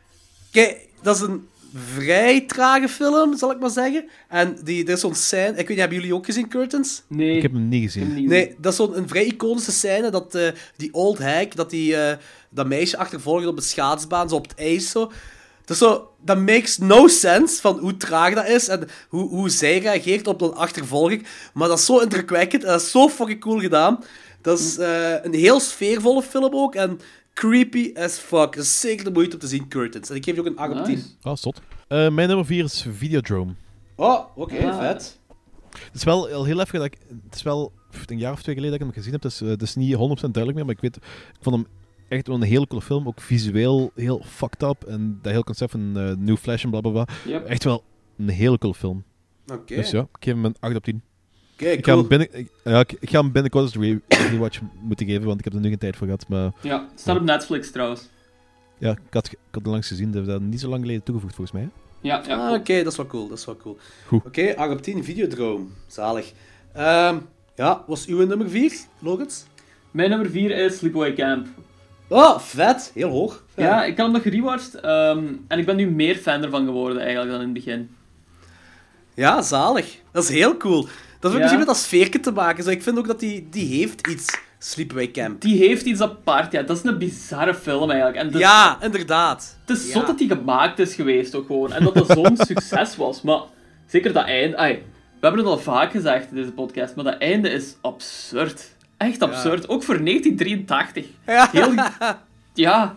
kijk, dat is een vrij trage film, zal ik maar zeggen. En die, er is zo'n scène... Ik weet niet, hebben jullie ook gezien, Curtains? Nee. Ik heb hem niet gezien. Nee, dat is zo'n een vrij iconische scène dat uh, die old hag, dat die uh, dat meisje achtervolgt op de schaatsbaan, zo op het ijs, zo. Dat is zo... Dat makes no sense van hoe traag dat is en hoe, hoe zij reageert op dat achtervolging. Maar dat is zo indrukwekkend en dat is zo fucking cool gedaan. Dat is uh, een heel sfeervolle film ook en... creepy as fuck. Dat is zeker de moeite om te zien, Curtains. En ik geef je ook een acht op tien. Oh, zot. Uh, mijn nummer vier is Videodrome. Oh, oké, okay, ah. vet. Het is wel al heel even dat ik... Het is wel een jaar of twee geleden dat ik hem gezien heb. Het is, uh, het is niet honderd procent duidelijk meer, maar ik weet... Ik vond hem echt wel een hele coole film. Ook visueel heel fucked up. En dat heel concept van uh, New Flash en blablabla. Yep. Echt wel een hele coole film. Oké. Okay. Dus ja, ik geef hem een acht op tien. Okay, ik, cool. ga hem binnen, ik, ja, ik, ik ga hem binnenkort eens een re- rewatch moeten geven, want ik heb er nu geen tijd voor gehad. Maar, ja, het staat ja. op Netflix trouwens. Ja, ik had, ik had het langs gezien. Dat hebben we dat niet zo lang geleden toegevoegd, volgens mij. Hè? Ja, ja. Ah, Oké, okay, dat is wel cool. Dat is wel cool. Oké, okay, acht op tien, Videodrome. Zalig. Um, ja, was uw nummer vier, Logans? Mijn nummer vier is Sleepaway Camp. Oh, vet. Heel hoog. Ja, ja ik had hem nog gerewatcht. Um, en ik ben nu meer fan ervan geworden eigenlijk dan in het begin. Ja, zalig. Dat is heel cool. Dat heeft ja. misschien met dat sfeertje te maken. Zo, ik vind ook dat die, die heeft iets, Sleepaway Camp. Die heeft iets apart, ja. Dat is een bizarre film eigenlijk. En dus, ja, inderdaad. Het is ja. zot dat die gemaakt is geweest ook gewoon. En dat dat zo'n succes was. Maar zeker dat einde... Ay, we hebben het al vaak gezegd in deze podcast, maar dat einde is absurd. Echt absurd. Ja. Ook voor negentien drieëntachtig. Ja. Heel... Ja.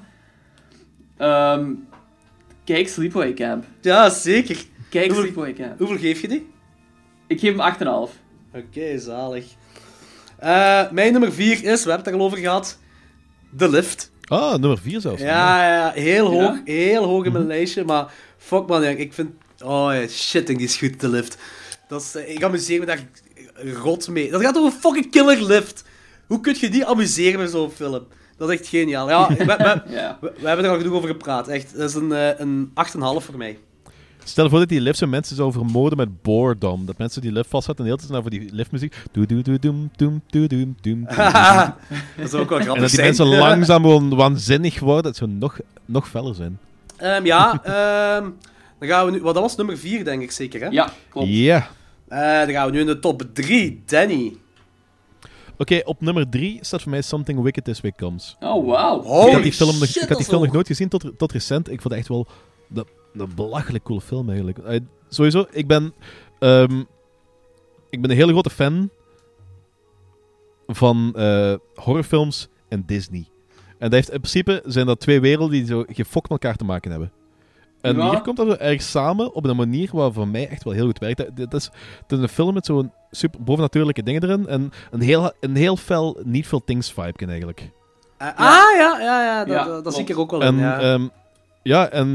Um, kijk Sleepaway Camp. Ja, zeker. Kijk hoeveel, Sleepaway Camp. Hoeveel geef je die? Ik geef hem acht komma vijf. Oké, okay, zalig. Uh, mijn nummer vier is, we hebben het er al over gehad, The Lift. Ah, nummer vier zelfs. Ja, ja, heel hoog, ja? heel hoog in mijn mm-hmm. lijstje, maar fuck man, ik vind... Oh ja, shit, die is goed, The Lift. Dat is, ik amuseer me daar rot mee. Dat gaat over een fucking killer lift. Hoe kun je die amuseren met zo'n film? Dat is echt geniaal. Ja, we, we, ja. we, we hebben er al genoeg over gepraat. Echt, dat is een, een acht komma vijf voor mij. Stel voor dat die lift zo mensen zou vermoorden met boredom. Dat mensen die lift vastzetten en de hele tijd naar voor die liftmuziek. Doe doe doe doem doem doe doem doem. Dat is ook wel grappig. En dat die zijn. mensen langzaam gewoon waanzinnig worden. Dat zou nog, nog feller zijn. Um, ja, um, dan gaan we nu... Wat, dat was nummer vier, denk ik zeker, hè? Ja, klopt. Ja. Yeah. Uh, dan gaan we nu in de top drie. Danny. Oké, okay, op nummer drie staat voor mij Something Wicked This Way Comes. Oh, wow. Holy ik had die film, nog, shit, ik had die film nog nog nooit gezien tot, tot recent. Ik vond het echt wel de, een belachelijk coole film eigenlijk. Uh, sowieso, ik ben, um, ik ben een hele grote fan van uh, horrorfilms en Disney. En dat heeft, in principe zijn dat twee werelden die zo gefokt met elkaar te maken hebben. En ja. hier komt dat zo erg samen op een manier waar voor mij echt wel heel goed werkt. Dat, dat, is, dat is een film met zo'n super bovennatuurlijke dingen erin en een heel, een heel fel Need for Things vibe eigenlijk. Uh, ah, ja, ja, ja, dat, ja, dat, dat zie ik er ook wel en, in. Ja, um, ja en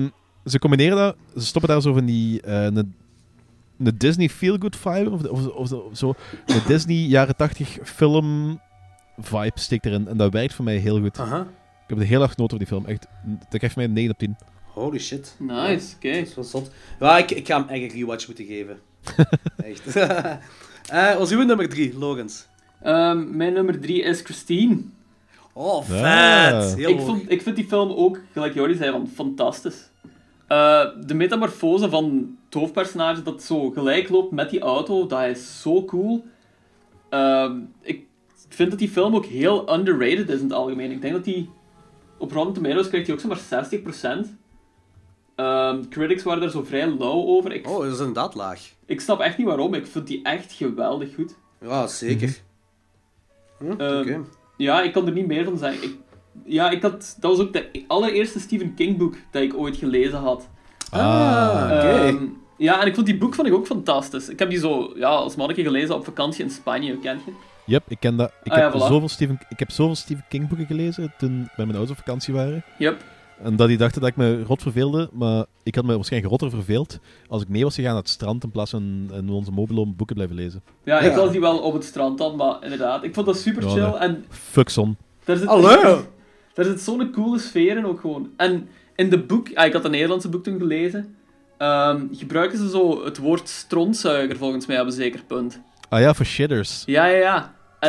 ze combineren dat, ze stoppen daar zo van die, uh, een, een Disney feel-good vibe, of, of, of, of zo, een Disney jaren tachtig film vibe steekt erin, en dat werkt voor mij heel goed. Aha. Ik heb er heel erg genoten van die film, echt, dat geeft mij een negen op tien. Holy shit. Nice, oké. Okay. Dat is wel zot. Ja, ik, ik ga hem eigenlijk een rewatch moeten geven. Echt. uh, wat is uw nummer drie, Logans? Um, mijn nummer drie is Christine. Oh, vet. Ah. Heel ik, hoog. vond, ik vind die film ook, gelijk Jordi zei, van, fantastisch. Uh, de metamorfose van het hoofdpersonage dat zo gelijk loopt met die auto, dat is zo cool. Uh, ik vind dat die film ook heel underrated is in het algemeen. Ik denk dat die op Rotten Tomatoes krijgt hij ook zomaar zestig procent. Um, critics waren daar zo vrij lauw over. Ik, oh, dat is inderdaad laag. Ik snap echt niet waarom. Ik vind die echt geweldig goed. Ja, zeker. Hm, Um, Oké. Okay. Ja, ik kan er niet meer van zeggen. Ik, ja, ik had, dat was ook de allereerste Stephen King boek dat ik ooit gelezen had. Ah, oké. Okay. Um, ja, en ik vond die boek vond ik ook fantastisch. Ik heb die zo ja, als mannetje gelezen op vakantie in Spanje, ken je? Yep, ik ken dat. Ik, ah, heb, ja, voilà. zoveel Stephen, ik heb zoveel Stephen King boeken gelezen toen bij mijn ouders op vakantie waren. Yep. En dat die dachten dat ik me rot verveelde, maar ik had me waarschijnlijk rotter verveeld als ik mee was gegaan naar het strand in plaats van in onze mobilo boeken blijven lezen. Ja, ik ja. las die wel op het strand dan, maar inderdaad, ik vond dat super chill. Ja, nee. En fuck zon. Daar zit, Hallo! Daar zit zo'n coole sfeer in ook gewoon. En in de boek, ah, ik had een Nederlandse boek toen gelezen, um, gebruiken ze zo het woord strontzuiger volgens mij op een zeker punt. Ah ja, voor shitters. Ja, ja, ja. En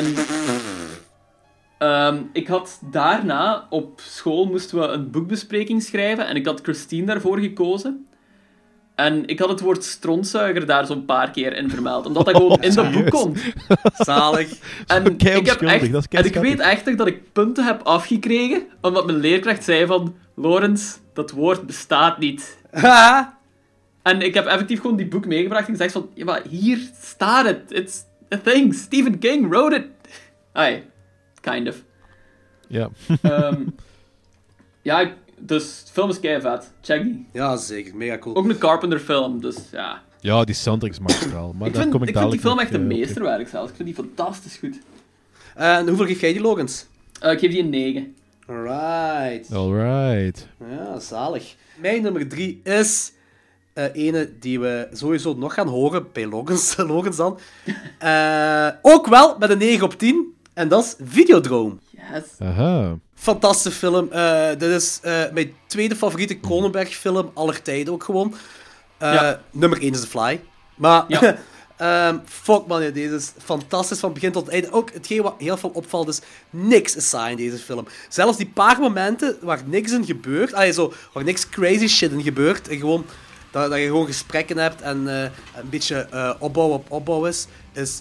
um, ik had daarna, op school moesten we een boekbespreking schrijven en ik had Christine daarvoor gekozen. En ik had het woord strontzuiger daar zo'n paar keer in vermeld, omdat dat gewoon in dat boek komt. Zalig. En, ik, heb echt, dat en ik weet echt dat ik punten heb afgekregen, omdat mijn leerkracht zei van, Lorenz, dat woord bestaat niet. En ik heb effectief gewoon die boek meegebracht en gezegd van, ja, maar hier staat het. It's a thing. Stephen King wrote it. Ai, kind of. Ja. um, ja, ik, dus de film is kei vet. Check die. Ja, zeker. Mega cool. Ook een Carpenter film, dus ja. Ja, die soundtrack is magistraal. Maar ik daar vind, kom ik, ik vind die film echt een uh, meesterwerk zelfs. Ik vind die fantastisch goed. Uh, en hoeveel geef jij die, Logans? Uh, ik geef die een negen. Alright. Alright. Ja, zalig. Mijn nummer drie is uh, ene die we sowieso nog gaan horen bij Logans, Logans dan. Uh, ook wel met een negen op tien. En dat is Videodrome. Yes. Aha. Fantastische film. Uh, dit is uh, mijn tweede favoriete Cronenberg-film aller tijden ook gewoon. Uh, ja. Nummer één is The Fly. Maar, ja. um, fuck man, ja, deze is fantastisch van begin tot einde. Ook hetgeen wat heel veel opvalt is, niks is saai in deze film. Zelfs die paar momenten waar niks in gebeurt, allee, zo, waar niks crazy shit in gebeurt, en gewoon, dat, dat je gewoon gesprekken hebt en uh, een beetje uh, opbouw op opbouw is, is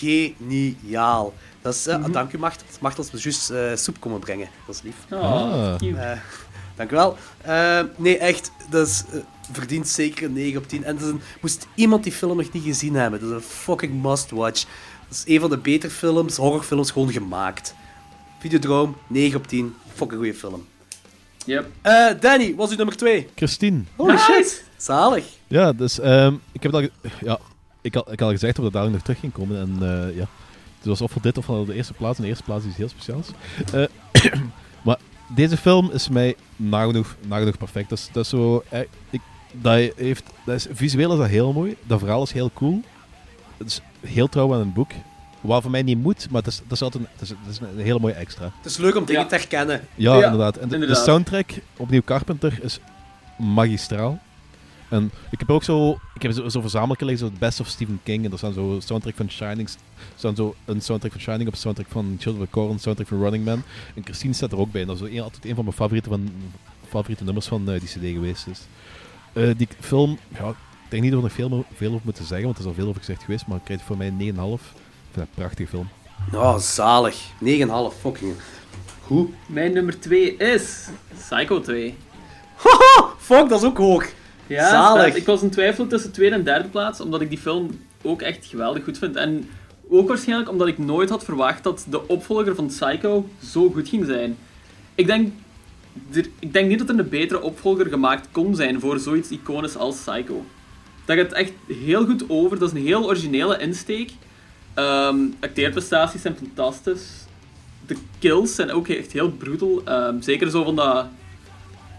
geniaal. Dat is, uh, mm-hmm. Dank u, Machtels. Machtels me juist uh, soep komen brengen. Dat is lief. Oh, uh, dank u wel. Uh, nee, echt, dat is, uh, verdient zeker een negen op tien. En dat is een, moest iemand die film nog niet gezien hebben, dat is een fucking must-watch. Dat is een van de betere films, horrorfilms, gewoon gemaakt. Videodrome, negen op tien. Fucking goede film. Yep. Uh, Danny, wat is uw nummer twee? Christine. Holy nice. shit. Zalig. Ja, dus um, ik heb het al, ja, ik had, ik had al gezegd dat we dadelijk nog terug ging komen. En uh, ja, het was of voor dit of voor de eerste plaats. En de eerste plaats is iets heel speciaals. Uh, maar deze film is mij nagenoeg, nagenoeg perfect. Dat is, dat is zo... Eh, ik, dat heeft, dat is, visueel is dat heel mooi. Dat verhaal is heel cool. Het is heel trouw aan een boek. Wat voor mij niet moet, maar het is, dat is altijd een, het is, het is een hele mooie extra. Het is leuk om dingen ja. te herkennen. Ja, ja inderdaad. En de, inderdaad. de soundtrack, opnieuw Carpenter, is magistraal. En ik heb ook zo, ik heb zo, zo verzameld gelezen, zo het Best of Stephen King. En er staan zo soundtrack van Shining, staan zo een soundtrack van Shining op, een soundtrack van Children of the Corn, een soundtrack van Running Man. En Christine staat er ook bij. En dat is zo een, altijd een van mijn favoriete, van, favoriete nummers van uh, die cd geweest is. Uh, die film, ja, ik denk niet dat we nog veel, veel over moeten zeggen, want er is al veel over gezegd geweest, maar ik krijg voor mij een negen komma vijf. Ik vind dat een prachtige film. Oh, zalig. negen komma vijf, fucking goed. Mijn nummer twee is Psycho twee. Haha, fuck, dat is ook hoog. Ja, zalig. Staat, ik was in twijfel tussen tweede en derde plaats, omdat ik die film ook echt geweldig goed vind. En ook waarschijnlijk omdat ik nooit had verwacht dat de opvolger van Psycho zo goed ging zijn. Ik denk, er, ik denk niet dat er een betere opvolger gemaakt kon zijn voor zoiets iconisch als Psycho. Dat gaat echt heel goed over, dat is een heel originele insteek. Um, acteerprestaties zijn fantastisch. De kills zijn ook echt heel brutal. Um, zeker zo van dat...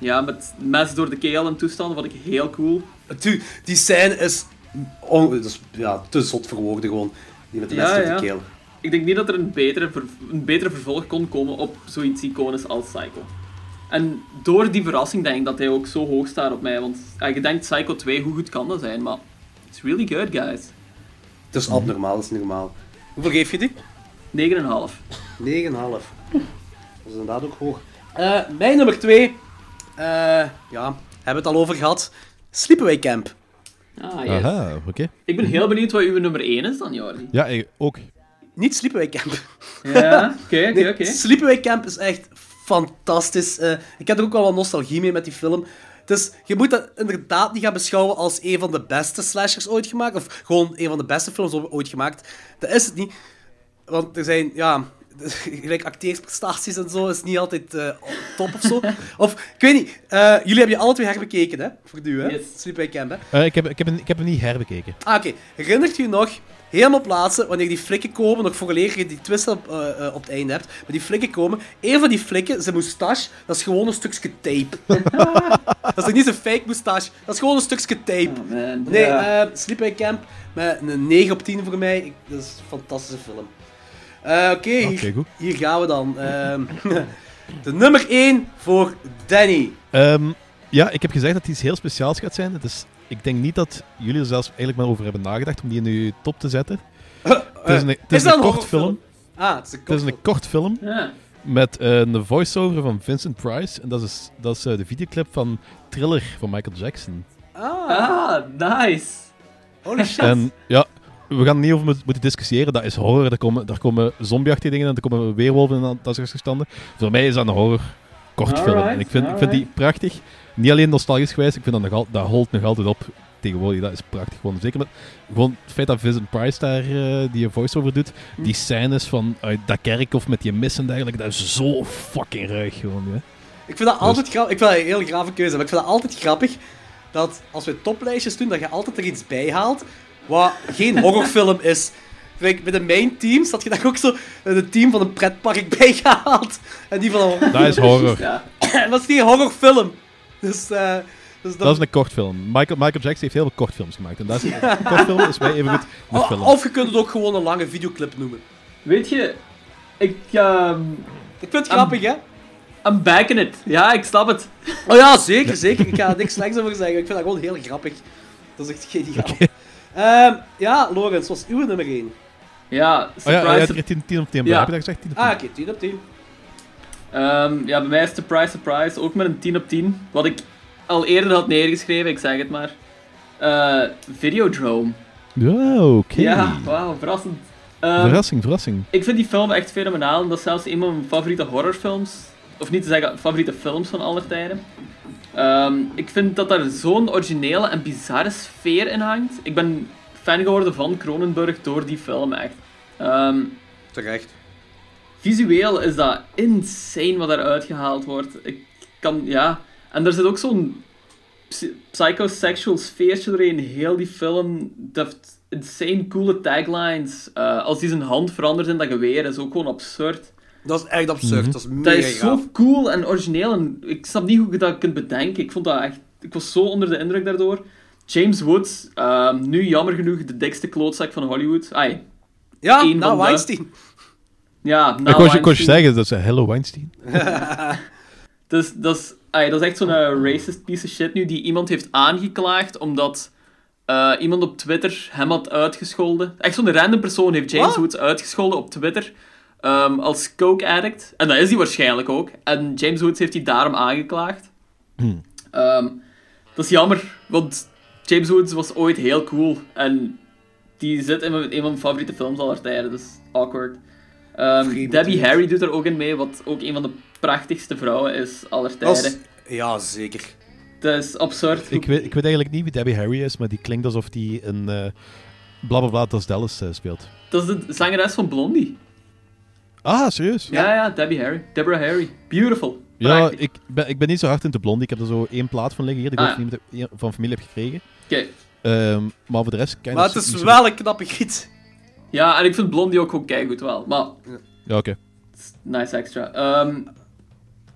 ja, met mes door de keel en toestanden, vond ik heel cool. Die, die scène is, on, dat is ja, te zot voor woorden gewoon. Die met de mes Ja, door ja. de keel. Ik denk niet dat er een betere, ver- een betere vervolg kon komen op zoiets iconisch als Psycho. En door die verrassing denk ik dat hij ook zo hoog staat op mij. Want ja, je denkt Psycho twee, hoe goed kan dat zijn? Maar it's really good, guys. Het is abnormaal, dat is niet normaal. Hoeveel geef je die? negen komma vijf. negen komma vijf. Dat is inderdaad ook hoog. Uh, mijn nummer twee. Uh, ja, hebben we het al over gehad. Sleepaway Camp. Ah, yes. Aha, oké. Okay. Ik ben heel benieuwd wat uw nummer één is dan, Jordi. Ja, ik ook. Niet Sleepaway Camp. Ja, oké, oké, oké. Sleepaway Camp is echt fantastisch. Uh, ik heb er ook wel wat nostalgie mee met die film. Dus je moet dat inderdaad niet gaan beschouwen als een van de beste slashers ooit gemaakt. Of gewoon een van de beste films ooit gemaakt. Dat is het niet. Want er zijn, ja... gelijk acteersprestaties en zo is niet altijd uh, top of zo. Of, ik weet niet. Uh, jullie hebben je alle twee herbekeken, hè? Voor nu, hè? Yes. Sleepaway Camp, hè? Uh, ik, heb, ik, heb, ik heb hem niet herbekeken. Ah, oké. Okay. Herinnert je nog... Helemaal plaatsen, wanneer die flikken komen, nog vooraleer je die twist op, uh, uh, op het einde hebt, maar die flikken komen, een van die flikken, zijn moustache, dat is gewoon een stukje tape. Dat is toch niet zijn fake moustache, dat is gewoon een stukje tape. Oh, man. Nee, ja. uh, Sleepaway Camp, met een negen op tien voor mij, ik, dat is een fantastische film. Uh, Oké, okay, okay, hier, hier gaan we dan. Uh, de nummer één voor Danny. Um, ja, ik heb gezegd dat het iets heel speciaals gaat zijn. Het is... Ik denk niet dat jullie er zelfs eigenlijk maar over hebben nagedacht om die in uw top te zetten. Uh, het is een, het is is een kort film. Ah, het is een kort, het is een kort film. Ja. Met uh, een voice-over van Vincent Price. En dat is, dat is uh, de videoclip van Thriller van Michael Jackson. Ah, ah nice. Holy shit. En ja, we gaan er niet over moeten discussiëren. Dat is horror. Daar komen, daar komen zombieachtige dingen en er komen weerwolven in dat soort toestanden. Voor mij is dat een horror kort film. En ik vind, ik vind die prachtig. Niet alleen nostalgisch geweest, ik vind dat, nog al, dat holt nog altijd op tegenwoordig. Dat is prachtig. Gewoon. Zeker met gewoon het feit dat Vincent Price daar uh, die voice-over doet. Hm. Die scènes van uh, dat kerkhof met die mis en dergelijke, dat is zo fucking ruig gewoon. Ja. Ik vind dat dus... altijd grappig. Ik vind dat een heel grave keuze, maar ik vind dat altijd grappig dat als we toplijstjes doen, dat je altijd er iets bij haalt wat geen horrorfilm is. Kijk, bij de main teams had je daar ook zo een team van een pretpark bij gehaald. En die van een... Dat is horror. Ja. Dat is niet een horrorfilm. Dus, uh, dus dat... dat is een kortfilm. Michael, Michael Jackson heeft heel veel kortfilms gemaakt. En dat is een kortfilm, is wij even goed een of, film. Of je kunt het ook gewoon een lange videoclip noemen. Weet je, ik... Um, ik vind het grappig, I'm, hè? I'm backing it. Ja, ik snap het. Oh ja, zeker, zeker. Ik ga er niks slechts over zeggen. Ik vind dat gewoon heel grappig. Dat is echt geniaal. Okay. Um, ja, Lorenz, wat was uw nummer één? Ja, surprise... Oh ja, ja, tien, tien op tien. Ja. Heb je dat gezegd? tien op tien? Ah, oké, okay, tien op tien. Um, ja, bij mij is surprise, surprise. Ook met een tien op tien. Wat ik al eerder had neergeschreven, ik zeg het maar. Uh, Videodrome. Ja, oké. Okay. Ja, wauw, verrassend. Um, verrassing, verrassing. Ik vind die film echt fenomenaal. En dat is zelfs een van mijn favoriete horrorfilms. Of niet te zeggen, favoriete films van aller tijden. Um, ik vind dat daar zo'n originele en bizarre sfeer in hangt. Ik ben fan geworden van Cronenberg door die film, echt. Um, Terecht. Visueel is dat insane wat daaruit gehaald wordt. Ik kan, ja... En er zit ook zo'n psychosexual sfeertje doorheen. Heel die film. Dat heeft insane coole taglines. Uh, als die zijn hand verandert in dat geweer, is ook gewoon absurd. Dat is echt absurd. Mm-hmm. Dat is mega Dat is gaaf. zo cool en origineel. En ik snap niet hoe je dat kunt bedenken. Ik vond dat echt... Ik was zo onder de indruk daardoor. James Woods, uh, nu jammer genoeg de dikste klootzak van Hollywood. Ai, ja, na Weinstein. De... Ja, na ik kon je, kon je zeggen, dat is Hello Weinstein. dus dat is, ay, dat is echt zo'n uh, racist piece of shit nu, die iemand heeft aangeklaagd omdat uh, iemand op Twitter hem had uitgescholden. Echt zo'n random persoon heeft James What? Woods uitgescholden op Twitter um, als coke addict. En dat is hij waarschijnlijk ook. En James Woods heeft hij daarom aangeklaagd. Hmm. Um, dat is jammer, want James Woods was ooit heel cool. En die zit in een van mijn favoriete films aller tijden, dus awkward. Um, Debbie Harry doet er ook in mee, wat ook een van de prachtigste vrouwen is aller tijden. Is, ja, zeker. Dat is absurd. Ik weet, ik weet eigenlijk niet wie Debbie Harry is, maar die klinkt alsof die een uh, blablabla Das Dallas uh, speelt. Dat is de zangeres van Blondie. Ah, serieus? Ja, ja, ja, Debbie Harry. Deborah Harry. Beautiful. Prachtig. Ja, ik ben, ik ben niet zo hard in de Blondie. Ik heb er zo één plaat van liggen hier, die ah, ik ah, ja. van, van familie heb gekregen. Oké. Okay. Um, maar voor de rest... Maar het is wel een knappe giet. Ja, en ik vind Blondie ook gewoon keigoed wel, maar... Ja, oké. Okay. Nice extra. Um,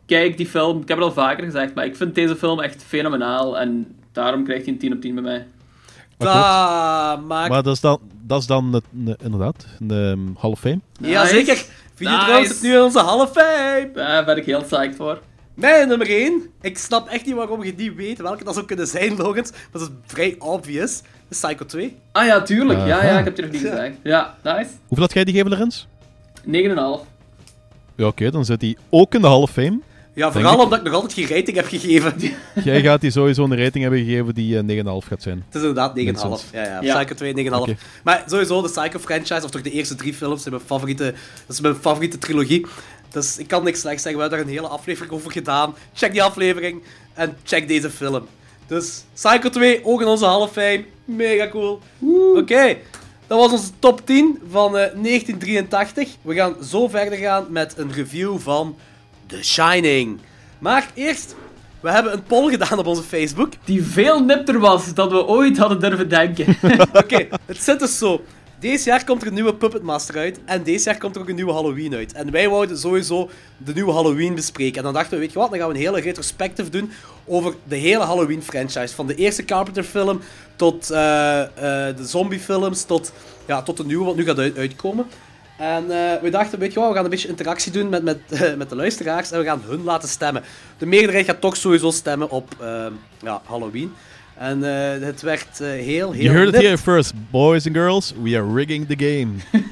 kijk die film. Ik heb het al vaker gezegd, maar ik vind deze film echt fenomenaal. En daarom krijgt hij een tien op tien bij mij. Da, maakt... Maar dat is dan, dat is dan het, ne- inderdaad een um, Hall of Fame. Ja, Nice. zeker. Videodroom Nice. zit nu in onze Hall of Fame. Daar ben ik heel psyched voor. Mijn nummer één. Ik snap echt niet waarom je niet weet welke dat zou kunnen zijn, Logans. Maar dat is vrij obvious. Dat is Psycho twee. Ah ja, tuurlijk. Ja, ja, Aha. ik heb het nog niet gezegd. Ja, nice. Hoeveel had jij die gegeven, Lorenz? negen komma vijf. Ja, oké, dan zit hij ook in de Hall of Fame. Ja, Denk vooral ik. omdat ik nog altijd geen rating heb gegeven. Jij gaat die sowieso een rating hebben gegeven die uh, negen komma vijf gaat zijn. Het is inderdaad negen komma vijf. Minstens. Ja, ja. Ja. Psycho twee, negen komma vijf. Oké. Maar sowieso, de Psycho-franchise, of toch de eerste drie films, zijn mijn favoriete, dat is mijn favoriete trilogie. Dus ik kan niks slechts zeggen. We hebben daar een hele aflevering over gedaan. Check die aflevering en check deze film. Dus Psycho twee, ook in onze Hall of Fame. Mega cool. Oké, okay. Dat was onze top tien van uh, negentien drieëntachtig. We gaan zo verder gaan met een review van The Shining. Maar eerst, we hebben een poll gedaan op onze Facebook. Die veel nipter was dan we ooit hadden durven denken. Oké, okay, het zit dus zo. Deze jaar komt er een nieuwe Puppet Master uit. En deze jaar komt er ook een nieuwe Halloween uit. En wij wouden sowieso de nieuwe Halloween bespreken. En dan dachten we, weet je wat, dan gaan we een hele retrospective doen over de hele Halloween franchise. Van de eerste Carpenter film tot uh, uh, de zombie films, tot, ja, tot de nieuwe wat nu gaat uit- uitkomen. En uh, we dachten, weet je wat, we gaan een beetje interactie doen met, met, uh, met de luisteraars. En we gaan hun laten stemmen. De meerderheid gaat toch sowieso stemmen op uh, ja, Halloween. En uh, het werd uh, heel, heel You heard it nipt. here first, boys and girls. We are rigging the game.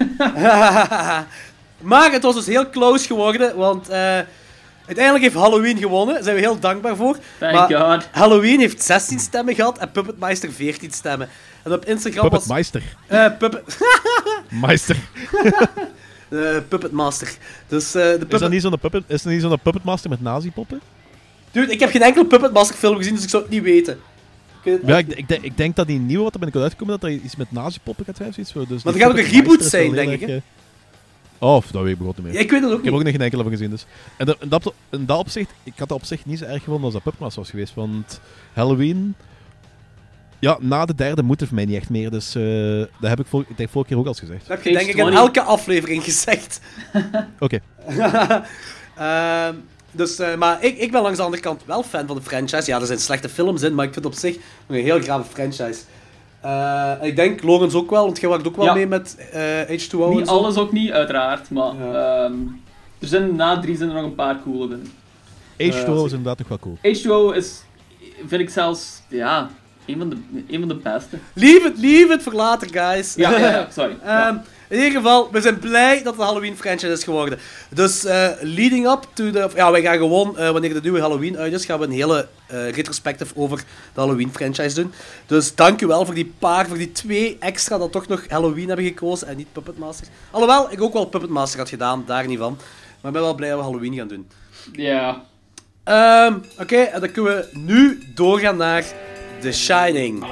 Maar het was dus heel close geworden, want uh, uiteindelijk heeft Halloween gewonnen. Daar zijn we heel dankbaar voor. Thank maar God. Halloween heeft zestien stemmen gehad en Puppet Meister veertien stemmen. En op Instagram Puppet was... Meister. Uh, Puppet... Meister. uh, Puppet Master. Dus, uh, de Is Puppet... dat niet zo'n puppet, is dat niet zo'n Puppet Master met nazi-poppen? Dude, ik heb geen enkele Puppet Master film gezien, dus ik zou het niet weten. Ik weet het Ja, echt ik, ik, denk- ik denk dat die nieuwe wat er binnenkort uitkomen, dat er iets met nazi-poppen gaat zijn of zoiets. Dus Maar die er gaat ook Puppet een reboot Meister is wel zijn, heel denk ik, erg, eh, Oh, dat weet ik begot niet meer. Ja, ik weet het ook Ik heb niet. ook nog geen enkele van gezien, dus. En dat, in, dat, in dat opzicht, ik had dat op zich niet zo erg gevonden als dat Puppet Master was geweest, want Halloween... Ja, na de derde moet er voor mij niet echt meer, dus uh, dat heb ik, vor, ik denk vorige keer ook al eens gezegd. Dat heb je denk ik in elke aflevering gezegd. Oké. uh, dus, uh, maar ik, ik ben langs de andere kant wel fan van de franchise. Ja, er zijn slechte films in, maar ik vind het op zich nog een heel grave franchise. Uh, ik denk Logans ook wel, want jij werkt ook wel Ja. mee met uh, H two O en Niet zo. alles ook niet, uiteraard, maar Ja. um, er zijn na drie zijn er nog een paar coole in. H two O is inderdaad toch wel cool. H two O is, vind ik zelfs, ja, een van de, een van de beste. Leave it, leave it voor later, guys. Ja, ja, ja, sorry. um, in ieder geval, we zijn blij dat het een Halloween franchise is geworden. Dus uh, leading up to the... Ja, wij gaan gewoon, uh, wanneer de nieuwe Halloween uit is, gaan we een hele uh, retrospective over de Halloween franchise doen. Dus dank u wel voor die paar, voor die twee extra dat toch nog Halloween hebben gekozen en niet Puppet Master. Alhoewel, ik ook wel Puppet Master had gedaan, daar niet van. Maar ik ben wel blij dat we Halloween gaan doen. Ja. Um, Oké, okay, en dan kunnen we nu doorgaan naar The Shining.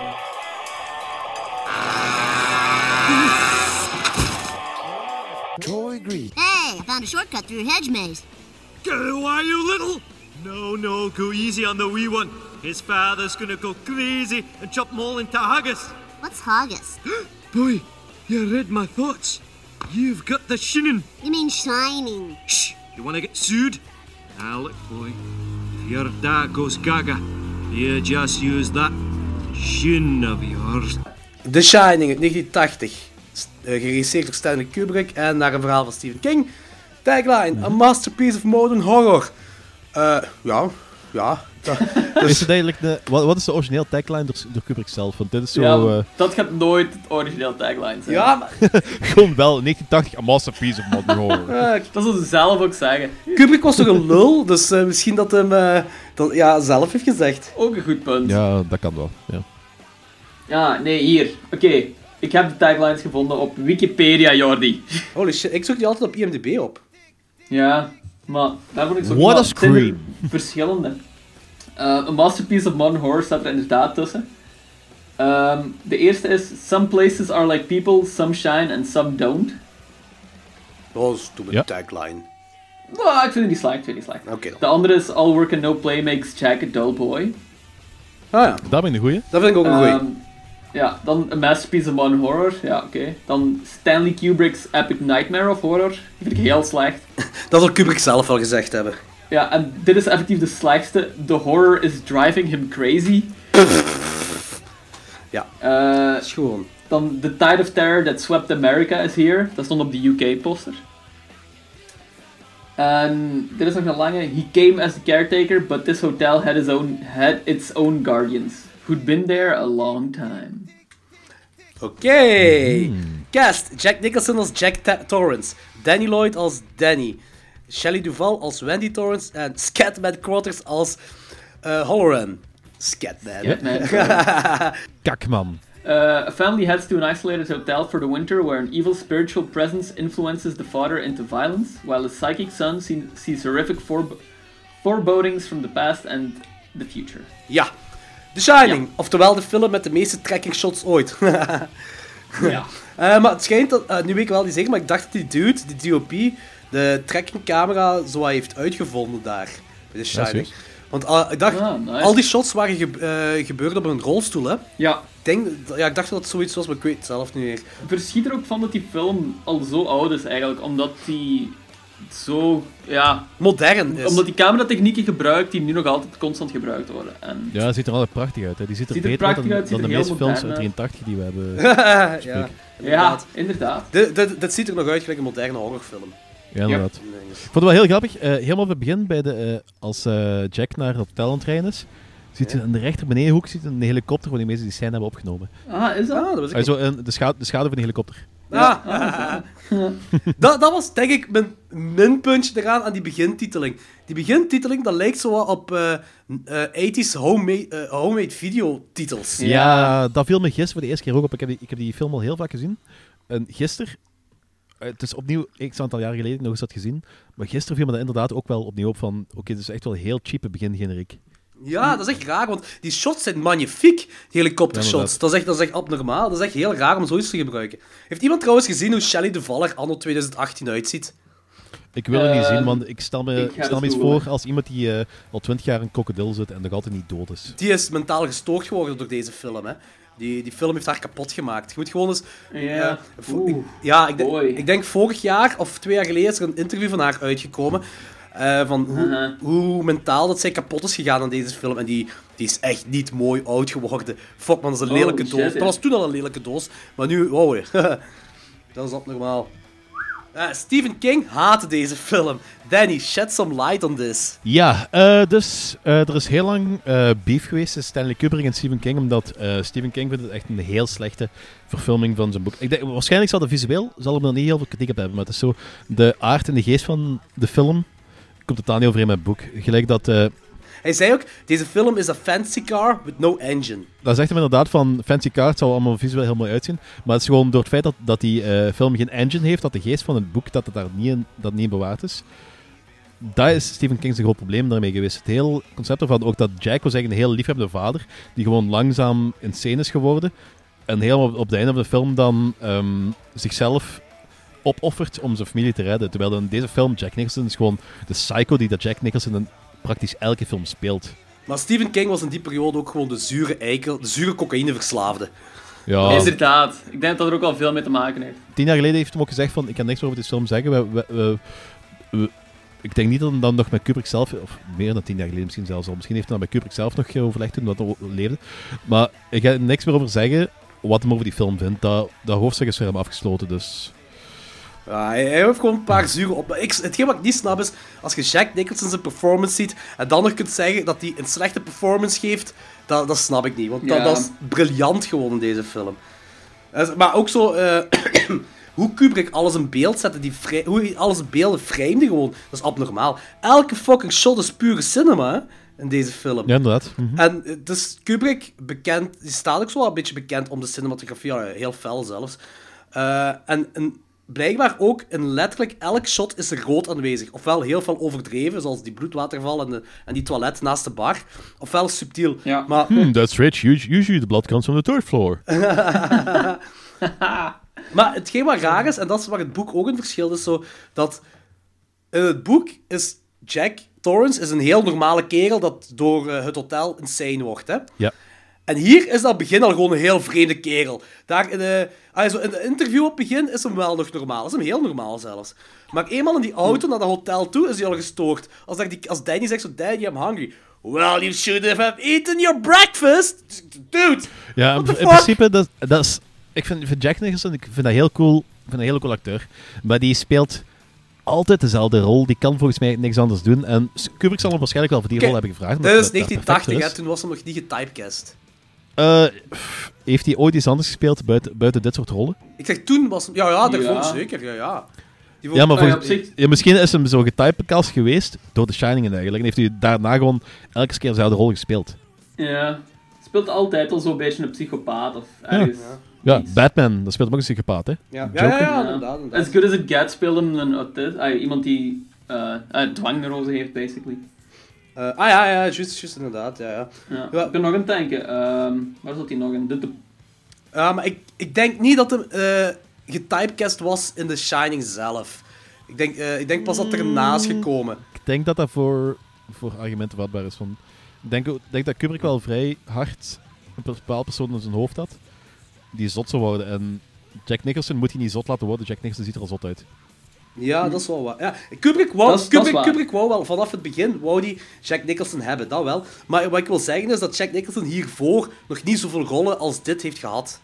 Troy Green. Hey, I found a shortcut through your hedge maze. Go, are you little? No, no, go easy on the wee one. His father's gonna go crazy and chop them all into haggis. What's haggis? Boy, you read my thoughts. You've got the shinin. You mean shining. Shh, you wanna get sued? Now look, boy, if your dad goes gaga, you just use that shin of yours. The Shining uit negentien tachtig. Uh, geregisseerd door Stanley Kubrick en naar een verhaal van Stephen King. Tagline, a masterpiece of modern horror. Uh, ja, ja. Dus... Is het eigenlijk de, wat, wat is de origineel tagline door, door Kubrick zelf? Want dit is zo... Ja, uh... dat gaat nooit het origineel tagline zijn. Ja, maar... Gewoon wel, negentien tachtig, a masterpiece of modern horror. Uh, dat zou ze zelf ook zeggen. Kubrick was toch een lul, dus uh, misschien dat hem uh, dat, ja, zelf heeft gezegd. Ook een goed punt. Ja, dat kan wel, ja. Ja, nee, hier. Oké, okay. Ik heb de taglines gevonden op Wikipedia, Jordi. Holy shit, ik zoek die altijd op I M D B op. Ja, maar daar vond ik zo... What a scream. Verschillende. Uh, a masterpiece of modern horror staat er inderdaad tussen. Um, de eerste is... Some places are like people, some shine and some don't. Dat is toen ja. tagline. Nou, ik vind het niet slecht, ik vind het niet slecht. Okay, de andere is All work and no play makes Jack a dull boy. Ah ja. Dat ben ik een goeie. Dat vind ik ook een goeie. Um, ja, dan A Masterpiece of Modern Horror. Ja, oké. Okay. Dan Stanley Kubrick's Epic Nightmare of Horror. Die vind ik heel slecht. Dat zal Kubrick zelf wel gezegd hebben. Ja, en dit is effectief de slechtste. The horror is driving him crazy. Ja, uh, schoon. Dan The Tide of Terror That Swept America is here. Dat stond op de U K-poster. En dit is nog een lange. He came as the caretaker, but this hotel had, his own, had its own guardians. Who'd been there a long time. Oké. Okay. Mm. Cast. Jack Nicholson als Jack Ta- Torrance. Danny Lloyd als Danny. Shelley Duvall als Wendy Torrance. En Scatman Crothers als uh, Halloran. Scatman. Scatman. Kakman. Uh, a family heads to an isolated hotel for the winter where an evil spiritual presence influences the father into violence, while his psychic son see- sees horrific foreb- forebodings from the past and the future. Ja. The Shining. Ja. Oftewel de film met de meeste tracking shots ooit. Ja. Uh, maar het schijnt dat... Uh, nu weet ik wel niet zeker, maar ik dacht dat die dude, die D O P, de tracking camera zo heeft uitgevonden daar. Bij The Shining. Ja, want uh, ik dacht, ah, nice. Al die shots waren ge- uh, gebeurd op een rolstoel, hè? Ja. Ik, denk, ja, ik dacht dat het zoiets was, maar ik weet het zelf niet meer. Ik verschiet er ook van dat die film al zo oud is eigenlijk, omdat die zo, ja... modern is. Omdat die cameratechnieken gebruikt die nu nog altijd constant gebruikt worden. En ja, het ziet er altijd prachtig uit. Hè. Die ziet er, ziet er beter uit dan, uit, dan de meeste films uit drieëntachtig die we hebben ja, inderdaad. Ja, inderdaad. Dit, dit, dit ziet er nog uit gelijk een moderne horrorfilm. Ja, inderdaad. Yep. Ik vond het wel heel grappig. Uh, helemaal op het begin, bij de, uh, als uh, Jack naar het hotel aan het rijden is, ziet je ja. in de rechter benedenhoek ziet een helikopter waar die mensen die scène hebben opgenomen. Ah, is dat? Ah, dat uh, zo, uh, de, scha- de schade van de helikopter. Ja. Ah. dat, dat was denk ik mijn minpuntje eraan aan die begintiteling. Die begintiteling, dat lijkt zo wat op uh, uh, tachtiger homemade, uh, homemade videotitels. Ja. ja, dat viel me gisteren voor de eerste keer ook op. Ik heb die, ik heb die film al heel vaak gezien. En gisteren, uh, het is opnieuw, ik aantal jaar geleden nog eens had gezien, maar gisteren viel me dat inderdaad ook wel opnieuw op van, oké, okay, dit is echt wel heel cheap begingeneriek. Ja, dat is echt raar, want die shots zijn magnifiek, die helikoptershots. Ja, dat, is echt, dat is echt abnormaal. Dat is echt heel raar om zoiets te gebruiken. Heeft iemand trouwens gezien hoe Shelley Duvall er anno twintig achttien uitziet? Ik wil het uh, niet zien, want ik stel me, ik stel me iets voor als iemand die uh, al twintig jaar in een krokodil zit en nog altijd niet dood is. Die is mentaal gestoord geworden door deze film, hè. Die, die film heeft haar kapot gemaakt. Je moet gewoon eens... Yeah. Uh, vo- ik, ja, ik, de, ik denk vorig jaar of twee jaar geleden is er een interview van haar uitgekomen. Uh, van hoe, uh-huh. hoe mentaal dat zij kapot is gegaan aan deze film. En die, die is echt niet mooi oud geworden. Fuck man, dat is een lelijke oh, doos. Shit, dat was toen al een lelijke doos. Maar nu, wow, dat is abnormaal. Uh, Stephen King haatte deze film. Danny, shed some light on this. Ja, uh, dus uh, er is heel lang uh, beef geweest tussen Stanley Kubrick en Stephen King, omdat uh, Stephen King vindt het echt een heel slechte verfilming van zijn boek. Ik denk, waarschijnlijk zal de visueel zal er nog niet heel veel kritiek op hebben, maar het is zo, de aard en de geest van de film komt totaal niet overeen met het boek. Gelijk dat... Uh, Hij zei ook, deze film is a fancy car with no engine. Dat zegt hem inderdaad van, fancy car, het zal allemaal visueel heel mooi uitzien, maar het is gewoon door het feit dat, dat die uh, film geen engine heeft, dat de geest van het boek, dat het daar niet in, dat niet in bewaard is. Dat is Stephen King's een groot probleem daarmee geweest. Het hele concept ervan, ook dat Jack was eigenlijk een heel liefhebbende vader, die gewoon langzaam insane is geworden, en helemaal op, op het einde van de film dan um, zichzelf opoffert om zijn familie te redden. Terwijl in deze film, Jack Nicholson is gewoon de psycho die dat Jack Nicholson in praktisch elke film speelt. Maar Stephen King was in die periode ook gewoon de zure eikel, de zure cocaïneverslaafde. Ja. Inderdaad. Ik denk dat er ook wel veel mee te maken heeft. Tien jaar geleden heeft hij ook gezegd van, ik kan niks meer over deze film zeggen. We, we, we, we, ik denk niet dat hij dan nog met Kubrick zelf, of meer dan tien jaar geleden misschien zelfs al, misschien heeft hij dan met Kubrick zelf nog overlegd toen dat hij leefde. Maar ik ga niks meer over zeggen wat hij over die film vindt. Dat, dat hoofdstuk is voor hem afgesloten, dus... Ja, hij, hij heeft gewoon een paar zure op. Ik, hetgeen wat ik niet snap is, als je Jack Nicholson zijn performance ziet en dan nog kunt zeggen dat hij een slechte performance geeft, dat, dat snap ik niet. Want ja. dat, dat is briljant gewoon in deze film. Maar ook zo, uh, hoe Kubrick alles in beeld zette, die vrij, hoe hij alles in beelden framede gewoon, dat is abnormaal. Elke fucking shot is pure cinema, hè, in deze film. Ja, inderdaad. Mm-hmm. En dus Kubrick, bekend, die staat ook zo wel een beetje bekend om de cinematografie, ja, heel fel zelfs. Uh, en... en blijkbaar ook in letterlijk elk shot is er rood aanwezig. Ofwel heel veel overdreven, zoals die bloedwaterval en, de, en die toilet naast de bar. Ofwel subtiel. Ja. Maar, hmm, that's rich. Usually the blood comes from the third floor. Maar hetgeen wat raar is, en dat is waar het boek ook een verschil is, zo, dat in het boek is Jack Torrance is een heel normale kerel dat door uh, het hotel insane wordt. Hè? Ja. En hier is dat begin al gewoon een heel vreemde kerel. Daar in de, also in de interview op het begin is hem wel nog normaal. Is hem heel normaal zelfs. Maar eenmaal in die auto naar dat hotel toe is hij al gestoord. Als, dat die, als Danny zegt zo, Daddy, I'm hungry. Well, you should have eaten your breakfast. Dude, Ja, in, what the in fuck? principe, dat, dat is... Ik vind, vind Jack Nicholson, ik vind dat heel cool. Ik vind dat een hele cool acteur. Maar die speelt altijd dezelfde rol. Die kan volgens mij niks anders doen. En Kubrick zal hem waarschijnlijk wel voor die Kijk, rol hebben gevraagd. omdat Dit is dat- dat negentien tachtig, perfecter hè. is. Toen was hem nog niet getypecast. Eh, pff, heeft hij ooit iets anders gespeeld buiten, buiten dit soort rollen? Ik zeg, toen was hem... Ja, ja, daarvoor Ja. zeker, ja, ja. Die Ja, maar Ah, ja, volgens, op zich- ja, misschien is hem zo getypecast geweest door The Shining eigenlijk. En heeft hij daarna gewoon elke keer dezelfde rol gespeeld. Ja. Speelt altijd al zo'n beetje een psychopaat of ergens. Ja, Batman, dat speelt hem ook een psychopaat, hè? Ja, ja, Joker. ja, ja, inderdaad, inderdaad. As good as it gets speelde hem een autist. Ah, iemand die uh, uh, dwangneurose heeft, basically. Uh, ah ja, ja, juist, juist inderdaad, ja, ja. Ja. Ja. Ik ben nog aan het denken. ehm, waar zat hij nog in? De, de... Ja, maar ik, ik denk niet dat hem uh, getypecast was in The Shining zelf. Ik denk, uh, ik denk pas dat er erna is gekomen. Ik denk dat dat voor, voor argumenten vatbaar is. Van, ik denk, ook- denk dat Kubrick wel vrij hard een bepaald persoon in zijn hoofd had die zot zou worden. En Jack Nicholson moet hij niet zot laten worden. Jack Nicholson ziet er al zot uit. Ja, dat is wel wat. Ja, Kubrick, wou, Dat is- dat is Kubrick, waar. Kubrick wou wel, vanaf het begin wou die Jack Nicholson hebben, dat wel. Maar wat ik wil zeggen is dat Jack Nicholson hiervoor nog niet zoveel rollen als dit heeft gehad.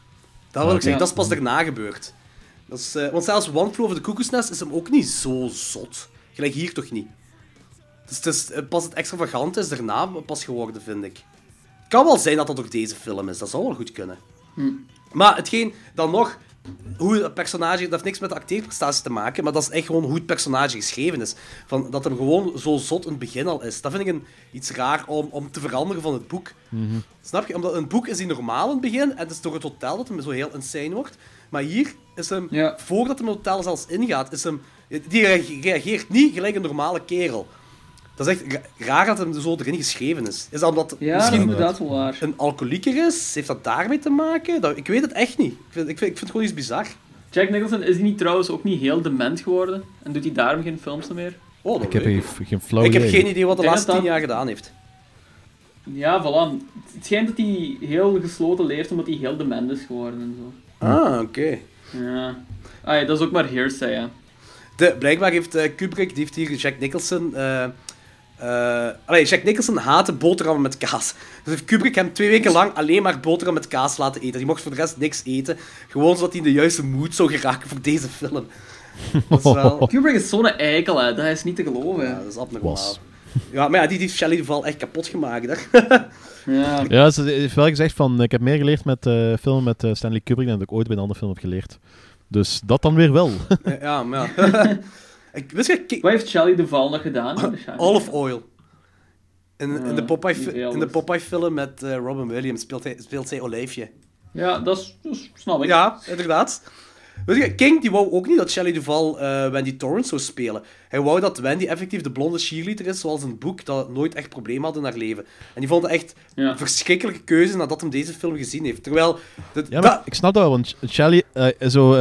Dat wil ik Ja. zeggen, dat is pas daarna gebeurd. Dat is, uh, want zelfs One Flew Over the Cuckoo's Nest is hem ook niet zo zot. Gelijk hier toch niet. Dus het is, uh, pas het extravagante is daarna pas geworden, vind ik. Het kan wel zijn dat dat door deze film is, dat zou wel goed kunnen. Hm. Maar hetgeen dan nog, hoe het personage, dat heeft niks met de acteerprestaties te maken, maar dat is echt gewoon hoe het personage geschreven is. Van, dat hem gewoon zo zot in het begin al is. Dat vind ik een, iets raar om, om te veranderen van het boek. Mm-hmm. Snap je? Omdat een boek is hij normaal in het begin, en het is door het hotel dat hem zo heel insane wordt. Maar hier is hem, Ja. voordat hij het hotel zelfs ingaat, is hem, die reage- reageert niet gelijk een normale kerel. Dat is echt ra- raar dat hem zo erin geschreven is. Is dat omdat Ja, misschien dat is inderdaad wel waar. een alcoholieker is? Heeft dat daarmee te maken? Dat, ik weet het echt niet. Ik vind, ik vind, ik vind het gewoon iets bizar. Jack Nicholson, is hij niet trouwens ook niet heel dement geworden? En doet hij daarom geen films meer? Oh, dat Ik heb weet geen, geen flauw Ik heb idee. geen idee wat de Ik denk laatste dat tien dat- jaar gedaan heeft. Ja, voilà. Het schijnt dat hij heel gesloten leeft omdat hij heel dement is geworden en zo. Ah, oké. Ja. Ah, ja, dat is ook maar hearsay, ja. De, blijkbaar heeft uh, Kubrick, die heeft hier Jack Nicholson... Uh, uh, allee, Jack Nicholson haatte boterhammen met kaas. Dus heeft Kubrick hem twee weken lang alleen maar boterham met kaas laten eten. Die mocht voor de rest niks eten. Gewoon zodat hij in de juiste mood zou geraken voor deze film. Dat is wel... Kubrick is zo'n eikel, hè. Dat is niet te geloven. Ja, dat is abnormaal. Was. Ja, maar ja, die heeft Shelley Duvall echt kapot gemaakt, hè. Ja. Ja, ze heeft wel gezegd van, ik heb meer geleerd met uh, film met uh, Stanley Kubrick dan dat ik ooit bij een andere film heb geleerd. Dus dat dan weer wel. Ja, maar ja. ik, wist je, ki- Wat heeft Shelley Duvall nog gedaan? in The Shining? Olive Oil. In, in, de Ja, Popeye, niet fi- veel, in de dus. Popeye film met uh, Robin Williams speelt, hij, speelt zij Olijfje. Ja, dat is, dat is- snap ik. Ja, inderdaad. Weet je, King die wou ook niet dat Shelley Duvall uh, Wendy Torrance zou spelen. Hij wou dat Wendy effectief de blonde cheerleader is, zoals in het boek, dat nooit echt problemen had in haar leven. En die vond het echt Ja. een verschrikkelijke keuze nadat hij deze film gezien heeft. Terwijl... De, Ja, maar dat- ik snap dat wel, want Shelley, uh, zo, uh,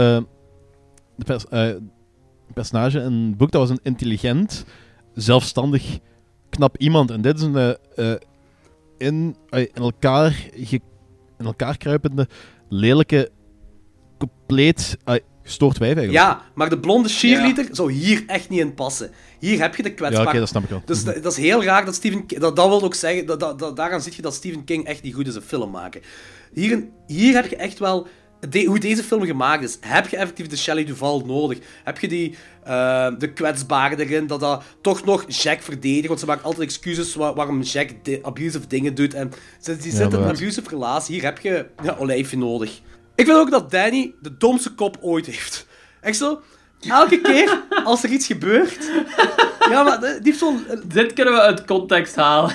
de pers uh, personage in het boek, dat was een intelligent, zelfstandig, knap iemand. En dit is een uh, uh, in, uh, in, elkaar ge, in elkaar kruipende, lelijke, compleet uh, gestoord wijf eigenlijk. Ja, maar de blonde cheerleader zou hier echt niet in passen. Hier heb je de Ja, kwetsbaar... oké, dat snap ik wel. Dus dat, dat is heel raar dat Stephen King... Dat, dat wil ook zeggen... Dat, dat, dat- daaraan zie je dat Stephen King echt niet goed is een film maken. Hier, hier heb je echt wel... De, hoe deze film gemaakt is, heb je effectief de Shelley Duvall nodig. Heb je die, uh, de kwetsbare erin, dat dat toch nog Jack verdedigt, want ze maakt altijd excuses waar, waarom Jack di- abusive dingen doet. En ze, die Ja, zit in een inderdaad. abusive relatie. Hier heb je ja, Olijfje nodig. Ik vind ook dat Danny de domste kop ooit heeft. Echt zo, elke keer als er iets gebeurt... Ja, maar die heeft zo'n... Dit kunnen we uit context halen.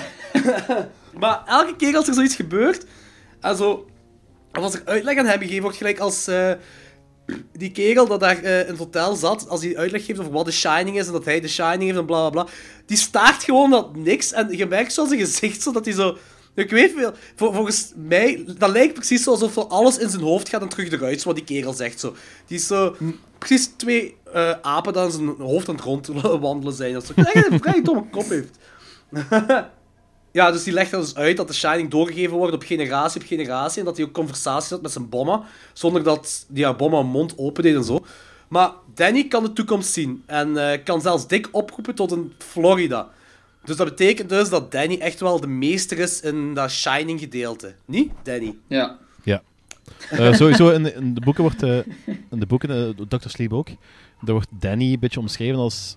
Maar elke keer als er zoiets gebeurt, en zo, of als er uitleg aan hem gegeven wordt, gelijk als eh, die kerel dat daar eh, in het hotel zat, als hij uitleg geeft over wat The Shining is en dat hij The Shining heeft en bla bla bla, die staart gewoon dat niks en je merkt zo aan zijn gezicht zo dat hij zo... Ik weet veel, vol- volgens mij, dat lijkt precies zo alsof er alles in zijn hoofd gaat en terug eruit, zo wat die kerel zegt. Zo. Die is zo, precies twee eh, apen die aan zijn hoofd aan het rondwandelen zijn. Dat zo, echt een vrij domme kop heeft. Ja, dus die legt er dus uit dat de Shining doorgegeven wordt op generatie op generatie en dat hij ook conversaties had met zijn bomma, zonder dat die haar bomma een mond open deed en zo. Maar Danny kan de toekomst zien en uh, kan zelfs Dick oproepen tot een Florida. Dus dat betekent dus dat Danny echt wel de meester is in dat Shining gedeelte. Niet, Danny? Ja. Ja. Uh, sowieso, in, in de boeken wordt... Uh, in de boeken, uh, doctor Sleep ook, daar wordt Danny een beetje omschreven als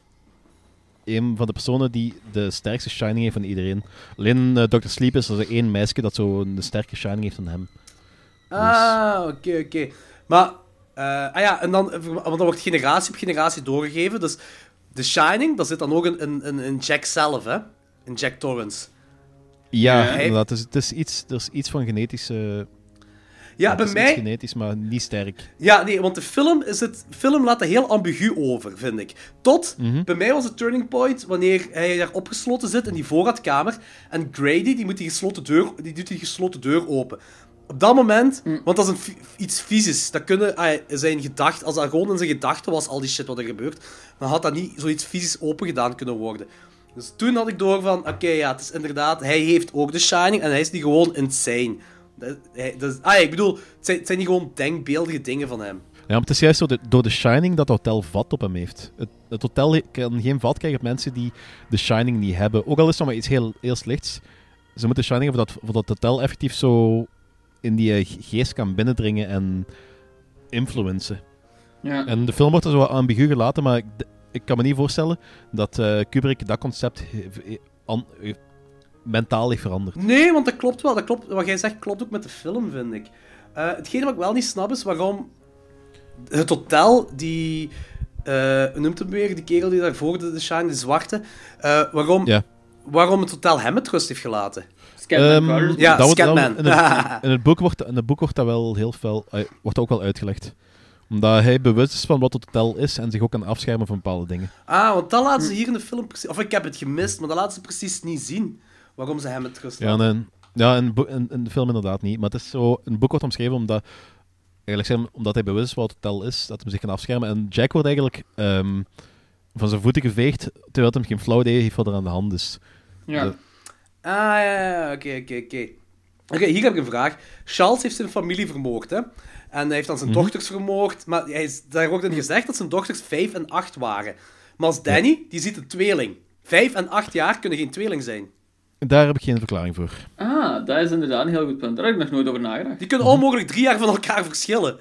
een van de personen die de sterkste Shining heeft van iedereen. Alleen uh, doctor Sleep is er één meisje dat zo een sterke Shining heeft van hem. Ah, oké, oké. Okay, okay. Maar, uh, ah ja, en dan, want dan wordt generatie op generatie doorgegeven. Dus The Shining, dat zit dan ook in, in, in Jack zelf, hè? In Jack Torrance. Ja, uh, hij... inderdaad. Het is, het is iets, er is iets van genetische... Ja, ja, bij is mij... genetisch, maar niet sterk. Ja, nee, want de film, is het, film laat er heel ambigu over, vind ik. Tot, mm-hmm. bij mij was het turning point wanneer hij daar opgesloten zit in die voorraadkamer en Grady, die, moet die, gesloten deur, die doet die gesloten deur open. Op dat moment, mm. want dat is een, iets fysisch, dat kunnen ah, zijn gedachten, als dat gewoon in zijn gedachten was, al die shit wat er gebeurt, dan had dat niet zoiets fysisch open gedaan kunnen worden. Dus toen had ik door van, oké, okay, ja, het is inderdaad, hij heeft ook de Shining en hij is niet gewoon insane. Dat, hij, dat is, ah, ik bedoel, het zijn, het zijn niet gewoon denkbeeldige dingen van hem. Ja, maar het is juist door de, door de Shining dat het hotel vat op hem heeft. Het, het hotel kan geen vat krijgen op mensen die de Shining niet hebben. Ook al is het maar iets heel, heel slechts. Ze moeten Shining hebben voor dat, voor dat hotel effectief zo in die geest kan binnendringen en influencen. Ja. En de film wordt er zo ambigu gelaten, maar ik, ik kan me niet voorstellen dat uh, Kubrick dat concept an, mentaal heeft veranderd. Nee, want dat klopt wel. Dat klopt, wat jij zegt klopt ook met de film, vind ik. Uh, hetgene wat ik wel niet snap is waarom het hotel, die... Uh, hoe noemt het weer? Die kerel die daarvoor de, de Shine, de zwarte. Uh, waarom, ja. waarom het hotel hem met rust heeft gelaten. Scatman um, Ja, dat Scatman. In, in, het boek wordt, in het boek wordt dat wel heel fel... Uh, wordt ook wel uitgelegd. Omdat hij bewust is van wat het hotel is en zich ook kan afschermen van bepaalde dingen. Ah, want dat laten ze hier in de film precies... Of ik heb het gemist, maar dat laten ze precies niet zien. Waarom ze hem met rust laten. Ja, nee, ja in, in, in de film inderdaad niet. Maar het is zo... In het boek wordt omschreven omdat... Eigenlijk omdat hij bewust is wat het hotel is, dat hij zich kan afschermen. En Jack wordt eigenlijk um, van zijn voeten geveegd, terwijl hij geen flauw idee heeft wat er aan de hand is. Ja. De... Ah, ja, ja, oké, oké, oké. Oké, hier heb ik een vraag. Charles heeft zijn familie vermoord, hè. En hij heeft dan zijn mm-hmm. dochters vermoord. Maar hij is, daar wordt in gezegd dat zijn dochters vijf en acht waren. Maar als Danny, ja. die ziet een tweeling. Vijf en acht jaar kunnen geen tweeling zijn. Daar heb ik geen verklaring voor. Ah, dat is inderdaad een heel goed punt. Daar heb ik nog nooit over nagedacht. Die kunnen onmogelijk drie jaar van elkaar verschillen.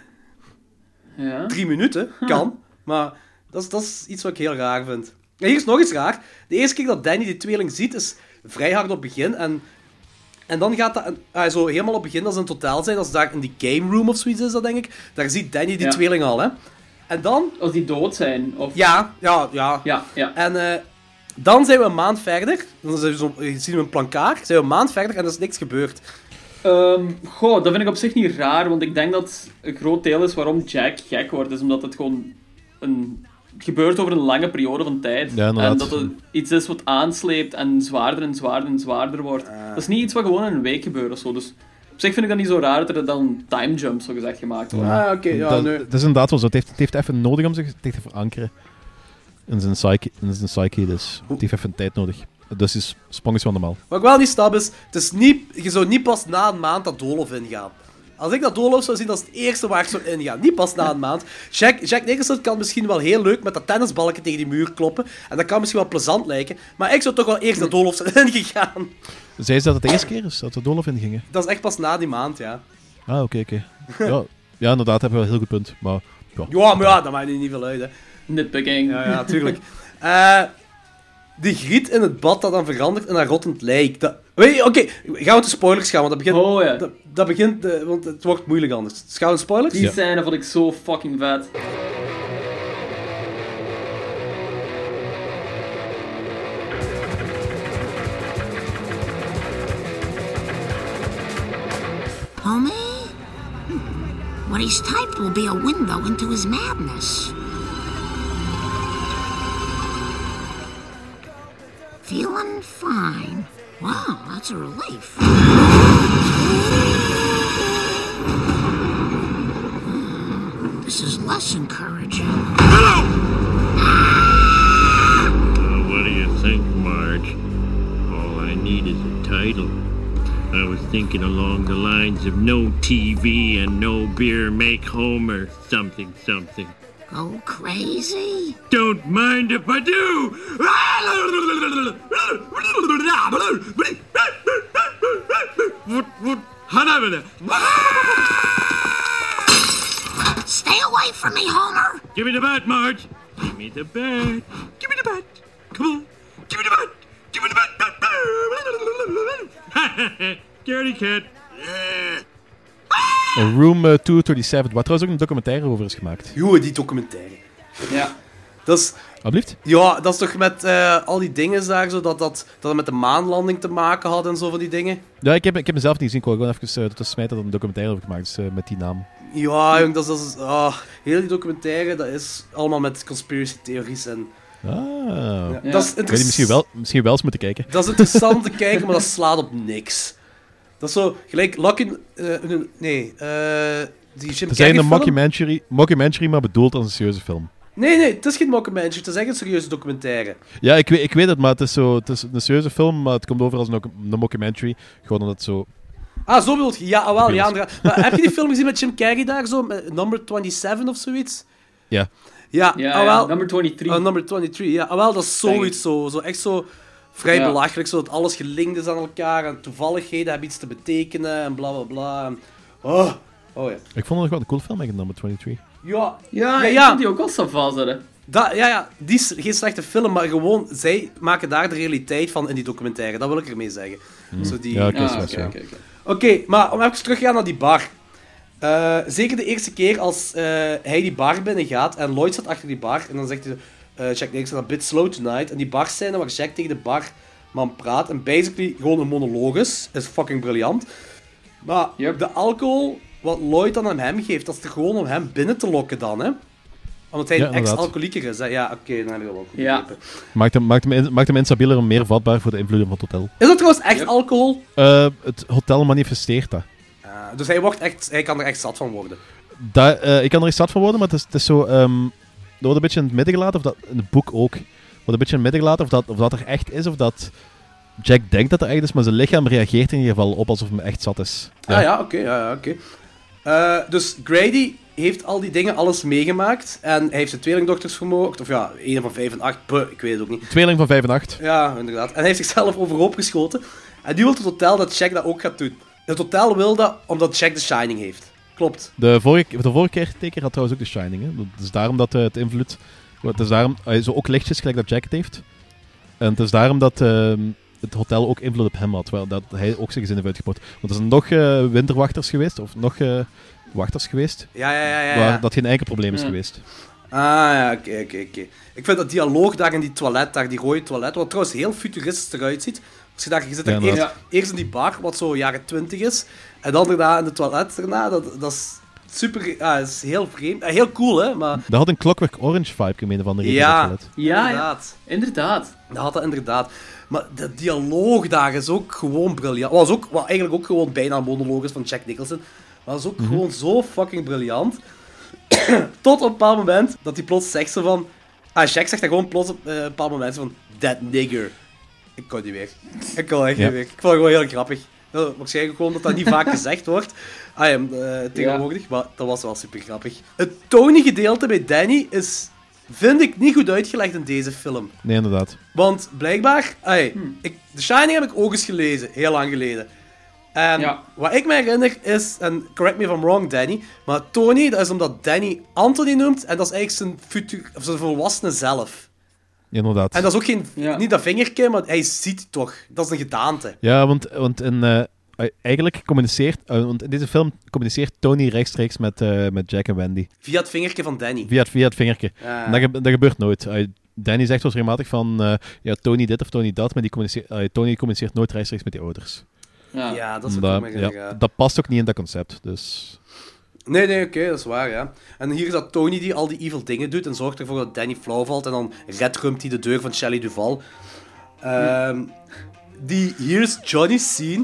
Ja. Drie minuten, kan. Huh. Maar dat is, dat is iets wat ik heel raar vind. En hier is nog eens raar. De eerste keer dat Danny die tweeling ziet, is vrij hard op begin. En, en dan gaat dat... Uh, zo helemaal op begin, als ze in het hotel zijn, als ze daar in die game room of zoiets is, dat denk ik. Daar ziet Danny die ja. tweeling al, hè. En dan... Als die dood zijn, of... Ja, ja, ja. ja, ja. En... Uh, Dan zijn we een maand verder. Dan zien we een plankaar. Zijn we een maand verder en er is niks gebeurd. Um, goh, dat vind ik op zich niet raar. Want ik denk dat een groot deel is waarom Jack gek wordt. Is omdat het gewoon een... Het gebeurt over een lange periode van tijd. Ja, en dat het iets is wat aansleept en zwaarder en zwaarder en zwaarder wordt. Uh. Dat is niet iets wat gewoon in een week gebeurt of zo. Dus op zich vind ik dat niet zo raar dat er dan time jumps, zo gezegd, gemaakt worden. Ah, oké. Okay, ja, dat, nee. dat is inderdaad wel zo. Het heeft, het heeft even nodig om zich te verankeren. In zijn psyche, in zijn psyche dus. Het heeft even tijd nodig. Dus is sprong is van normaal. Wat ik wel niet snap is, het is niet, je zou niet pas na een maand dat doolhof ingaan. Als ik dat doolhof zou zien, dat is het eerste waar ik zou ingaan. Niet pas na een maand. Jack, Jack Nicholson kan misschien wel heel leuk met dat tennisbalken tegen die muur kloppen. En dat kan misschien wel plezant lijken. Maar ik zou toch wel eerst dat doolhof zijn ingegaan. Zei ze dat het de eerste keer is dat we doolhof ingingen? Dat is echt pas na die maand, ja. Ah, oké, okay, oké. Okay. Ja, ja, inderdaad, hebben we een heel goed punt. Maar, ja. ja, maar ja, dat maakt niet veel uit, hè. Nitpicking. Ja, ja, tuurlijk. Uh, die griet in het bad dat dan verandert in een rottend lijk. Dat... Oké, okay, gaan we de spoilers gaan, want dat begint... Oh ja. Dat, dat begint... Uh, want het wordt moeilijk anders. Dus gaan we de spoilers? Die ja. scène vond ik zo fucking vet. Homie? What he's typed will be a window into his madness. Feeling fine. Wow, that's a relief. Hmm, this is less encouraging. Hello! Uh, what do you think, Marge? All I need is a type. I was thinking along the lines of no T V and no beer make Homer something something. Go crazy? Don't mind if I do! Stay away from me, Homer! Give me the bat, Marge! Give me the bat! Give me the bat! Come on! Give me the bat! Give me the bat! Scaredy cat! Room uh, tweehonderdzevenendertig, waar trouwens ook een documentaire over is gemaakt. Joe, die documentaire. Ja. Dat is... Alsjeblieft? Ja, dat is toch met uh, al die dingen daar, zo, dat, dat, dat het met de maanlanding te maken had en zo van die dingen? Ja, ik heb, ik heb mezelf niet gezien. Ik wil gewoon even uh, tot de smijt dat er een documentaire over gemaakt is uh, met die naam. Ja, jong, dat is... Dat is oh, heel die documentaire, dat is allemaal met conspiracy-theories en... Ah. Ja, Ja. dat is Ik weet niet, misschien wel, misschien wel eens moeten kijken. Dat is interessant te kijken, maar dat slaat op niks. Dat is zo, gelijk, Lock-in... Uh, nee, uh, die Jim Het is Carrey een film. mockumentary, mockumentary, maar bedoeld als een serieuze film. Nee, nee, het is geen mockumentary, het is echt een serieuze documentaire. Ja, ik weet, ik weet het, maar het is, zo, het is een serieuze film, maar het komt over als een, een mockumentary. Gewoon omdat het zo... Ah, zo bedoel je? Ja, wel, ja. inderdaad. Maar heb je die film gezien met Jim Carrey daar, zo? Met number twenty-seven of zoiets? Ja. Ja, Ja, ah, wel, ja, number twenty-three. Uh, number twenty-three, ja. Ah, wel, dat is zoiets zo. Zo echt zo vrij Ja. belachelijk, zo dat alles gelinkt is aan elkaar en toevalligheden hebben iets te betekenen en bla bla bla. En... Oh. oh ja. Ik vond het nog wel een cool film, eigenlijk, number twenty-three. Ja, Ja, ja, ik ja. vond die ook wel savant, hè. Da, ja, ja, die is geen slechte film, maar gewoon, zij maken daar de realiteit van in die documentaire. Dat wil ik ermee zeggen. Hmm. Zo die... Ja, oké, Ah, zo oké, is het, ja. oké, oké. Oké, maar om even terug te gaan naar die bar. Uh, zeker de eerste keer als uh, hij die bar binnen gaat en Lloyd staat achter die bar en dan zegt hij, uh, Jack Nicholson, a bit slow tonight. En die barscène waar Jack tegen de barman praat en basically gewoon een monoloog is, is fucking briljant. Maar Yep. de alcohol wat Lloyd dan aan hem geeft, dat is er gewoon om hem binnen te lokken dan, hè. Omdat hij Ja, een inderdaad. ex-alcoholieker is, hè. Ja, oké, okay, dan heb ik dat wel goed Ja. begrepen. Maakt hem, maakt, hem, in- maakt hem instabieler en meer vatbaar voor de invloeden van het hotel. Is dat trouwens echt alcohol? Uh, het hotel manifesteert dat. Uh, dus hij, wordt echt, hij kan er echt zat van worden. dat uh, ik kan er echt zat van worden, maar het is, het is zo... Um, er wordt een beetje in het midden gelaten, of dat, in het boek ook, er wordt een beetje in het midden gelaten of dat, of dat er echt is, of dat Jack denkt dat er echt is, maar zijn lichaam reageert in ieder geval op alsof hij echt zat is. Ja, ah, ja, oké, okay, ja, ja, oké. Okay. Uh, dus Grady heeft al die dingen alles meegemaakt en hij heeft zijn tweelingdochters vermoord, of ja, een van vijf en acht, buh, ik weet het ook niet. Tweeling van vijf en acht. Ja, inderdaad. En hij heeft zichzelf overhoop geschoten. En die wil het hotel dat Jack dat ook gaat doen. Het hotel wil dat omdat Jack The Shining heeft. Klopt. De vorige, de vorige keer teken had trouwens ook de Shining. Hè. Het is daarom dat uh, het invloed... Het is daarom... Uh, zo ook lichtjes, gelijk dat Jack het heeft. En het is daarom dat uh, het hotel ook invloed op hem had. Terwijl dat hij ook zijn gezin heeft uitgepot. Want er zijn nog uh, winterwachters geweest. Of nog uh, wachters geweest. Ja, ja, ja. ja, ja. Waar dat geen enkel probleem is ja. geweest. Ah, ja, oké, okay, oké, okay, oké. Okay. Ik vind dat dialoog daar in die toilet, daar die rode toilet, wat trouwens heel futuristisch eruit ziet. Als je daar, je zit daar Ja, eerst, ja. eerst in die bar, wat zo jaren twintig is, en dan daarna in de toilet daarna, dat, dat is super, ah, dat is heel vreemd. Eh, heel cool, hè, maar... Dat had een Clockwork Orange vibe, ik meen van de Ja, toilet. Ja, inderdaad. Ja, inderdaad. Dat had dat inderdaad. Maar de dialoog daar is ook gewoon briljant. Was ook, wat eigenlijk ook gewoon bijna een monoloog is van Jack Nicholson. Maar dat is ook Mhm. gewoon zo fucking briljant. Tot op een bepaald moment dat hij plots zegt zo van... Ah, Jack zegt dan gewoon plots op uh, een bepaald moment zo van... That nigger. Ik kon niet meer. Ik kon echt Ja. niet meer. Ik vond het gewoon heel grappig. Nou, waarschijnlijk gewoon dat dat niet vaak gezegd wordt. Ah ja, uh, tegenwoordig. Maar dat was wel super grappig. Het Tony-gedeelte bij Danny is... Vind ik niet goed uitgelegd in deze film. Nee, inderdaad. Want blijkbaar... Ay, ik, The Shining heb ik ook eens gelezen, heel lang geleden. En Ja. wat ik me herinner is... En correct me if I'm wrong, Danny. Maar Tony, dat is omdat Danny Anthony noemt. En dat is eigenlijk zijn, futur, of zijn volwassene zelf. Ja, inderdaad. En dat is ook geen... Ja. Niet dat vingertje, maar hij ziet toch. Dat is een gedaante. Ja, want, want in, uh, eigenlijk communiceert... Uh, want in deze film communiceert Tony rechtstreeks met, uh, met Jack en Wendy. Via het vingertje van Danny. Via het, via het vingertje. Ja. En dat, ge- dat gebeurt nooit. Uh, Danny zegt wel regelmatig van... Uh, ja, Tony dit of Tony dat, maar die communiceert, uh, Tony communiceert nooit rechtstreeks met die ouders. Ja. Ja, dat is ook dat, wel ja, ja. dat past ook niet in dat concept, dus... Nee, nee, oké, okay, dat is waar, ja. En hier is dat Tony die al die evil dingen doet en zorgt ervoor dat Danny flauw valt en dan redrumt hij de deur van Shelley Duvall. Um, die Here's Johnny scene,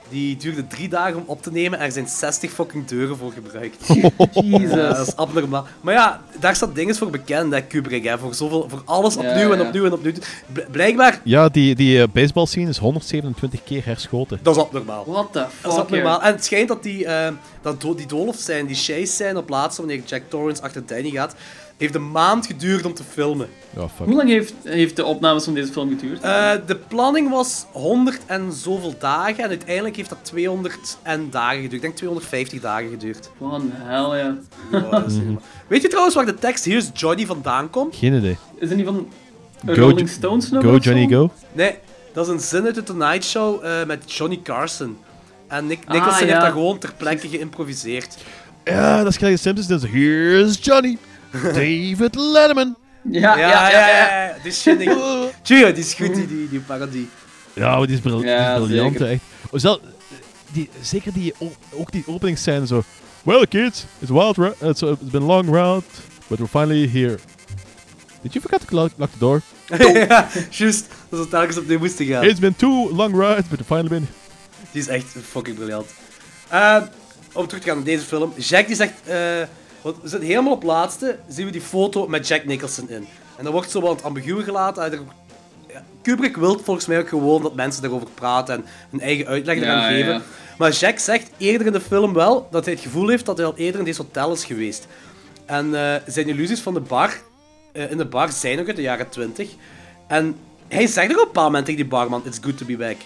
Die duurde drie dagen om op te nemen en er zijn zestig fucking deuren voor gebruikt. Jesus. Ja, dat is abnormaal. Maar ja, daar staat dinges voor bekend, hè, Kubrick. Hè, voor, zoveel, voor alles Ja, opnieuw en ja. opnieuw en opnieuw. B- blijkbaar, Ja, die, die uh, baseball scene is honderdzevenentwintig keer herschoten. dat is abnormaal. What the Dat is fuck, abnormaal. En het schijnt dat die, uh, dat do- die doolhof zijn, die chase zijn op laatste, wanneer Jack Torrance achter Danny gaat, heeft een maand geduurd om te filmen. Ja, fuck. Hoe lang heeft, heeft de opnames van deze film geduurd? Uh, de planning was honderd en zoveel dagen en uiteindelijk heeft dat tweehonderd en dagen geduurd. Ik denk tweehonderdvijftig dagen geduurd. Wat een hel, ja. Ja, dat is helemaal- Weet je trouwens waar de tekst Here's Johnny vandaan komt? Geen idee. Is het niet van een Go, Rolling Jo- Stones nummer Go of zo? Johnny Go. Nee, dat is een zin uit de Tonight Show uh, met Johnny Carson. En Nick Ah, Nicholson ja. heeft dat gewoon ter plekke geïmproviseerd. Ja, dat is gelijk de Simpsons. Dus Here's Johnny. David Letterman. Ja, Ja, ja, ja. ja, ja. Die is shit. Tjoe, die is goed, die, die, die parodie. Ja, maar die is, bril- Ja, die is briljant, zeker. echt. Oh, zel- die, zeker die, o- ook die openingsscène zo. Well, kids, it's a wild ro- it's, a, it's been a long route, but we're finally here. Did you forget to lock, lock the door? Ja, juist. Dat ze telkens opnieuw moesten gaan. It's been two long rides, but we've finally been... Die is echt fucking briljant. Uh, om terug te gaan naar deze film. Jack die zegt... Uh, want we zitten helemaal op het laatste. Zien we die foto met Jack Nicholson in. En dan wordt zo wat ambigu gelaten. Uh, er- ja, Kubrick wil volgens mij ook gewoon dat mensen daarover praten en hun eigen uitleg Ja, eraan geven. ja. Maar Jack zegt eerder in de film wel dat hij het gevoel heeft dat hij al eerder in deze hotel is geweest. En uh, zijn illusies van de bar, uh, in de bar zijn nog uit de jaren twintig. En hij zegt ook op een bepaald moment tegen die barman, it's good to be back.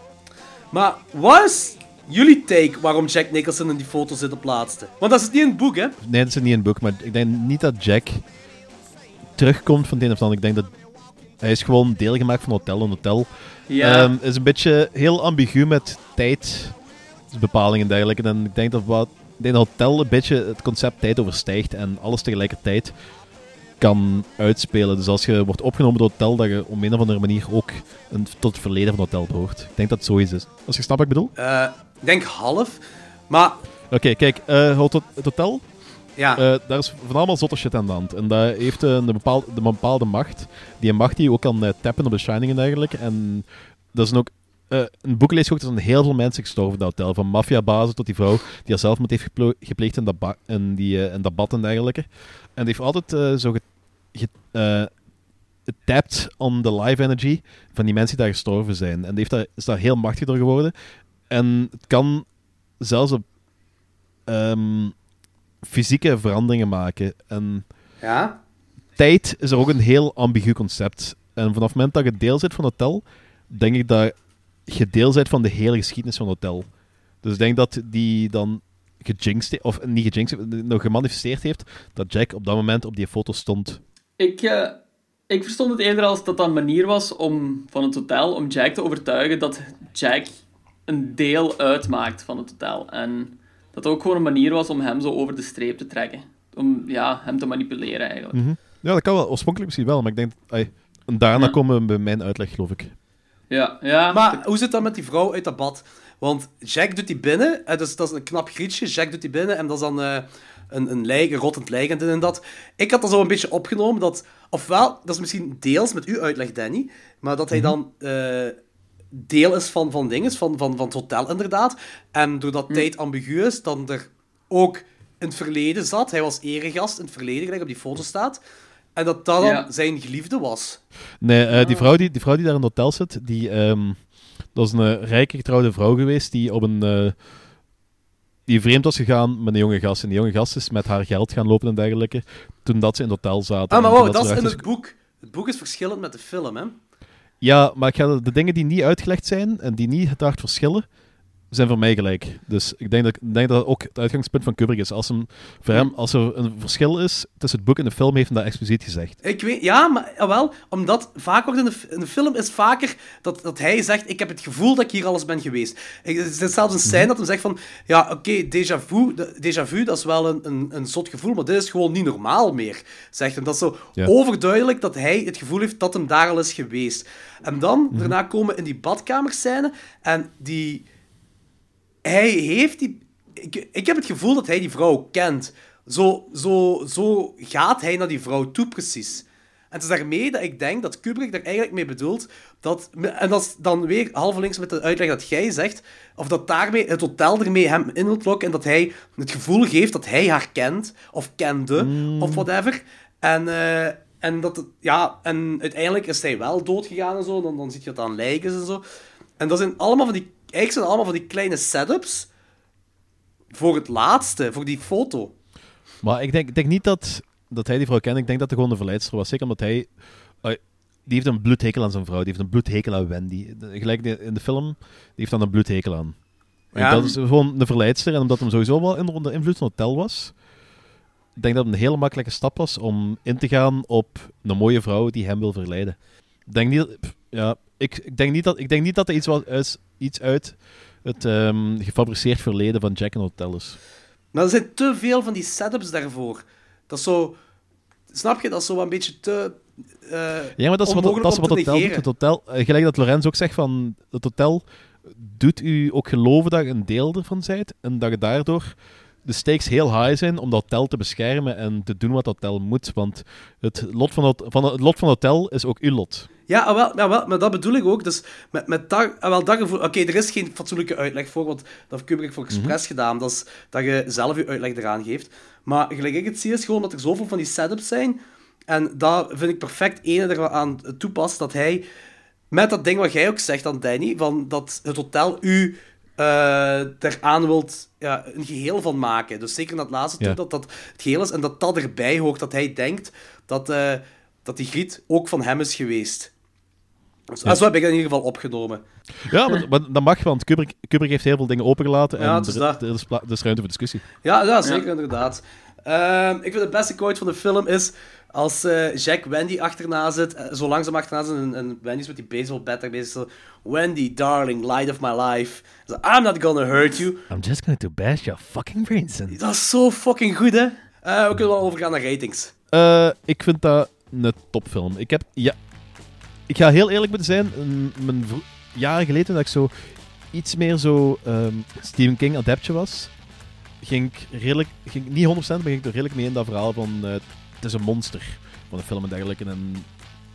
Maar wat is jullie take waarom Jack Nicholson in die foto zit op het laatste? Want dat is niet in het boek, hè? Nee, dat is niet in het boek, maar ik denk niet dat Jack terugkomt van het een of het ander. Ik denk dat hij is gewoon deel gemaakt van hotel. Een hotel Ja. Ehm, is een beetje heel ambigu met tijdsbepalingen en dergelijke. En ik denk dat wat, ik denk dat hotel een beetje het concept tijd overstijgt en alles tegelijkertijd kan uitspelen. Dus als je wordt opgenomen door het hotel, dat je op een of andere manier ook een, tot het verleden van het hotel behoort. Ik denk dat het zoiets is. Als je snapt wat ik bedoel? Uh, ik denk half. Maar... Oké, kijk, uh, het het hotel, Ja. uh, daar is van allemaal zotte shit aan de hand. En dat heeft uh, een, bepaalde, een bepaalde macht. Die een macht die je ook kan uh, tappen op de Shining en dergelijke. En dat is ook... Uh, in het boek lees je ook, er zijn heel veel mensen gestorven in dat hotel. Van maffiabazen tot die vrouw die haar zelfmoord heeft geplo- gepleegd in dat, ba- in die, uh, in dat bad en dergelijke. En die heeft altijd uh, zo ge- ge- uh, getapt on the life energy van die mensen die daar gestorven zijn. En die heeft daar, is daar heel machtig door geworden. En het kan zelfs op um, fysieke veranderingen maken. En Ja? tijd is er ook een heel ambigu concept. En vanaf het moment dat je deel bent van het hotel, denk ik dat je deel bent van de hele geschiedenis van het hotel. Dus ik denk dat die dan gejinxed, he- of niet gejinxed, nog gemanifesteerd heeft dat Jack op dat moment op die foto stond. Ik, uh, ik verstond het eerder als dat dat een manier was om, van het hotel om Jack te overtuigen dat Jack een deel uitmaakt van het hotel. En dat het ook gewoon een manier was om hem zo over de streep te trekken. Om ja, hem te manipuleren, eigenlijk. Mm-hmm. Ja, dat kan wel. Oorspronkelijk misschien wel, maar ik denk... Ay, en daarna Ja. komen we bij mijn uitleg, geloof ik. Ja, ja. Maar hoe zit het dan met die vrouw uit dat bad? Want Jack doet die binnen, eh, dus dat is een knap grietje. Jack doet die binnen en dat is dan uh, een, een lijk, een rottend lijk en dit en dat. Ik had dat zo een beetje opgenomen dat, ofwel, dat is misschien deels met uw uitleg, Danny, maar dat hij dan uh, deel is van, van dingen, van, van, van het hotel inderdaad. En doordat Hm. tijd ambigu is, dan er ook in het verleden zat. Hij was eregast in het verleden, gelijk op die foto staat. En dat dat dan Ja. zijn geliefde was. Nee, uh, die, vrouw die, die vrouw die daar in het hotel zit, die, um, dat is een uh, rijke getrouwde vrouw geweest die op een... Uh, die vreemd was gegaan met een jonge gast. En die jonge gast is met haar geld gaan lopen en dergelijke, toen dat ze in het hotel zaten. Ah, maar En toen wow, dat ze is in erachter- het boek. Het boek is verschillend met de film, hè? Ja, maar ik ga de, de dingen die niet uitgelegd zijn en die niet het hard verschillen, zijn voor mij gelijk. Dus ik denk dat, ik denk dat ook het uitgangspunt van Kubrick is. Als, hem, voor hem, als er een verschil is tussen het boek en de film, heeft hij dat expliciet gezegd. Ik weet, ja, maar jawel, omdat vaak wordt in de, f- in de film is vaker dat, dat hij zegt, ik heb het gevoel dat ik hier alles ben geweest. Ik, er zit zelfs een scène dat hij zegt van, ja, oké, okay, déjà vu, de- déjà vu, dat is wel een, een, een zot gevoel, maar dit is gewoon niet normaal meer, zegt hem. Dat is zo Ja. overduidelijk dat hij het gevoel heeft dat hem daar al is geweest. En dan, Mhm. daarna komen we in die badkamerscène en die... Hij heeft die... Ik, ik heb het gevoel dat hij die vrouw kent. Zo, zo, zo gaat hij naar die vrouw toe, precies. het is daarmee dat ik denk dat Kubrick daar eigenlijk mee bedoelt dat... En dat is dan weer halverlinks met de uitleg dat jij zegt, of dat daarmee het hotel ermee hem in wil lokken en dat hij het gevoel geeft dat hij haar kent, of kende, mm. of whatever. En... Uh, En, dat het, ja, en uiteindelijk is hij wel doodgegaan en zo. Dan, dan zie je dat aan lijken en zo. En dat zijn allemaal van die... Eigenlijk zijn allemaal van die kleine setups voor het laatste, voor die foto. Maar ik denk, ik denk niet dat, dat hij die vrouw kent. Ik denk dat hij gewoon een verleidster was. Zeker omdat hij... Uh, die heeft een bloedhekel aan zijn vrouw. Die heeft een bloedhekel aan Wendy. De, gelijk in de film, die heeft dan een bloedhekel aan. Ja. Dat is gewoon een verleidster. En omdat hem sowieso wel onder invloed van het hotel was... Ik denk dat het een hele makkelijke stap was om in te gaan op een mooie vrouw die hem wil verleiden. Ik denk niet, ja, ik, ik denk niet dat ik denk niet dat er iets, was, uit, iets uit het um, gefabriceerd verleden van Jack en Hotel is. Maar er zijn te veel van die setups daarvoor. Dat is zo... Snap je? Dat is zo een beetje te... Uh, ja, maar dat is wat, dat is wat het hotel doet. Het hotel, uh, gelijk dat Lorenz ook zegt van... Het hotel doet u ook geloven dat je een deel ervan bent. En dat je daardoor... de stakes heel high zijn om dat hotel te beschermen en te doen wat dat hotel moet. Want het lot van het, van het lot van het hotel is ook uw lot. Ja, wel, ja wel, maar dat bedoel ik ook. Dus met, met dat, wel, dat gevoel... Oké, okay, er is geen fatsoenlijke uitleg voor, want dat heeft Kubrick voor expres mm-hmm. gedaan. Dat is dat je zelf je uitleg eraan geeft. Maar gelijk ik het zie, is gewoon dat er zoveel van die setups zijn. En dat vind ik perfect ene eraan toepast, dat hij... Met dat ding wat jij ook zegt dan, Danny, van dat het hotel u... Uh, eraan wilt ja, een geheel van maken. Dus zeker in dat laatste ja. toe, dat dat het geheel is en dat dat erbij hoort, dat hij denkt dat, uh, dat die griet ook van hem is geweest. Dus, ja. Zo heb ik dat in ieder geval opgenomen. Ja, maar, maar dat mag, want Kubrick, Kubrick heeft heel veel dingen opengelaten en ja, er, er, er, is, er is ruimte voor discussie. Ja, ja zeker, ja. inderdaad. Uh, ik vind de beste quote van de film is als uh, Jack Wendy achterna zit, uh, zo langzaam achterna zit en, en Wendy is met die baseballbat daar bezig zo, Wendy, darling, light of my life. So, I'm not gonna hurt you. I'm just going to bash your fucking brains in. Dat is zo fucking goed, hè. Uh, we kunnen wel overgaan naar ratings. Uh, ik vind dat een topfilm. Ik heb, ja... Ik ga heel eerlijk moeten zijn, mijn vro- jaren geleden dat ik zo iets meer zo um, Stephen King adeptje was, ging ik redelijk, ging niet honderd procent, maar ging ik er redelijk mee in dat verhaal van uh, het is een monster van een film en dergelijke. En,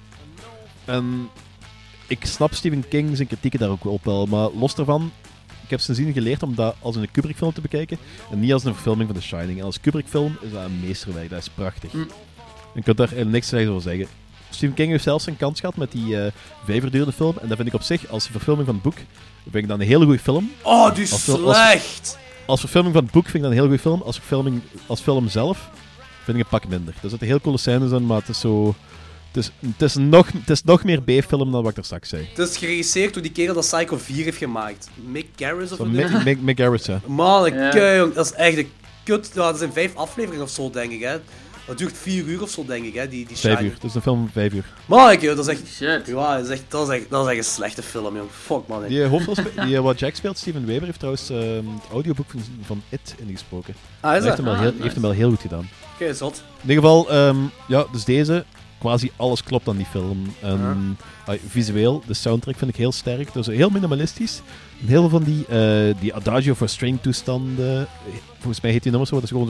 en ik snap Stephen King zijn kritieken daar ook op wel, maar los daarvan, ik heb sindsdien geleerd om dat als een Kubrick-film te bekijken en niet als een verfilming van The Shining. En als Kubrick-film is dat een meesterwerk, dat is prachtig. Mm. Je kunt daar niks slechts over zeggen. Stephen King heeft zelfs een kans gehad met die uh, vijf uur durende film. En dat vind ik op zich, als verfilming van het boek, vind ik dat een hele goede film. Oh, die is als, slecht! Als, als verfilming van het boek vind ik dat een heel goede film. Als verfilming, als film zelf vind ik een pak minder. Er zitten heel coole scènes in, maar het is zo... Het is, het is, nog, het is nog meer B-film dan wat ik er straks zei. Het is geregisseerd door die kerel dat Psycho vier heeft gemaakt. Mick Garris of wat? Mick, Mick, Mick Garris, ja. Man, ik ja. Kei, dat is echt een kut... Ja, dat zijn vijf afleveringen of zo, denk ik, hè. Dat duurt vier uur of zo, denk ik, hè, die, die Vijf uur. Het is een film van vijf uur. Man, ik, dat is echt... Shit. Ja, dat is echt, dat is echt, dat is echt een slechte film, jong. Fuck, man. Die hoofdrolspeler, die wat Jack speelt, Steven Weber, heeft trouwens uh, het audioboek van, van It ingesproken. Ah, is dat? Heeft hem, wel ah, heel, nice. heeft hem wel heel goed gedaan. Oké, okay, zot. In ieder geval, um, ja, dus deze... Quasi alles klopt aan die film. En, ja. uh, visueel, de soundtrack vind ik heel sterk. Dus heel minimalistisch. En heel veel van die, uh, die Adagio for String toestanden. Volgens mij heet die nummer zo. Dat is gewoon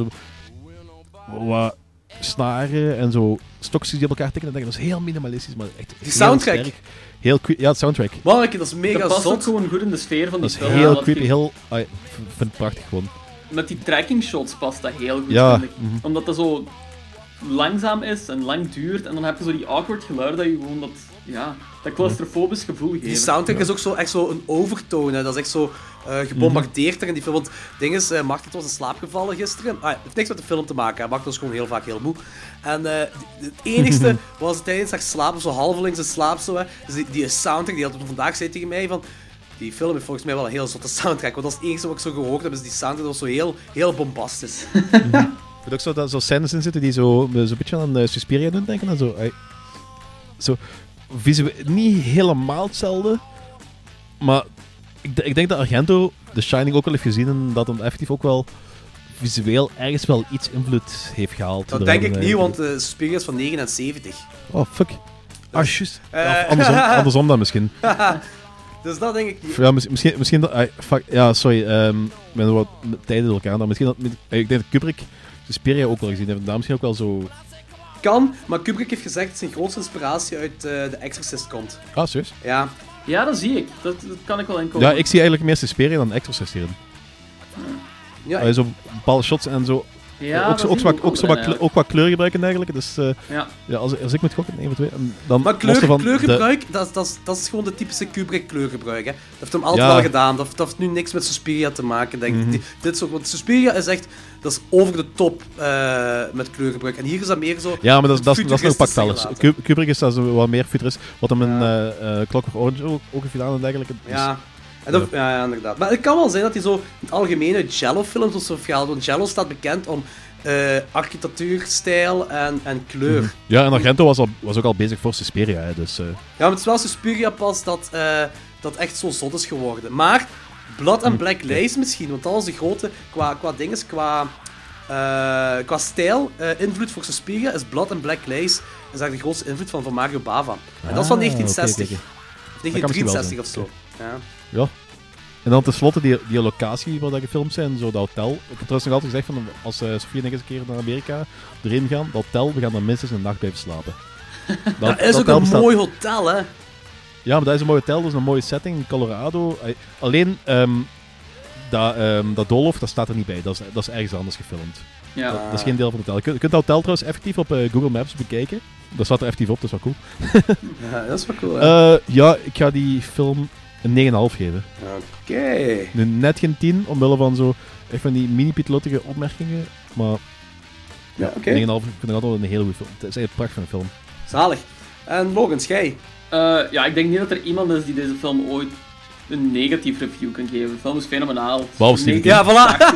zo... Wat snaren en zo stokjes die op elkaar tikken. Dat is heel minimalistisch, maar echt die soundtrack. Sterk. Heel creepy. Ja, de soundtrack. Man, dat is mega dat past zot. ook gewoon goed in de sfeer van die film. Dat is heel ja, creepy. je... Heel... Uh, ik vind het prachtig gewoon. Met die tracking shots past dat heel goed, ja, vind ik. Mm-hmm. Omdat dat zo... langzaam is en lang duurt en dan heb je zo die awkward geluiden dat je gewoon dat, ja, dat claustrofobisch gevoel geeft. Die soundtrack ja. is ook zo, echt zo een overtoon, hè. Dat is echt zo uh, gebombardeerd mm-hmm. er in die film. Want het ding is, uh, Martin was in slaap gevallen gisteren. Ah, het heeft niks met de film te maken, hè. Martin was gewoon heel vaak heel moe. En uh, het enigste was tijdens haar slaap, zo halvelings in slaap, zo, hè. Dus die, die soundtrack, die had vandaag zei tegen mij van... Die film heeft volgens mij wel een heel zotte soundtrack, want dat is het enige wat ik zo gehoord heb, is die soundtrack, dat was zo heel, heel bombastisch. Mm-hmm. Ik vind ook zo dat zo scènes in zitten die zo, zo een beetje aan uh, Suspiria doen denken. En zo, ay, zo visueel, niet helemaal hetzelfde, maar ik, ik denk dat Argento The Shining ook wel heeft gezien en dat hem effectief ook wel visueel ergens wel iets invloed heeft gehaald. Dat denk ik niet, want uh, Suspiria is van negenenzeventig. Oh, fuck. Ah, juist. Uh, ja, andersom, andersom dan misschien. Dus dat denk ik niet. Ja, misschien, misschien dat... Ay, fuck, ja, sorry. Um, ik ben wat tijden door elkaar. Maar misschien dat... Ik denk dat Kubrick Suspiria ook wel gezien heeft. En daar misschien ook wel zo kan, maar Kubrick heeft gezegd dat zijn grootste inspiratie uit uh, The Exorcist komt. Ah, serieus? Ja. Ja, dat zie ik. Dat, dat kan ik wel inkomen. Ja, ik zie eigenlijk meer Suspiria dan Exorcist hierin. Ja, uh, zo bepaalde shots en zo. Ja, ook, zo, ook, ook, ook, zo wat kleur, ook wat kleur gebruiken eigenlijk. Dus uh, ja. Ja, als, als ik moet gokken, één van twee. Dan maar kleur, van kleurgebruik, de... dat, is, dat, is, dat is gewoon de typische Kubrick kleurgebruik. Hè. Dat heeft hem altijd ja. al gedaan. Dat, dat heeft nu niks met Suspiria te maken, denk ik. Mm-hmm. Dit is ook, want Suspiria is echt, dat is over de top uh, met kleurgebruik. En hier is dat meer zo. Ja, maar dat, dat, dat is nog pak alles. Kubrick is dat zo wat meer futurist. Wat hem in ja. uh, uh, Clockwork Orange ook, ook heeft gedaan en dergelijke. Dus, ja. En dat, ja. ja, inderdaad. Maar het kan wel zijn dat hij zo in het algemeen uit Giallo-films of zo verhaalt. Want Giallo staat bekend om uh, architectuurstijl en, en kleur. Mm-hmm. Ja, en Argento was, al, was ook al bezig voor Suspiria, hè, dus... Uh... Ja, maar het is wel Suspiria pas dat, uh, dat echt zo zot is geworden. Maar Blood and Black Lace misschien, want dat was de grote... Qua, qua dinges, qua... Uh, qua stijl, uh, invloed voor Suspiria is Blood and Black Lace is daar de grootste invloed van, van Mario Bava. En ah, dat is van negentien zestig. Okay, okay. Of negentien drieënzestig of zo. Okay. Ja. Ja. En dan tenslotte die, die locatie waar dat gefilmd zijn, zo dat hotel. Ik heb trouwens nog altijd gezegd, van, als uh, Sofie en ik eens een keer naar Amerika erin gaan, dat hotel, we gaan dan minstens een nacht blijven slapen. Dat, dat is dat ook een bestaat... mooi hotel, hè? Ja, maar dat is een mooi hotel, dat is een mooie setting in Colorado. Alleen, um, dat, um, dat doolhof, dat staat er niet bij. Dat is, dat is ergens anders gefilmd. Ja. Dat, dat is geen deel van het hotel. Je kunt, je kunt dat hotel trouwens effectief op uh, Google Maps bekijken. Dat staat er effectief op, dat is wel cool. Ja, dat is wel cool, hè? Uh, ja, ik ga die film een negen komma vijf geven. Oké. Okay. Nu net geen tien, omwille van zo echt van die mini-pietluttige opmerkingen, maar ja, oké. Okay. negen komma vijf, ik vind het altijd een hele goede film. Het is echt een pracht van een film. Zalig. En Logan, jij? Uh, ja, ik denk niet dat er iemand is die deze film ooit een negatief review kan geven. De film is fenomenaal. Behalve Stephen King. Ja, voilà.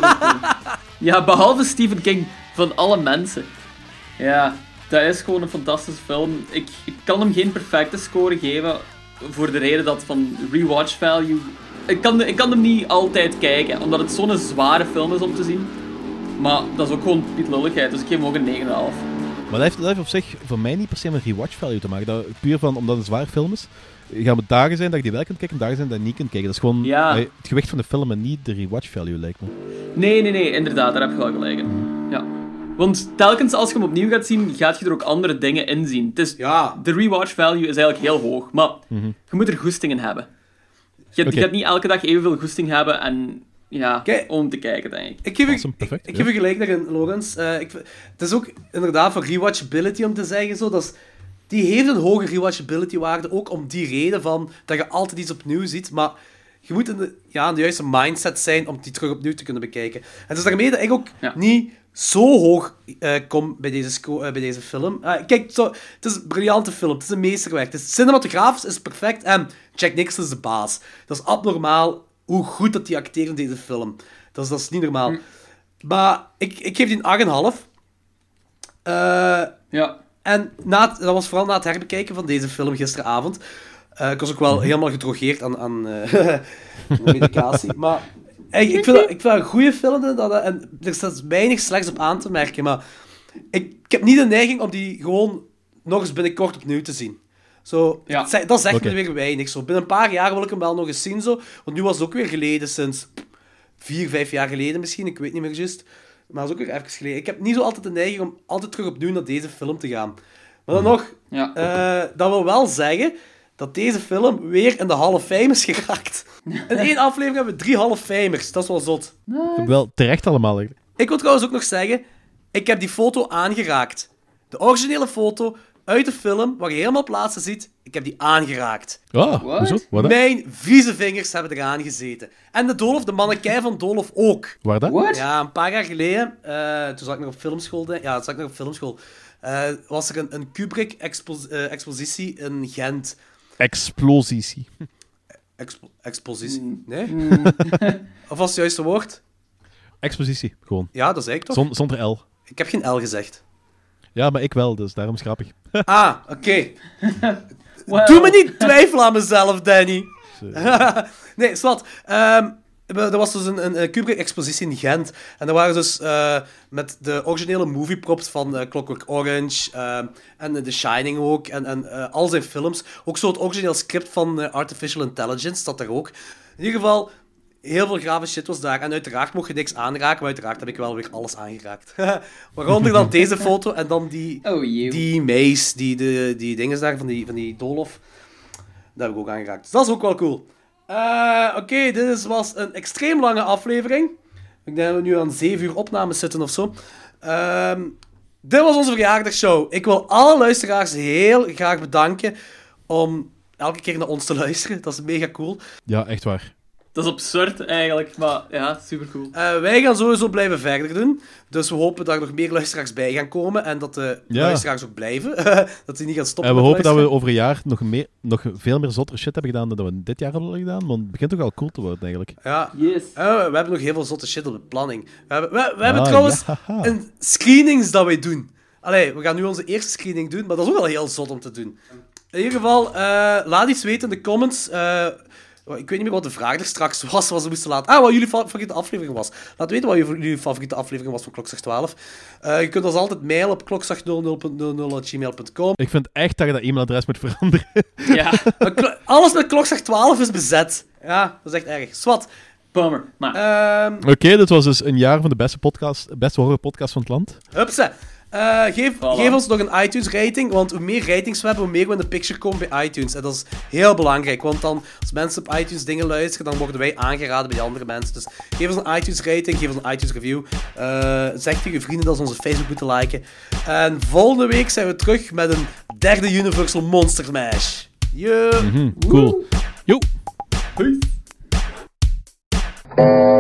Ja, behalve Stephen King, van alle mensen. Ja, dat is gewoon een fantastische film. Ik, ik kan hem geen perfecte score geven, voor de reden dat van rewatch value... Ik kan, ik kan hem niet altijd kijken, omdat het zo'n zware film is om te zien. Maar dat is ook gewoon pietlulligheid, dus ik geef hem ook een negen komma vijf. Maar dat heeft, dat heeft op zich voor mij niet per se met rewatch value te maken. Dat, puur van, omdat het een zware film is, gaan we dagen zijn dat je die wel kunt kijken en dagen zijn dat je niet kunt kijken. Dat is gewoon ja. het gewicht van de film en niet de rewatch value, lijkt me. Nee, nee, nee, inderdaad, daar heb je wel gelijk in. Ja. Want telkens als je hem opnieuw gaat zien, gaat je er ook andere dingen in zien. Het is, ja. De rewatch value is eigenlijk heel hoog, maar mm-hmm. je moet er goesting in hebben. Je, okay. je gaat niet elke dag evenveel goesting hebben en, ja, Kijk, om te kijken, denk ik. Ik geef je, awesome, ik, ik geef je gelijk daarin, Lorenz. Uh, ik, het is ook inderdaad voor rewatchability om te zeggen, zo, dat is, die heeft een hoge rewatchability waarde, ook om die reden van dat je altijd iets opnieuw ziet, maar je moet in de, ja, in de juiste mindset zijn om die terug opnieuw te kunnen bekijken. En dus daarmee dat ik ook ja. niet zo hoog uh, kom bij deze, sco- uh, bij deze film. Uh, kijk, zo, het is een briljante film. Het is een meesterwerk. Het is, cinematografisch is perfect. En Jack Nicholson is de baas. Dat is abnormaal hoe goed dat die acteert in deze film. Dat is, dat is niet normaal. Hm. Maar ik, ik geef die een acht komma vijf. Uh, ja. En na het, dat was vooral na het herbekijken van deze film gisteravond. Uh, ik was ook wel helemaal gedrogeerd aan, aan uh, medicatie. Maar ik, ik, vind dat, ik vind dat een goede film. Dat, en er staat weinig slechts op aan te merken. Maar ik, ik heb niet de neiging om die gewoon nog eens binnenkort opnieuw te zien. Zo, ja. Dat, dat zegt okay. me weer weinig. Zo. Binnen een paar jaar wil ik hem wel nog eens zien. Zo. Want nu was het ook weer geleden, sinds vier, vijf jaar geleden misschien. Ik weet niet meer juist. Maar dat is ook weer even geleden. Ik heb niet zo altijd de neiging om altijd terug opnieuw naar deze film te gaan. Maar dan nog, ja. uh, dat wil wel zeggen dat deze film weer in de Hall of Fame is geraakt. In één aflevering hebben we drie Hall of Famers. Dat is wel zot. Nee. Wel terecht allemaal. Eigenlijk. Ik wil trouwens ook nog zeggen, ik heb die foto aangeraakt. De originele foto uit de film, waar je helemaal plaatsen ziet, ik heb die aangeraakt. Ah, hoezo? Wat Mijn vieze vingers hebben eraan gezeten. En de Doolhof, de mannekei van Doolhof ook. Waar dat? What? Ja, een paar jaar geleden, uh, toen zat ik nog op filmschool, denk, ja, toen zat ik nog op filmschool, uh, was er een, een Kubrick-expositie uh, in Gent. Explositie. Expo- expositie? Mm. Nee? Mm. Of was het juiste woord? Expositie, gewoon. Ja, dat zei ik toch? Zon, zonder L. Ik heb geen L gezegd. Ja, maar ik wel, dus daarom schrappig. Ah, oké. Okay. Well. Doe me niet twijfelen aan mezelf, Danny. Nee, zwart. Um, er was dus een, een, een Kubrick-expositie in Gent. En er waren dus uh, met de originele movieprops van uh, Clockwork Orange uh, en uh, The Shining ook, en, en uh, al zijn films. Ook zo het origineel script van uh, Artificial Intelligence, dat daar ook. In ieder geval, Heel veel grave shit was daar. En uiteraard mocht je niks aanraken, maar uiteraard heb ik wel weer alles aangeraakt. Waaronder dan deze foto en dan die, oh, die meis, die, de, die dinges daar van die, van die doolhof. Dat heb ik ook aangeraakt. Dus dat is ook wel cool. Uh, Oké, okay, dit is, was een extreem lange aflevering. Ik denk dat we nu aan zeven uur opnames zitten of zo. Uh, dit was onze verjaardagsshow. Ik wil alle luisteraars heel graag bedanken om elke keer naar ons te luisteren. Dat is mega cool. Ja, echt waar. Dat is absurd eigenlijk, maar ja, supercool. Uh, wij gaan sowieso blijven verder doen. Dus we hopen dat er nog meer luisteraars bij gaan komen en dat de ja. luisteraars ook blijven. Dat ze niet gaan stoppen. En we met hopen dat luisteren. we over een jaar nog, meer, nog veel meer zotter shit hebben gedaan dan we dit jaar hadden gedaan. Want het begint toch al cool te worden eigenlijk. Ja, yes. uh, we hebben nog heel veel zotte shit op de planning. We hebben, we, we hebben ah, trouwens ja. een screenings dat wij doen. Allee, we gaan nu onze eerste screening doen, maar dat is ook wel heel zot om te doen. In ieder geval, uh, laat iets weten in de comments. Uh, ik weet niet meer wat de vraag er straks was, wat ze moesten laten. Ah, wat jullie favoriete aflevering was. Laat weten wat jullie favoriete aflevering was van Klokslag twaalf. Uh, je kunt ons altijd mailen op klokslag nul nul punt nul nul at gmail punt com. Ik vind echt dat je dat e-mailadres moet veranderen. Ja. Alles met Klokslag twaalf is bezet. Ja, dat is echt erg. Swat. Bummer. Maar... Um, Oké, okay, dit was dus een jaar van de beste podcast, beste horrorpodcast van het land. Hupsa. Uh, geef, voilà. geef ons nog een iTunes-rating, want hoe meer ratings we hebben, hoe meer we in de picture komen bij iTunes. En dat is heel belangrijk, want dan, als mensen op iTunes dingen luisteren, dan worden wij aangeraden bij die andere mensen. Dus geef ons een iTunes-rating, geef ons een iTunes-review. Uh, zeg tegen je vrienden dat ze onze Facebook moeten liken. En volgende week zijn we terug met een derde Universal Monster Mash. Yeah. Mm-hmm, cool. Yo. Peace.